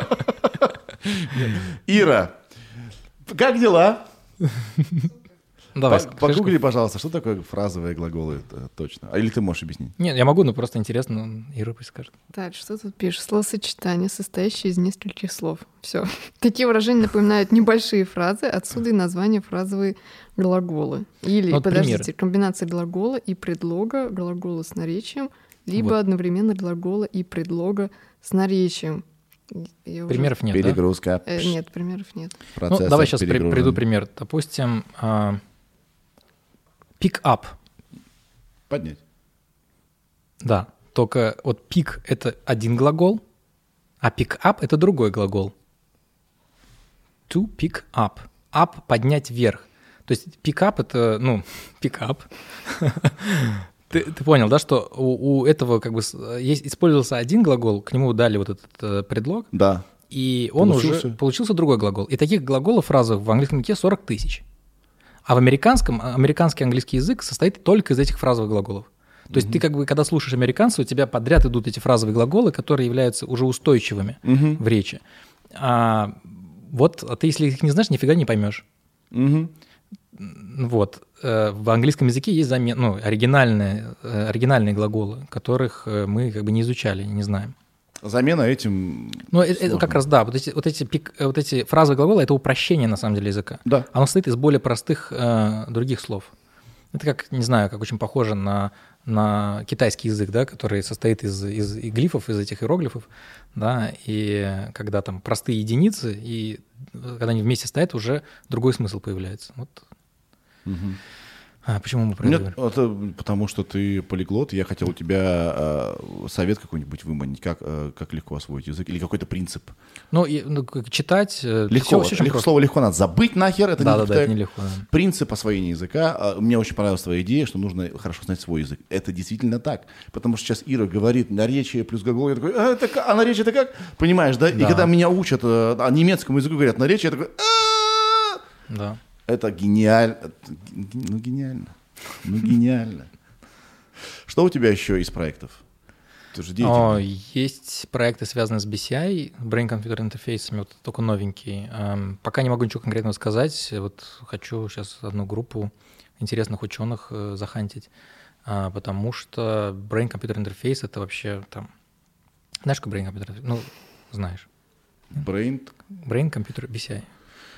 Ира, как дела? Давай, По- скажи, Погугли, пожалуйста, что такое фразовые глаголы э, точно. А или ты можешь объяснить? Нет, я могу, но просто интересно, Ира пусть скажет. Так, что тут пишешь? Словосочетание, состоящее из нескольких слов. Все. Такие выражения напоминают небольшие фразы, отсюда и название фразовые глаголы. Или, Вот подождите, примеры. комбинация глагола и предлога, глагола с наречием, либо Вот. одновременно глагола и предлога с наречием. Я уже- Примеров нет, да? Перегрузка. Э, нет, примеров нет. Ну, Процессор давай сейчас при- перегружен. приведу пример. Допустим, а, pick up. Поднять. Да, только вот pick — это один глагол, а pick up — это другой глагол. To pick up. Up — поднять вверх. То есть pick up — это, ну, pick up. Ты, ты понял, да, что у, у этого как бы с- есть, использовался один глагол, к нему дали вот этот э, предлог, Да. и он Получился. уже получился другой глагол. И таких глаголов фразовых в английском языке сорок тысяч. А в американском, американский английский язык состоит только из этих фразовых глаголов. То есть ты как бы, когда слушаешь американцев, у тебя подряд идут эти фразовые глаголы, которые являются уже устойчивыми Мгм. в речи. А вот, а ты, если их не знаешь, нифига не поймешь. Мгм. Вот. Э, В английском языке есть замен, ну, оригинальные, э, оригинальные глаголы, которых э, мы как бы не изучали, не знаем. Замена этим... Но это, это сложно. как раз, да, вот эти, вот, эти пик- э, вот эти фразовые глаголы — это упрощение, на самом деле, языка. Да. Оно состоит из более простых э, других слов. Это как, не знаю, как очень похоже на, на китайский язык, да, который состоит из, из и глифов, из этих иероглифов, да, и когда там простые единицы, и когда они вместе стоят, уже другой смысл появляется. Вот. Мгм. А, почему мы про это Нет, говорим? это потому что ты полиглот, и я хотел у тебя э, совет какой-нибудь выманить, как, э, как легко освоить язык, или какой-то принцип. Ну, и, ну, как читать... э, Легко, всё очень легко просто. слово легко надо забыть нахер, это не Да-да-да, как-то это нелегко. Да. принцип освоения языка. А, Мне очень понравилась твоя идея, что нужно хорошо знать свой язык. Это действительно так. Потому что сейчас Ира говорит наречие плюс глагол. Я такой, а, это, ка- а наречие это как? Понимаешь, да? И Да. когда меня учат э, а немецкому языку, говорят наречие, я такой, «А-а-а!» Да. это гениально. Это ге- Ну, гениально. Ну, гениально. Что у тебя еще из проектов? Ты же О, деятельный. есть проекты, связанные с би си ай, Brain Computer интерфейсами, вот только новенький. Эм, Пока не могу ничего конкретного сказать. Вот хочу сейчас одну группу интересных ученых э, захантить, а, потому что Brain Computer интерфейс — это вообще там... Знаешь, какой Brain Computer интерфейс? Ну, знаешь. Brain. Brain Computer би си ай.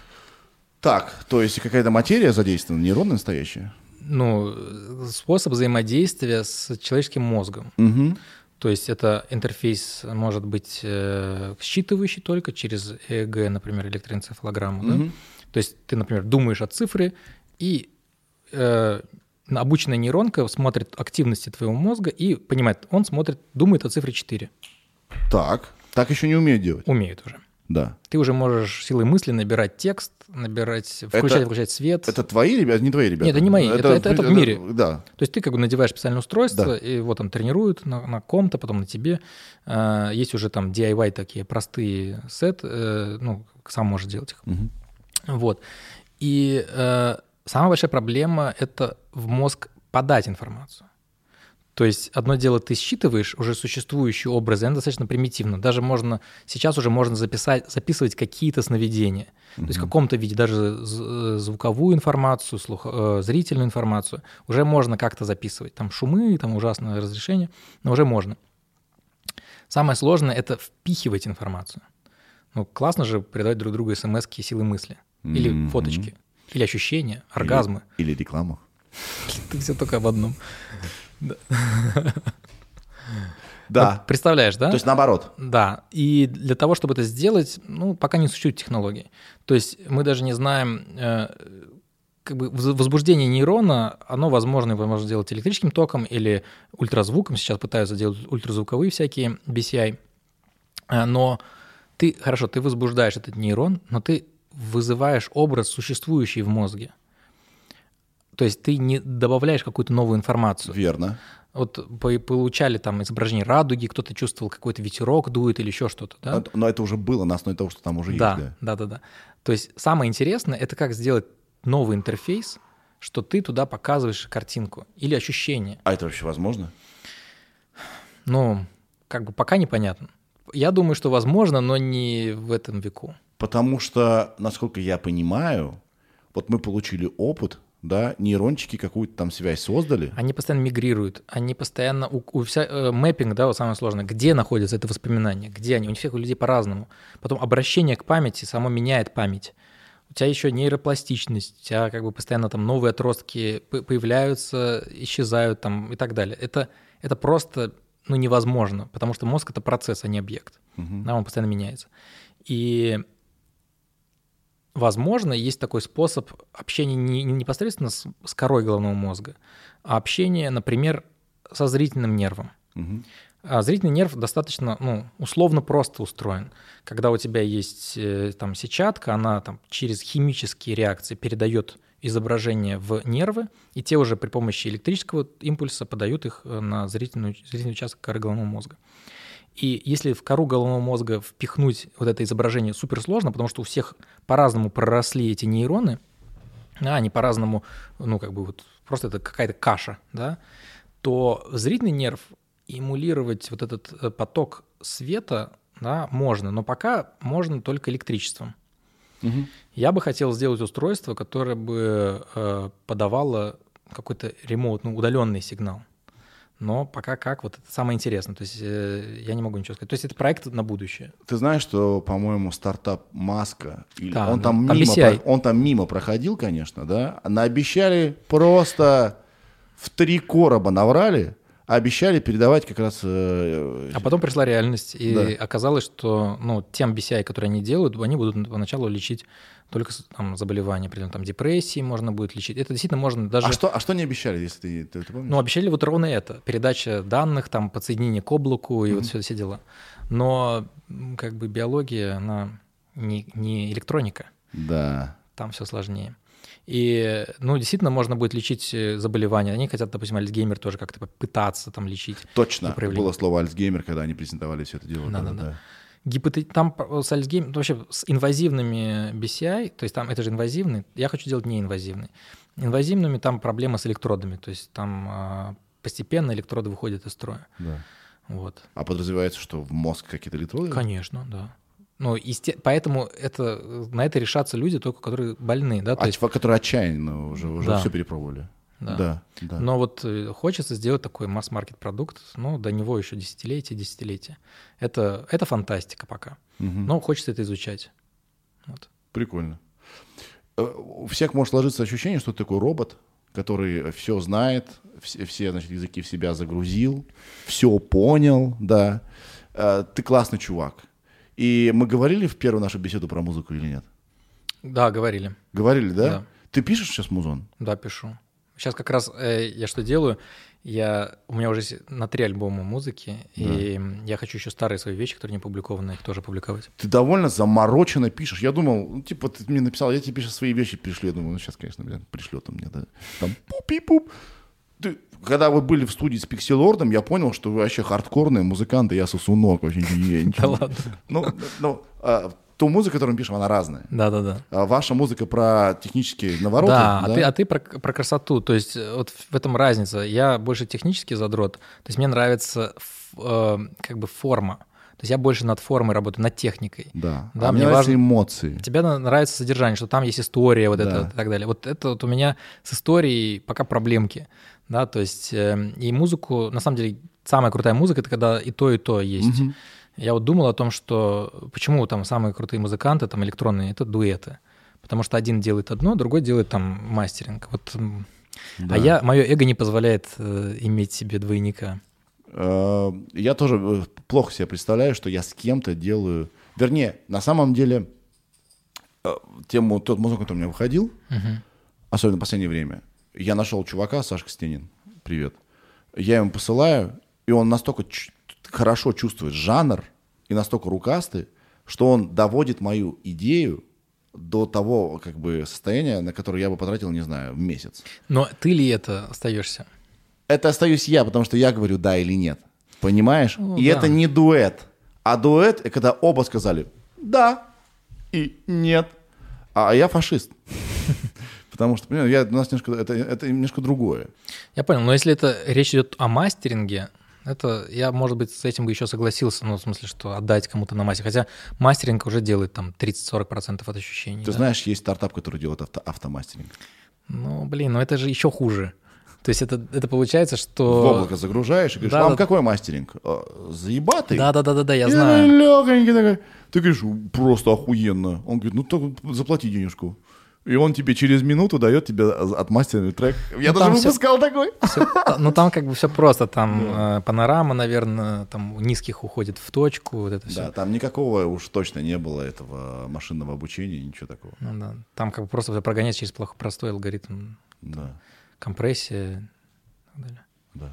Так, то есть какая-то материя задействована, нейронная настоящая? Ну, э, способ взаимодействия с человеческим мозгом. Угу. То есть это интерфейс может быть э, считывающий только через и и джи, например, электроэнцефалограмму. Да? Мгм. То есть ты, например, думаешь о цифре, и э, обученная нейронка смотрит активности твоего мозга и понимает, он смотрит, думает о цифре четыре. Так, так еще не умеют делать. Умеет уже. Да. Ты уже можешь силой мысли набирать текст, набирать, включать, выключать свет. Это твои ребята, не твои ребята? Нет, это не мои, это- это- это в мире. Да. То есть ты как бы надеваешь специальное устройство, Да. и вот он тренирует на, на ком-то, потом на тебе. А, есть уже там ди ай вай такие простые сет, э, ну, сам можешь делать их. Мгм. Вот. И э, самая большая проблема — это в мозг подать информацию. То есть одно дело, ты считываешь уже существующие образы, они достаточно примитивно. Даже можно, сейчас уже можно записать, записывать какие-то сновидения. То есть в каком-то виде даже з- звуковую информацию, слух, э, зрительную информацию уже можно как-то записывать. Там шумы, там ужасное разрешение, но уже можно. Самое сложное — это впихивать информацию. Ну, классно же передавать друг другу смс-ки силы мысли. Или Мгм. фоточки. Или ощущения, оргазмы. Или, или реклама. Ты все только в одном. Да. Вот представляешь, да? То есть наоборот. Да. И для того, чтобы это сделать, ну, пока не существует технологий. То есть мы даже не знаем, э, как бы воз- возбуждение нейрона, оно возможно, его можно сделать электрическим током или ультразвуком. Сейчас пытаются делать ультразвуковые всякие би си ай. Э, Но ты, хорошо, ты возбуждаешь этот нейрон, но ты вызываешь образ, существующий в мозге. То есть ты не добавляешь какую-то новую информацию. Верно. Вот по- получали там изображение радуги, кто-то чувствовал какой-то ветерок дует или еще что-то, да? Но- Но это уже было на основе того, что там уже Да, есть. Да. да, да, да. То есть самое интересное — это как сделать новый интерфейс, что ты туда показываешь картинку или ощущение. А это вообще возможно? Ну, как бы пока непонятно. Я думаю, что возможно, но не в этом веку. Потому что, насколько я понимаю, вот мы получили опыт, да, нейрончики какую-то там связь создали. Они постоянно мигрируют, они постоянно, у, у вся, э, мэппинг, да, вот самое сложное, где находится это воспоминание, где они, у всех у людей по-разному. Потом обращение к памяти само меняет память. У тебя еще нейропластичность, у тебя как бы постоянно там новые отростки появляются, исчезают там и так далее. Это, это просто, ну, невозможно, потому что мозг — это процесс, а не объект. Uh-huh. Да, он постоянно меняется. И, возможно, есть такой способ общения не, не непосредственно с, с корой головного мозга, а общение, например, со зрительным нервом. Uh-huh. А зрительный нерв достаточно, ну, условно просто устроен. Когда у тебя есть там сетчатка, она там через химические реакции передает изображение в нервы, и те уже при помощи электрического импульса подают их на зрительный, зрительный участок коры головного мозга. И если в кору головного мозга впихнуть вот это изображение суперсложно, потому что у всех по-разному проросли эти нейроны, а они по-разному, ну, как бы вот просто это какая-то каша, да, то зрительный нерв эмулировать вот этот поток света, да, можно, но пока можно только электричеством. Угу. Я бы хотел сделать устройство, которое бы э, подавало какой-то ремоут, ну, удаленный сигнал. Но пока как, вот это самое интересное. То есть э, я не могу ничего сказать. То есть это проект на будущее. Ты знаешь, что, по-моему, стартап Маска, да, он, да. там там мимо, про, он там мимо проходил, конечно, да, наобещали просто в три короба наврали, а обещали передавать как раз... Э, а потом пришла реальность, и да. оказалось, что, ну, тем би си ай, которые они делают, они будут поначалу лечить только там заболевания, например, там депрессии можно будет лечить. Это действительно можно даже... А что, а что не обещали, если ты, ты, ты помнишь? Ну, обещали вот ровно это. Передача данных, там, подсоединение к облаку и mm-hmm. вот все, все дела. Но как бы биология, она не, не электроника. Да. Там все сложнее. И, ну, действительно, можно будет лечить заболевания. Они хотят, допустим, Альцгеймер тоже как-то пытаться там лечить. Точно, было слово Альцгеймер, когда они презентовали все это дело. Да, да, да. да. Гипотет... Там с Альцгеймером, вообще с инвазивными би си ай, то есть там это же инвазивный, я хочу делать неинвазивный. Инвазивными там проблема с электродами, то есть там а, постепенно электроды выходят из строя. Да. Вот. А подразумевается, что в мозг какие-то электроды? Конечно, да. Ну, есте... поэтому это, на это решатся люди, только которые больны. Да? То а, есть... которые отчаянно уже, уже да. все перепробовали. Да. Да, да. Но вот хочется сделать такой масс-маркет продукт, но до него еще десятилетия, десятилетия. Это, это фантастика пока. Угу. Но хочется это изучать. Вот. Прикольно. У всех может сложиться ощущение, что ты такой робот, который все знает, все, все значит, языки в себя загрузил, все понял, да. Ты классный чувак. И мы говорили в первую нашу беседу про музыку или нет? Да, говорили. Говорили, да? Да. Ты пишешь сейчас музон? Да, пишу. Сейчас как раз э, я что делаю, я, у меня уже есть на три альбома музыки, да. И я хочу еще старые свои вещи, которые не опубликованы, их тоже публиковать. Ты довольно замороченно пишешь. Я думал, ну, типа, ты мне написал, я тебе сейчас свои вещи пришлю. Я думаю, ну, сейчас, конечно, блин, пришлет он мне, да. Там пуп-пип-пуп. Ты, когда вы были в студии с Пикселордом, я понял, что вы вообще хардкорные музыканты, я сосунок вообще. Да ладно. Ну, ну, ту музыку, которую мы пишем, она разная. Да-да-да. А ваша музыка про технические навороты. Да, да? а ты, а ты про, про красоту. То есть вот в этом разница. Я больше технический задрот. То есть мне нравится э, как бы форма. То есть я больше над формой работаю, над техникой. Да, да а мне нравятся эмоции. Тебе нравится содержание, что там есть история, вот да. это и так далее. Вот это вот у меня с историей пока проблемки. Да, то есть э, и музыку, на самом деле, самая крутая музыка — это когда и то, и то есть. Угу. Я вот думал о том, что почему там самые крутые музыканты, там электронные, это дуэты. Потому что один делает одно, другой делает там мастеринг. Вот, да. А я, мое эго не позволяет э, иметь себе двойника. Я тоже плохо себе представляю, что я с кем-то делаю... Вернее, на самом деле, тему, тот музыку, который у меня выходил, uh-huh. особенно в последнее время, я нашел чувака, Сашка Стенин, привет. Я ему посылаю, и он настолько ч- хорошо чувствует жанр и настолько рукастый, что он доводит мою идею до того как бы состояния, на которое я бы потратил, не знаю, в месяц. Но ты ли это остаешься? Это остаюсь я, потому что я говорю да или нет. Понимаешь? Ну, и да. это не дуэт. А дуэт, когда оба сказали да и нет. А я фашист. Потому что, понимаешь, я, у нас немножко, это, это немножко другое. Я понял, но если это речь идет о мастеринге, это я, может быть, с этим бы еще согласился, ну, в смысле, что отдать кому-то на мастеринг. Хотя мастеринг уже делает там тридцать-сорок процентов от ощущений. Ты да? знаешь, есть стартап, который делает авто, автомастеринг. Ну, блин, ну это же еще хуже. То есть это, это получается, В что... облако загружаешь и говоришь, Да, вам да. какой мастеринг? А, Заебатый? Да-да-да, я И знаю. легонький такой. Ты говоришь, просто охуенно. Он говорит, ну так заплати денежку. И он тебе через минуту дает тебе отмастерный трек. Я Ну, даже там всё- выпускал такой. Всё- ну там как бы все просто. Там э, панорама, наверное, там у низких уходит в точку, вот это все. Да, там никакого уж точно не было этого машинного обучения, ничего такого. Ну, да. Там как бы просто всё прогонять через плохо простой алгоритм, Да, компрессия и так далее. да.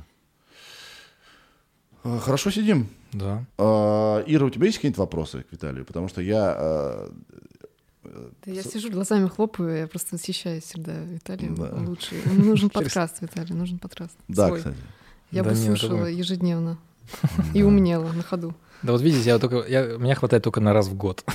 А, Хорошо сидим. Да. А, Ира, у тебя есть какие-нибудь вопросы к Виталию? Потому что я... а, Да я сижу, глазами хлопаю, я просто восхищаюсь всегда Виталием. Да. Он лучший. Мне нужен подкаст, Виталий, нужен подкаст. Да, свой. кстати. Я Да бы нет, слушала это- ежедневно и умнела на ходу. Да вот видите, я только, я, меня хватает только на раз в год.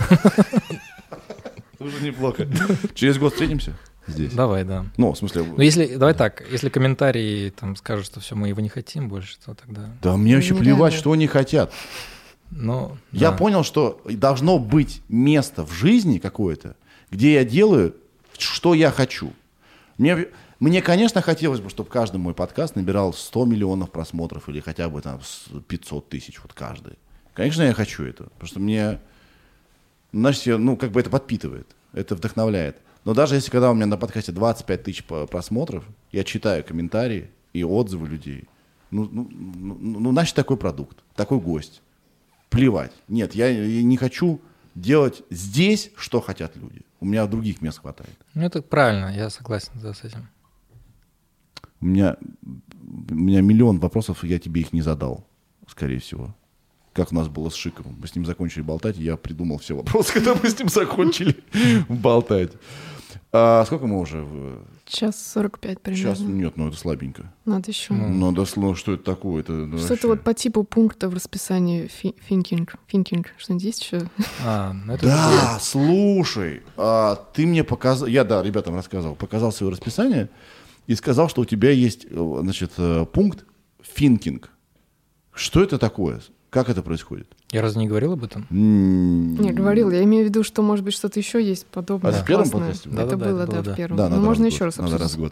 Уже неплохо. Через год встретимся здесь? Давай, да. Ну, в смысле... Ну если, давай так, если комментарии там скажут, что все, мы его не хотим больше, то тогда... Да мне вообще Нереально. плевать, что они хотят. Ну, Я да. понял, что должно быть место в жизни какое-то, где я делаю, что я хочу. Мне, мне, конечно, хотелось бы, чтобы каждый мой подкаст набирал сто миллионов просмотров или хотя бы там с- пятьсот тысяч, вот каждый. Конечно, я хочу это, потому что мне, значит, я, ну, как бы это подпитывает, это вдохновляет. Но даже если когда у меня на подкасте двадцать пять тысяч по- просмотров, я читаю комментарии и отзывы людей, ну, ну, ну, ну, значит, такой продукт, такой гость. Плевать. Нет, я, я не хочу делать здесь, что хотят люди. У меня других мест хватает. Ну это правильно, я согласен да, с этим. У меня, у меня миллион вопросов, я тебе их не задал, скорее всего. Как у нас было с Шиковым. Мы с ним закончили болтать, и я придумал все вопросы, когда мы с ним закончили болтать. А сколько мы уже? в- Час сорок пять примерно. Сейчас? Нет, ну это слабенько. Надо еще. Ну, да, сло- что это такое? Это, ну, Что-то вообще- вот по типу пункта в расписании фи- thinking. Thinking. Что-нибудь есть еще? А, ну это Да, слушай, а, ты мне показал, я, да, ребятам рассказывал, показал свое расписание и сказал, что у тебя есть, э, значит, э, пункт thinking. Что это такое? Как это происходит? Я разве не говорил об этом? М, Не, говорил. Я имею в виду, что, может быть, что-то еще есть подобное. А в первом классное. подкасте было? Это Да-да-да, было, это да, было, да. в первом. Да, Ну, надо можно раз в еще год, раз надо раз обсудить. в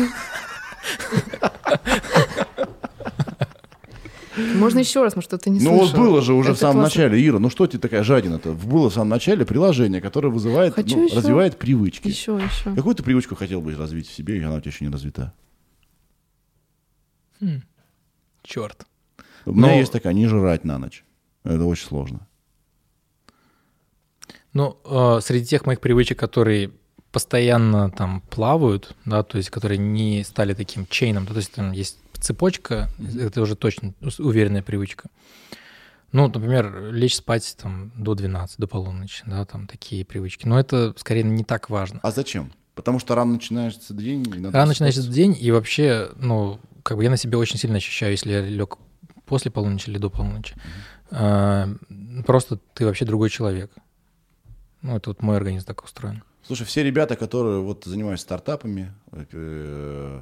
год. Можно еще раз, мы что-то не Ну вот слышала. было же уже Это в самом классно. начале, Ира, ну что ты такая жадина-то? Было в самом начале приложение, которое вызывает, Хочу ну, еще. развивает привычки. Еще, еще. Какую ты привычку хотел бы развить в себе, и она у тебя еще не развита? Черт. У меня Но- есть такая, не жрать на ночь. Это очень сложно. Ну, э, среди тех моих привычек, которые постоянно там плавают, да, то есть которые не стали таким чейном, то есть там есть цепочка, это уже точно уверенная привычка. Ну, например, лечь спать там до двенадцати, до полуночи, да, там такие привычки. Но это скорее не так важно. А зачем? Потому что рано начинается день. и надо Рано начинается высыпаться. день, и вообще, ну, как бы я на себе очень сильно ощущаю, если я лег после полуночи или до полуночи. А, просто ты вообще другой человек. Ну, это вот мой организм так устроен. Слушай, все ребята, которые вот занимаются стартапами, э,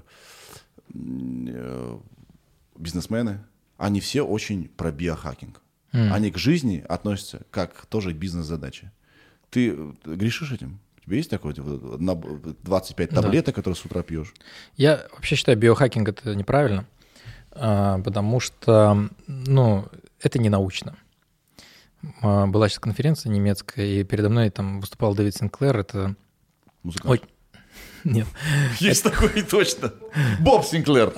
э, бизнесмены, они все очень про биохакинг. М. Они к жизни относятся как тоже к бизнес-задаче. Ты грешишь этим? У тебя есть такое вот, на двадцать пять Да. таблеток, которые с утра пьешь? Я вообще считаю, биохакинг — это неправильно, а, потому что, ну, это не научно. А, Была сейчас конференция немецкая, и передо мной там выступал Дэвид Синклер. Это... Музыкант. Ой, нет. Есть такой точно. Боб Синклер.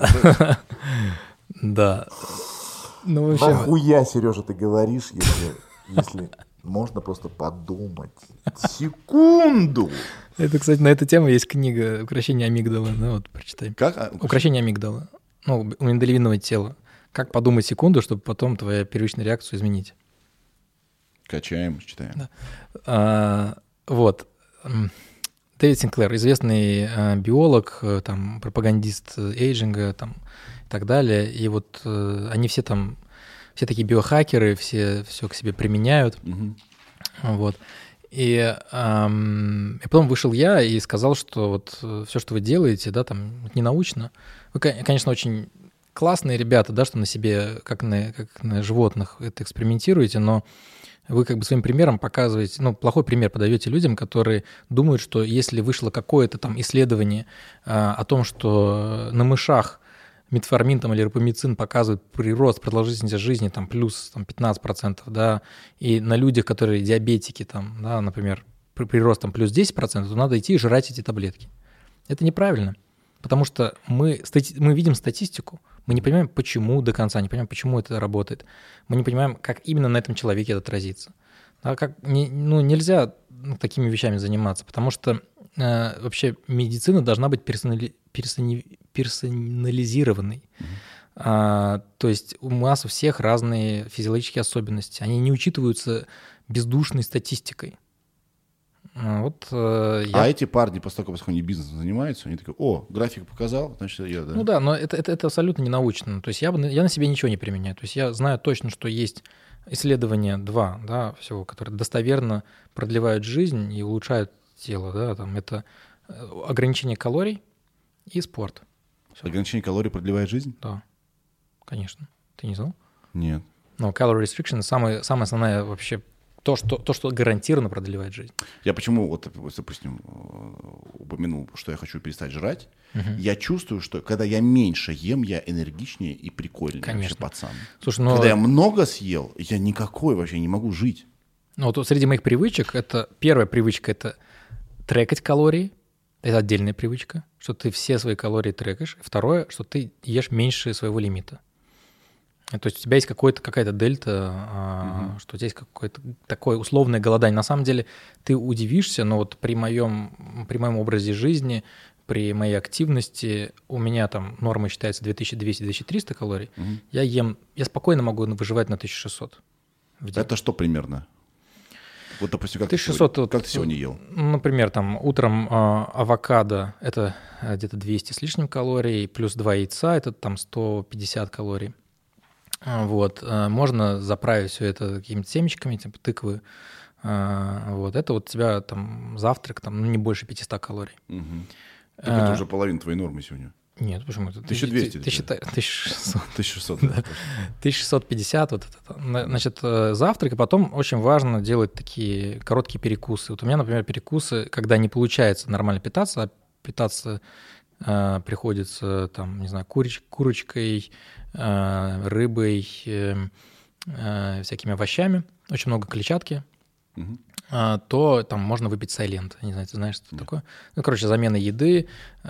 Да. Ну, в общем, Нахуя, Сережа, ты говоришь, если, если можно просто подумать. Секунду. это, кстати, на эту тему есть книга «Укрощение амигдалы». Ну, вот, прочитай. Как? А, «Укрощение амигдалы». Ну, у миндалевидного тела. Как подумать секунду, чтобы потом твою первичную реакцию изменить. Качаем, читаем. Да. А, вот. М, Дэвид Синклер, известный а, биолог, э, там, пропагандист э, эйджинга там, и так далее. И вот э, они все там, все такие биохакеры, все все к себе применяют. Мгм. Вот. И, ам, и потом вышел я и сказал, что вот все, что вы делаете, да, там, не научно. Вы, кон- конечно, очень классные ребята, да, что на себе, как на, как на животных это экспериментируете, но вы как бы своим примером показываете, ну, плохой пример подаете людям, которые думают, что если вышло какое-то там исследование а, о том, что на мышах метформин там, или рапамицин показывает прирост продолжительности жизни там, плюс там, пятнадцать процентов, да, и на людях, которые диабетики, там, да, например, прирост там, плюс десять процентов, то надо идти и жрать эти таблетки. Это неправильно, потому что мы, стати- мы видим статистику, мы не понимаем, почему до конца, не понимаем, почему это работает, мы не понимаем, как именно на этом человеке это отразится. Да, как, не, ну, нельзя ну, такими вещами заниматься, потому что э, вообще медицина должна быть персонали, персони, персонализированной. Mm-hmm. А, то есть у нас у всех разные физиологические особенности, они не учитываются бездушной статистикой. Вот, э, я... А эти парни, поскольку, поскольку они бизнесом занимаются, они такие, о, график показал, значит, я, да. Ну да, но это, это, это абсолютно не научно. То есть я, я на себе ничего не применяю. То есть я знаю точно, что есть исследования два, да, всего, которые достоверно продлевают жизнь и улучшают тело, да, там это ограничение калорий и спорт. Всё. Ограничение калорий продлевает жизнь? Да, конечно. Ты не знал? Нет. Но calorie restriction самая, самая основная вообще то что, то, что гарантированно продлевает жизнь. Я почему, вот, допустим, упомянул, что я хочу перестать жрать, uh-huh. я чувствую, что когда я меньше ем, я энергичнее и прикольнее. Конечно. Вообще пацан. Слушай, но... Когда я много съел, я никакой вообще не могу жить. Ну вот среди моих привычек, это первая привычка — это трекать калории. Это отдельная привычка, что ты все свои калории трекаешь. Второе, что ты ешь меньше своего лимита. То есть у тебя есть какой-то, какая-то дельта, угу. что у тебя есть какое-то такое условное голодание. На самом деле ты удивишься, но вот при моем, при моем образе жизни, при моей активности у меня там норма считается две тысячи двести - две тысячи триста калорий. Угу. Я ем, я спокойно могу выживать на тысячу шестьсот в день. Это что примерно? Вот, допустим, как, тысяча шестьсот, ты, сегодня, как ты сегодня ел? Например, там утром э, авокадо – это где-то двести с лишним калорий, плюс два яйца – это там сто пятьдесят калорий. Вот. Можно заправить все это какими-то семечками, типа тыквы. Вот. Это вот у тебя там завтрак, там, ну, не больше пятьсот калорий. Угу. Так а, это уже половина твоей нормы сегодня. Нет, почему? тысяча двести. Ты, ты, ты считаешь, тысяча шестьсот. тысяча шестьсот, да. тысяча шестьсот пятьдесят, вот это. Значит, завтрак, и потом очень важно делать такие короткие перекусы. Вот у меня, например, перекусы, когда не получается нормально питаться, а питаться э, приходится, там, не знаю, куроч, курочкой, э, рыбой, э, э, всякими овощами, очень много клетчатки, угу. то там можно выпить Сайлент. Не знаю, ты знаешь, что это такое? Ну, короче, замена еды,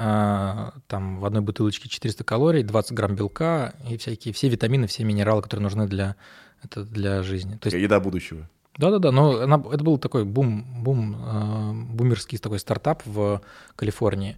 там в одной бутылочке четыреста калорий, двадцать грамм белка и всякие, все витамины, все минералы, которые нужны для, это для жизни. То есть, еда будущего. Да-да-да, но она, это был такой бум, бум, бумерский такой стартап в Калифорнии.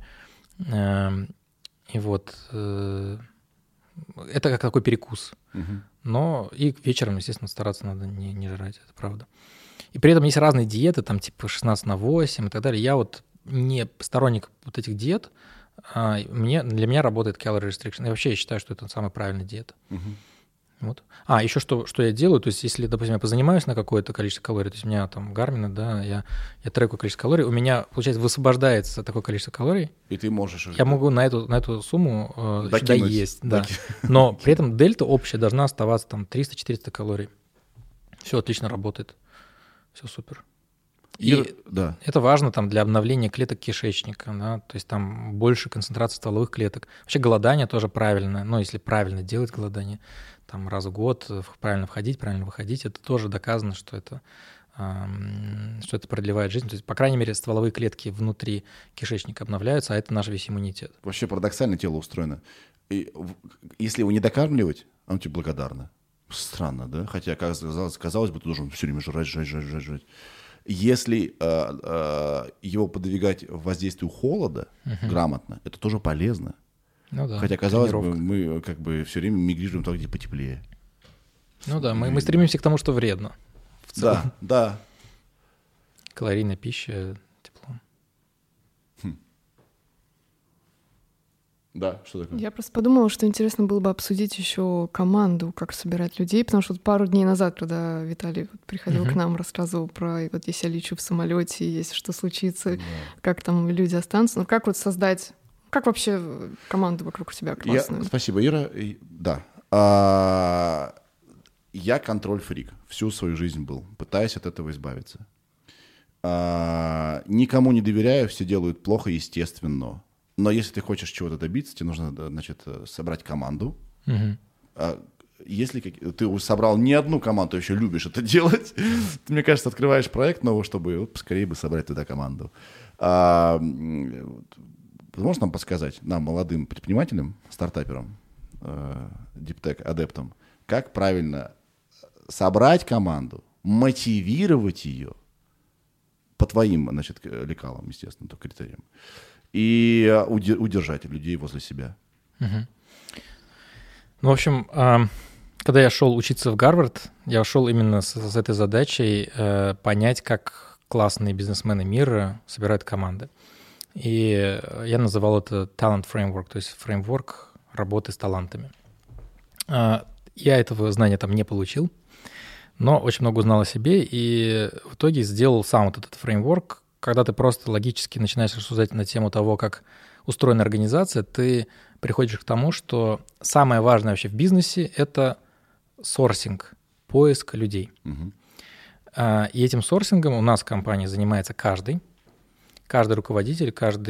И вот это как такой перекус. Угу. Но и вечером, естественно, стараться надо не, не жрать, это правда. И при этом есть разные диеты, там типа шестнадцать на восемь и так далее. Я вот не сторонник вот этих диет. А мне, для меня работает calorie restriction. И вообще я считаю, что это самая правильная диета. Угу. Вот. А, еще что, что я делаю, то есть если, допустим, я позанимаюсь на какое-то количество калорий, то есть у меня там Garmin, да, я, я трекаю количество калорий, у меня, получается, высвобождается такое количество калорий. И ты можешь... Я могу на эту, на эту сумму э, доесть, да. Но при этом дельта общая должна оставаться там триста-четыреста калорий. Все отлично работает. Все супер. И, и да. это важно там для обновления клеток кишечника, да, то есть там больше концентрации стволовых клеток. Вообще голодание тоже правильное, но если правильно делать голодание, там раз в год правильно входить, правильно выходить, это тоже доказано, что это, эм, что это продлевает жизнь. То есть, по крайней мере, стволовые клетки внутри кишечника обновляются, а это наш весь иммунитет. Вообще парадоксально тело устроено. И, если его не докармливать, оно тебе благодарно. Странно, да? Хотя, казалось, казалось бы, ты должен все время жрать, жрать, жрать, жрать, жрать. Если э, э, его подвигать воздействию холода uh-huh. грамотно, это тоже полезно. Ну да, хотя, казалось бы, мы как бы все время мигрируем туда, где потеплее. Ну да, мы, мы стремимся к тому, что вредно. В целом. Да, да. Калорийная пища, тепло. Хм. Да, что такое? Я просто подумала, что интересно было бы обсудить еще команду, как собирать людей, потому что вот пару дней назад, когда Виталий вот приходил uh-huh. к нам, рассказывал про, вот если я лечу в самолете, если что случится, yeah. как там люди останутся, ну как вот создать, как вообще команду вокруг себя классную? Я, спасибо, Ира. Да. А, Я контроль-фрик. Всю свою жизнь был. Пытаюсь от этого избавиться. А, никому не доверяю, все делают плохо, естественно. Но если ты хочешь чего-то добиться, тебе нужно, значит, собрать команду. Угу. А, если ты уже собрал не одну команду, ты еще любишь это делать, ты, мне кажется, открываешь проект новый, чтобы вот, скорее бы собрать туда команду. А, можешь нам подсказать, нам, молодым предпринимателям, стартаперам, диптек, адептам, как правильно собрать команду, мотивировать ее по твоим, значит, лекалам, естественно, то критериям, и удержать людей возле себя? Угу. Ну, в общем, когда я шел учиться в Гарвард, я шел именно с, с этой задачей э, понять, как классные бизнесмены мира собирают команды. И я называл это talent framework, то есть фреймворк работы с талантами. Э, я этого знания там не получил, но очень много узнал о себе и в итоге сделал сам вот этот фреймворк. Когда ты просто логически начинаешь рассуждать на тему того, как устроена организация, ты приходишь к тому, что самое важное вообще в бизнесе — это сорсинг, поиск людей. Угу. И этим сорсингом у нас в компании занимается каждый. Каждый руководитель,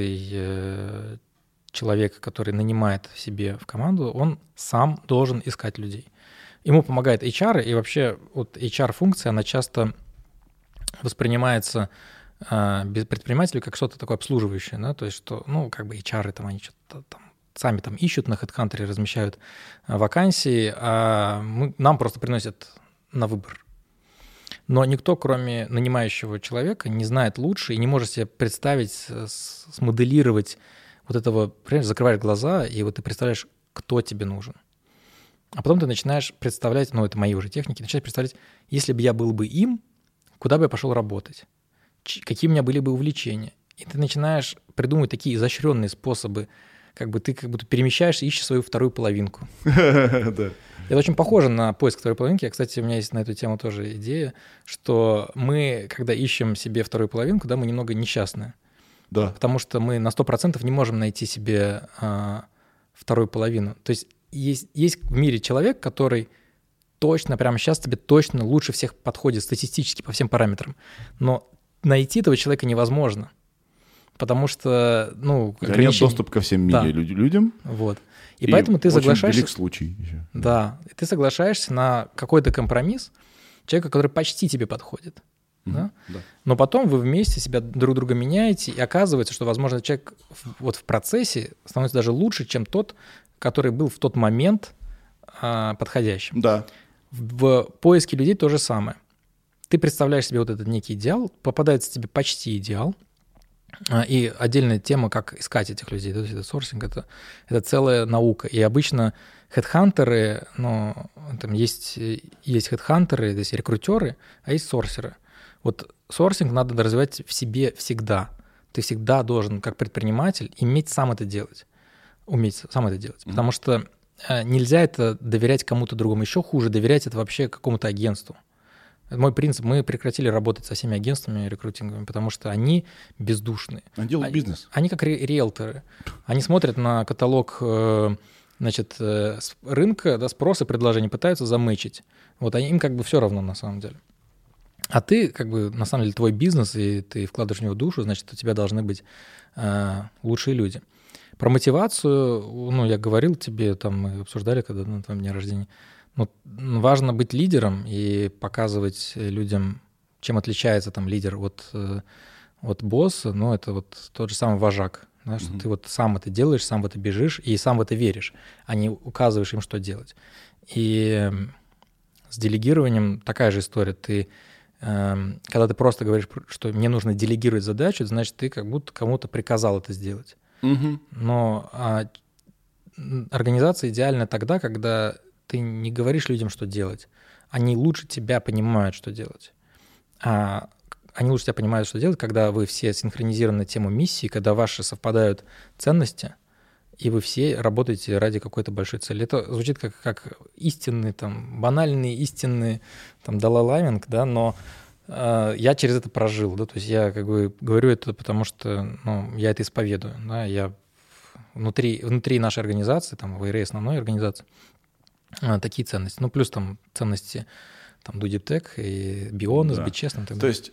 каждый человек, который нанимает себе в команду, он сам должен искать людей. Ему помогает эйч ар, и вообще вот эйч ар-функция, она часто воспринимается предпринимателю как что-то такое обслуживающее, да? То есть что, ну, как бы эйч ар, там, они что-то там сами там ищут на HeadHunter, размещают вакансии, а мы, нам просто приносят на выбор. Но никто, кроме нанимающего человека, не знает лучше и не может себе представить, смоделировать вот этого, понимаешь, закрываешь глаза, и вот ты представляешь, кто тебе нужен. А потом ты начинаешь представлять, ну, это мои уже техники, начинаешь представлять, если бы я был бы им, куда бы я пошел работать, какие у меня были бы увлечения. И ты начинаешь придумывать такие изощренные способы, как бы ты как будто перемещаешься, ищешь свою вторую половинку. Это очень похоже на поиск второй половинки. Кстати, у меня есть на эту тему тоже идея, что мы, когда ищем себе вторую половинку, да, мы немного несчастны. Да. Потому что мы на сто процентов не можем найти себе а, вторую половину. То есть, есть есть в мире человек, который точно, прямо сейчас тебе точно лучше всех подходит статистически по всем параметрам. Но найти этого человека невозможно. Потому что, ну, ограничение... Нет доступа ко всем мире да. людям. Вот. И, и поэтому ты соглашаешься... Очень велик случай еще. Да. И ты соглашаешься на какой-то компромисс человека, который почти тебе подходит. Mm-hmm. Да? Да. Но потом вы вместе себя друг друга меняете, и оказывается, что, возможно, человек вот в процессе становится даже лучше, чем тот, который был в тот момент а, подходящим. Да. В, в поиске людей то же самое. Ты представляешь себе вот этот некий идеал, попадается тебе почти идеал, и отдельная тема, как искать этих людей, то есть это сорсинг, это, это целая наука. И обычно хедхантеры, ну, там есть, есть хедхантеры, то есть рекрутеры, а есть сорсеры. Вот сорсинг надо развивать в себе всегда. Ты всегда должен, как предприниматель, иметь сам это делать, уметь сам это делать. Mm-hmm. Потому что нельзя это доверять кому-то другому. Еще хуже доверять это вообще какому-то агентству. Это мой принцип. Мы прекратили работать со всеми агентствами рекрутинговыми, потому что они бездушные. Они делают они, бизнес. Они как ри- риэлторы. Они смотрят на каталог значит, рынка, да, спроса, предложений, пытаются заметчить. Вот они, им как бы все равно на самом деле. А ты, как бы, на самом деле, твой бизнес, и ты вкладываешь в него душу, значит, у тебя должны быть э, лучшие люди. Про мотивацию, ну, я говорил тебе, там мы обсуждали, когда на твоем дне рождения, ну, важно быть лидером и показывать людям, чем отличается там лидер от, от босса. Ну, это вот тот же самый вожак, да, что mm-hmm. ты вот сам это делаешь, сам в это бежишь и сам в это веришь, а не указываешь им, что делать. И с делегированием такая же история. Ты, когда ты просто говоришь, что мне нужно делегировать задачу, это значит, ты как будто кому-то приказал это сделать. Mm-hmm. Но а, организация идеальна тогда, когда ты не говоришь людям, что делать. Они лучше тебя понимают, что делать. А они лучше тебя понимают, что делать, когда вы все синхронизированы на тему миссии, когда ваши совпадают ценности, и вы все работаете ради какой-то большой цели. Это звучит как, как истинный, там, банальный, истинный там, далай-ламинг, да, но э, я через это прожил. Да, то есть я как бы говорю это, потому что ну, я это исповедую. Да, я внутри, внутри нашей организации, там, в эй эр эй основной организации, а, такие ценности. Ну, плюс там ценности там Дудиптек и Бионес, Да. быть честным. Так То далее. есть,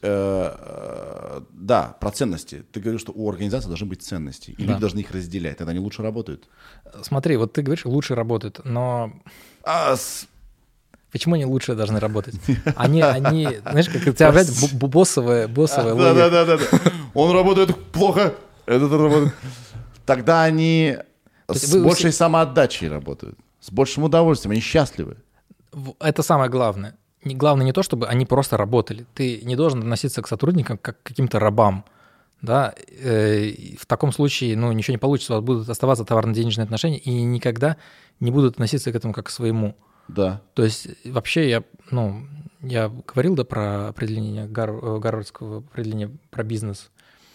э, да, про ценности. Ты говоришь, что у организации должны быть ценности, и Да. люди должны их разделять, тогда они лучше работают. Смотри, вот ты говоришь, лучше работают, но А, с- почему они лучше должны работать? Они, они, знаешь, как у тебя опять бо- бо- боссовая, боссовая логика. Да-да-да. Он работает плохо, этот работает. Тогда они есть с вы- вы большей все- самоотдачей работают, с большим удовольствием, они счастливы. В- Это самое главное. Не, главное не то, чтобы они просто работали. Ты не должен относиться к сотрудникам как к каким-то рабам. Да? Э, и в таком случае ну, ничего не получится, у вас будут оставаться товарно-денежные отношения и никогда не будут относиться к этому как к своему. Да. То есть вообще я, ну, я говорил да, про определение Гар- гарвардского определения про бизнес,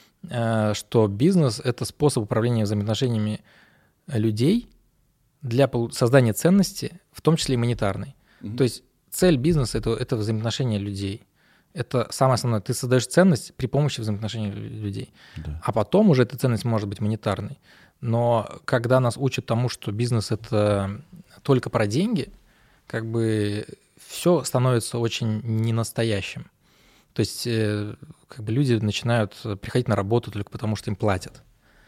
э, что бизнес — это способ управления взаимоотношениями людей для полу- создания ценности, в том числе и монетарной. Мгм. То есть цель бизнеса — это, это взаимоотношения людей. Это самое основное. Ты создаешь ценность при помощи взаимоотношений лю- людей. Да. А потом уже эта ценность может быть монетарной. Но когда нас учат тому, что бизнес — это только про деньги, как бы все становится очень ненастоящим. То есть э, как бы люди начинают приходить на работу только потому, что им платят.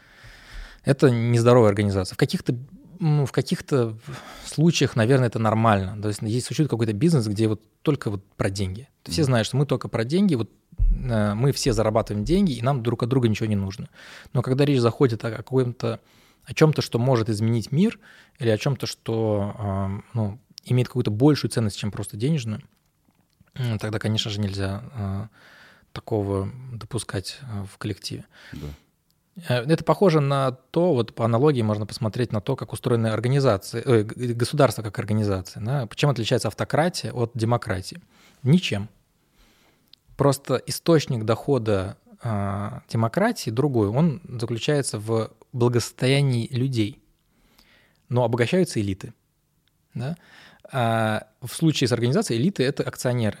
Это нездоровая организация. В каких-то ну, в каких-то случаях, наверное, это нормально. То есть, если существует какой-то бизнес, где вот только вот про деньги. Все знают, что мы только про деньги, вот э, мы все зарабатываем деньги, и нам друг от друга ничего не нужно. Но когда речь заходит о каком-то, о чем-то, что может изменить мир, или о чем-то, что э, ну, имеет какую-то большую ценность, чем просто денежную, э, тогда, конечно же, нельзя э, такого допускать э, в коллективе. Да. Это похоже на то, вот по аналогии можно посмотреть на то, как устроены организации, э, государство как организация. Да? Чем отличается автократия от демократии? Ничем. Просто источник дохода э, демократии другой. Он заключается в благосостоянии людей. Но обогащаются элиты. Да? А в случае с организацией элиты — это акционеры.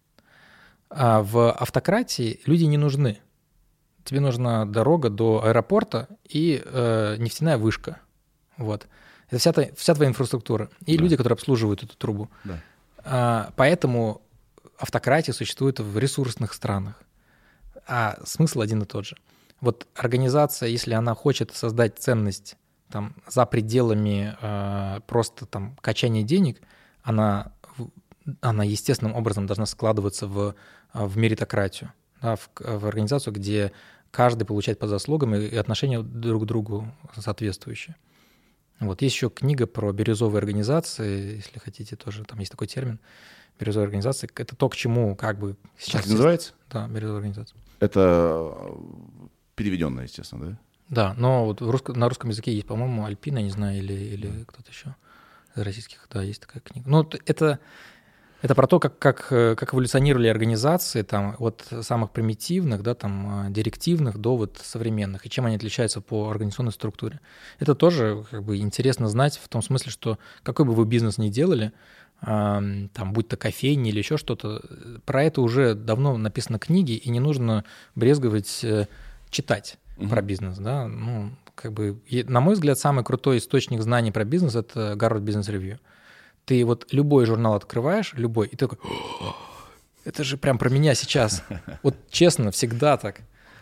А в автократии люди не нужны. Тебе нужна дорога до аэропорта и э, нефтяная вышка. Вот. Это вся, та, вся твоя инфраструктура. И Да. люди, которые обслуживают эту трубу. Да. А, поэтому автократия существует в ресурсных странах. А смысл один и тот же. Вот организация, если она хочет создать ценность там, за пределами э, просто там, качания денег, она, она естественным образом должна складываться в, в меритократию. Да, в, в организацию, где каждый получает по заслугам и отношения друг к другу соответствующие. Вот. Есть еще книга про бирюзовые организации, если хотите, тоже там есть такой термин. Бирюзовые организации — это то, к чему как бы сейчас... Как называется? Да, бирюзовая организация. Это переведенное, естественно, да? Да, но вот в русско... на русском языке есть, по-моему, Альпина, не знаю, или, или кто-то еще из российских, да, есть такая книга. Ну, это... Это про то, как, как, как эволюционировали организации там, от самых примитивных, да, там, директивных до вот современных, и чем они отличаются по организационной структуре. Это тоже как бы интересно знать в том смысле, что какой бы вы бизнес ни делали, там, будь то кофейня или еще что-то, про это уже давно написаны книги, и не нужно брезговать читать mm-hmm. про бизнес. Да? Ну, как бы, на мой взгляд, самый крутой источник знаний про бизнес — это Harvard Business Review. Ты вот любой журнал открываешь, любой, и ты такой: это же прям про меня сейчас. Вот честно, всегда так.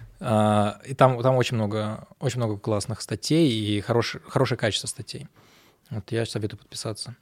И там, там очень много, очень много классных статей и хорош, хорошее качество статей. Вот я советую подписаться.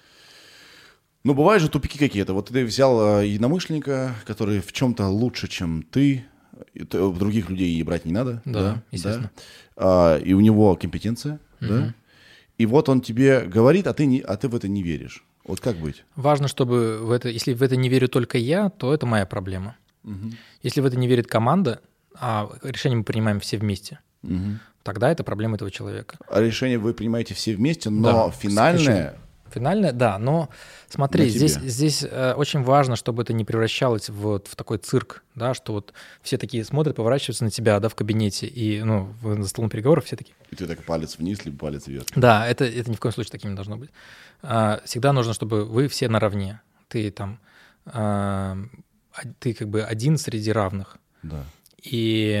Ну, бывают же тупики какие-то. Вот ты взял единомышленника, который в чем-то лучше, чем ты, других людей брать не надо. Да, да, естественно. Да? И у него компетенция, угу. да? И вот он тебе говорит, а ты, не, а ты в это не веришь. Вот как быть? Важно, чтобы в это, если в это не верю только я, то это моя проблема. Угу. Если в это не верит команда, а решение мы принимаем все вместе, угу. тогда это проблема этого человека. А решение вы принимаете все вместе, но да, финальное... Финальное, да, но смотри, здесь, здесь э, очень важно, чтобы это не превращалось в, в такой цирк, да, что вот все такие смотрят, поворачиваются на тебя, да, в кабинете, и, ну, за столом переговоров все такие. И ты так палец вниз, либо палец вверх. Да, это, это ни в коем случае таким не должно быть. А, всегда нужно, чтобы вы все наравне. Ты там, а, ты как бы один среди равных. Да. И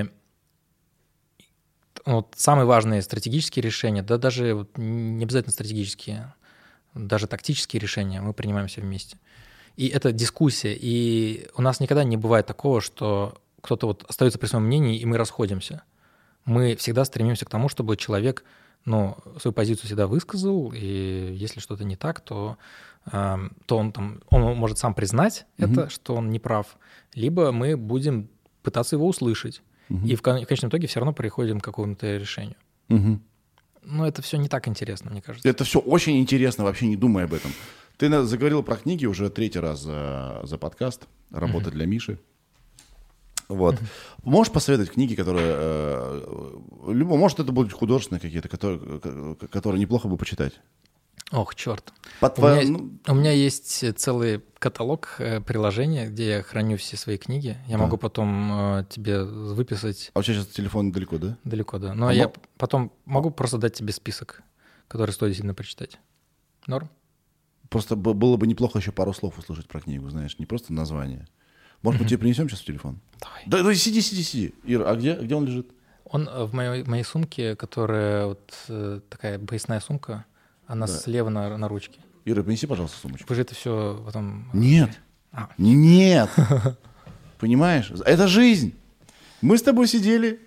вот самые важные стратегические решения, да даже вот не обязательно стратегические, даже тактические решения мы принимаем все вместе. И это дискуссия. И у нас никогда не бывает такого, что кто-то вот остается при своем мнении, и мы расходимся. Мы всегда стремимся к тому, чтобы человек, ну, свою позицию всегда высказал, и если что-то не так, то, э, то он, там, он может сам признать mm-hmm. это, что он не прав, либо мы будем пытаться его услышать. Mm-hmm. И в, кон- в конечном итоге все равно приходим к какому-то решению. Mm-hmm. Но это все не так интересно, мне кажется. Это все очень интересно, вообще не думай об этом. Ты заговорил про книги уже третий раз за, за подкаст «Работа mm-hmm. для Миши». Вот. Mm-hmm. Можешь посоветовать книги, которые... Э, любо, может, это будут художественные какие-то, которые, которые неплохо бы почитать? Ох, черт. По у, твоя... меня, ну... у меня есть целый каталог э, приложений, где я храню все свои книги. Я да. могу потом э, тебе выписать... А у тебя сейчас телефон далеко, да? Далеко, да. Но а я мог... потом могу просто дать тебе список, который стоит сильно прочитать. Норм? Просто было бы неплохо еще пару слов услышать про книгу, знаешь, не просто название. Может, mm-hmm. мы тебе принесем сейчас в телефон? Давай. Да, да, сиди, сиди, сиди. Ира, а где, где он лежит? Он в моей, моей сумке, которая вот э, такая поясная сумка, она да. слева на, на ручке. Ира, принеси, пожалуйста, сумочку. Вы же это все потом... Нет, а. нет. Понимаешь? Это жизнь. Мы с тобой сидели,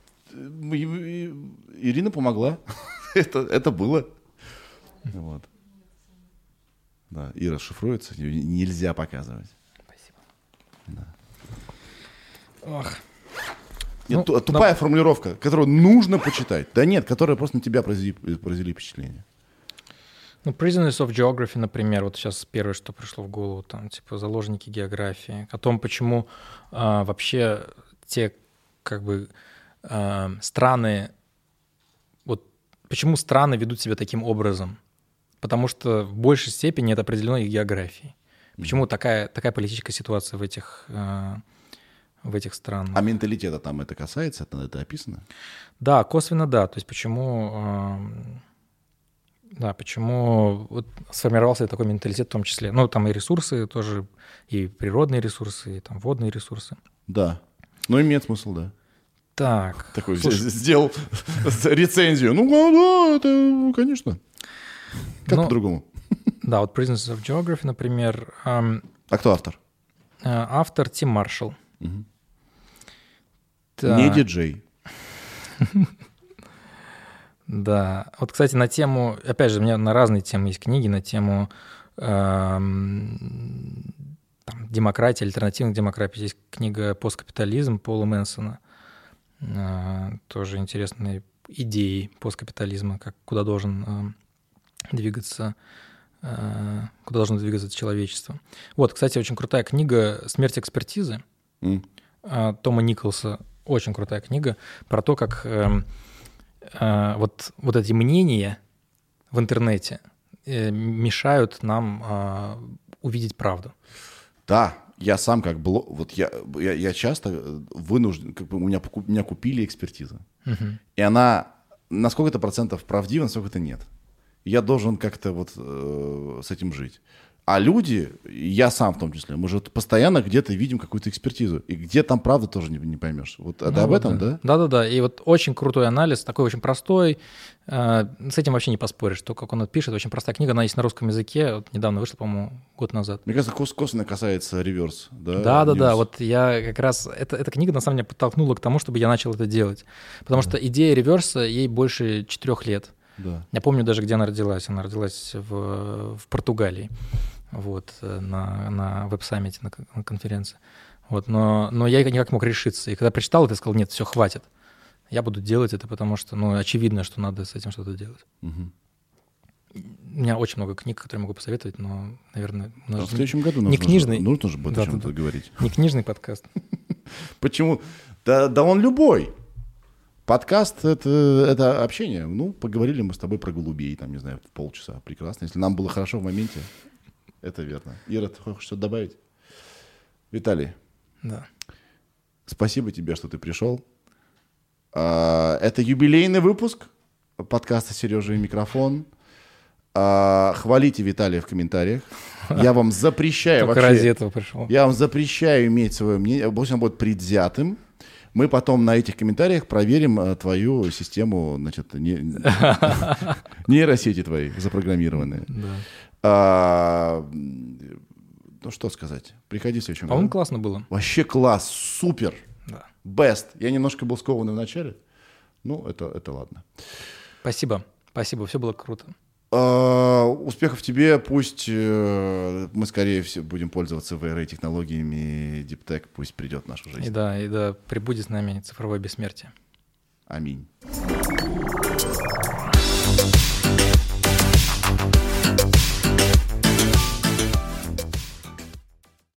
Ирина помогла. это, это было. Вот. Да, Ира шифруется, нельзя показывать. Да. Ох. Нет, ну, тупая но... формулировка, которую нужно почитать. Да нет, которая просто на тебя произвели, произвели впечатление. Ну, Prisoners of Geography, например, вот сейчас первое, что пришло в голову, там, типа, заложники географии, о том, почему а, вообще те, как бы, а, страны, вот почему страны ведут себя таким образом. Потому что в большей степени это определено их географией. Почему mm-hmm. такая, такая политическая ситуация в этих, э, в этих странах? А менталитета там это касается? Это, это описано? Да, косвенно да. То есть почему, э, да, почему вот сформировался такой менталитет в том числе. Ну, там и ресурсы тоже, и природные ресурсы, и там водные ресурсы. Да, ну имеет смысл, да. Так. Такой слушай, сделал рецензию. Ну, да, это, конечно. Как ну, по-другому? Да, вот Prisoners of Geography, например. Эм, а кто автор? Э, автор Тим Маршалл. Угу. Не диджей. Да. Вот, кстати, на тему... Опять же, у меня на разные темы есть книги, на тему эм, там, демократии, альтернативных демократий. Есть книга «Посткапитализм» Пола Мэнсона. Э, тоже интересные идеи посткапитализма, как, куда должен... Э, двигаться, куда должно двигаться человечество. Вот, кстати, очень крутая книга «Смерть экспертизы» mm. Тома Николса. Очень крутая книга про то, как э, э, вот, вот эти мнения в интернете э, мешают нам э, увидеть правду. Да, я сам как блог... Вот я, я, я часто вынужден... Как бы у, меня, у меня купили экспертизу. Mm-hmm. И она на сколько-то процентов правдива, на сколько-то нет. Я должен как-то вот э, с этим жить. А люди, я сам в том числе, мы же постоянно где-то видим какую-то экспертизу. И где там правда тоже не, не поймешь. Вот ну, это об этом, да? Да-да-да. И вот очень крутой анализ, такой очень простой. Э, с этим вообще не поспоришь. То, как он это пишет, очень простая книга. Она есть на русском языке. Вот недавно вышла, по-моему, год назад. Мне кажется, кос- косвенно касается реверс. Да-да-да. Вот я как раз... Это, эта книга, на самом деле, подтолкнула к тому, чтобы я начал это делать. Потому mm. что идея реверса, ей больше четырех лет. Да. Я помню даже, где она родилась. Она родилась в, в Португалии, вот, на, на веб-саммите, на, на конференции. Вот, но, но я никак мог решиться. И когда прочитал это, я сказал, нет, все, хватит. Я буду делать это, потому что, ну, очевидно, что надо с этим что-то делать. Угу. У меня очень много книг, которые могу посоветовать, но, наверное... А в следующем году не нужно, книжный, нужно же будет да, о чем-то да, говорить. Не книжный подкаст. Почему? Да, да он любой. Подкаст это, — это общение. Ну, поговорили мы с тобой про голубей, там, не знаю, полчаса. Прекрасно. Если нам было хорошо в моменте, это верно. Ира, ты хочешь что-то добавить? Виталий. Да. Спасибо тебе, что ты пришел. Это юбилейный выпуск подкаста «Сережа и микрофон». Хвалите Виталия в комментариях. Я вам запрещаю вообще... ради этого пришел. Я вам запрещаю иметь свое мнение. Пусть он будет предвзятым. Мы потом на этих комментариях проверим э, твою систему, значит, не, нейросети твои запрограммированные. Да. А, ну, что сказать. Приходи в следующем году. По-моему, классно было. Вообще класс, супер, Да. best. Я немножко был скованный в начале. Ну, это, это ладно. Спасибо. Спасибо, все было круто. А, успехов тебе. Пусть э, мы скорее всего будем пользоваться ви ар эй-технологиями, DeepTech. Пусть придет в нашу жизнь. И да, и да, прибудет с нами цифровое бессмертие. Аминь.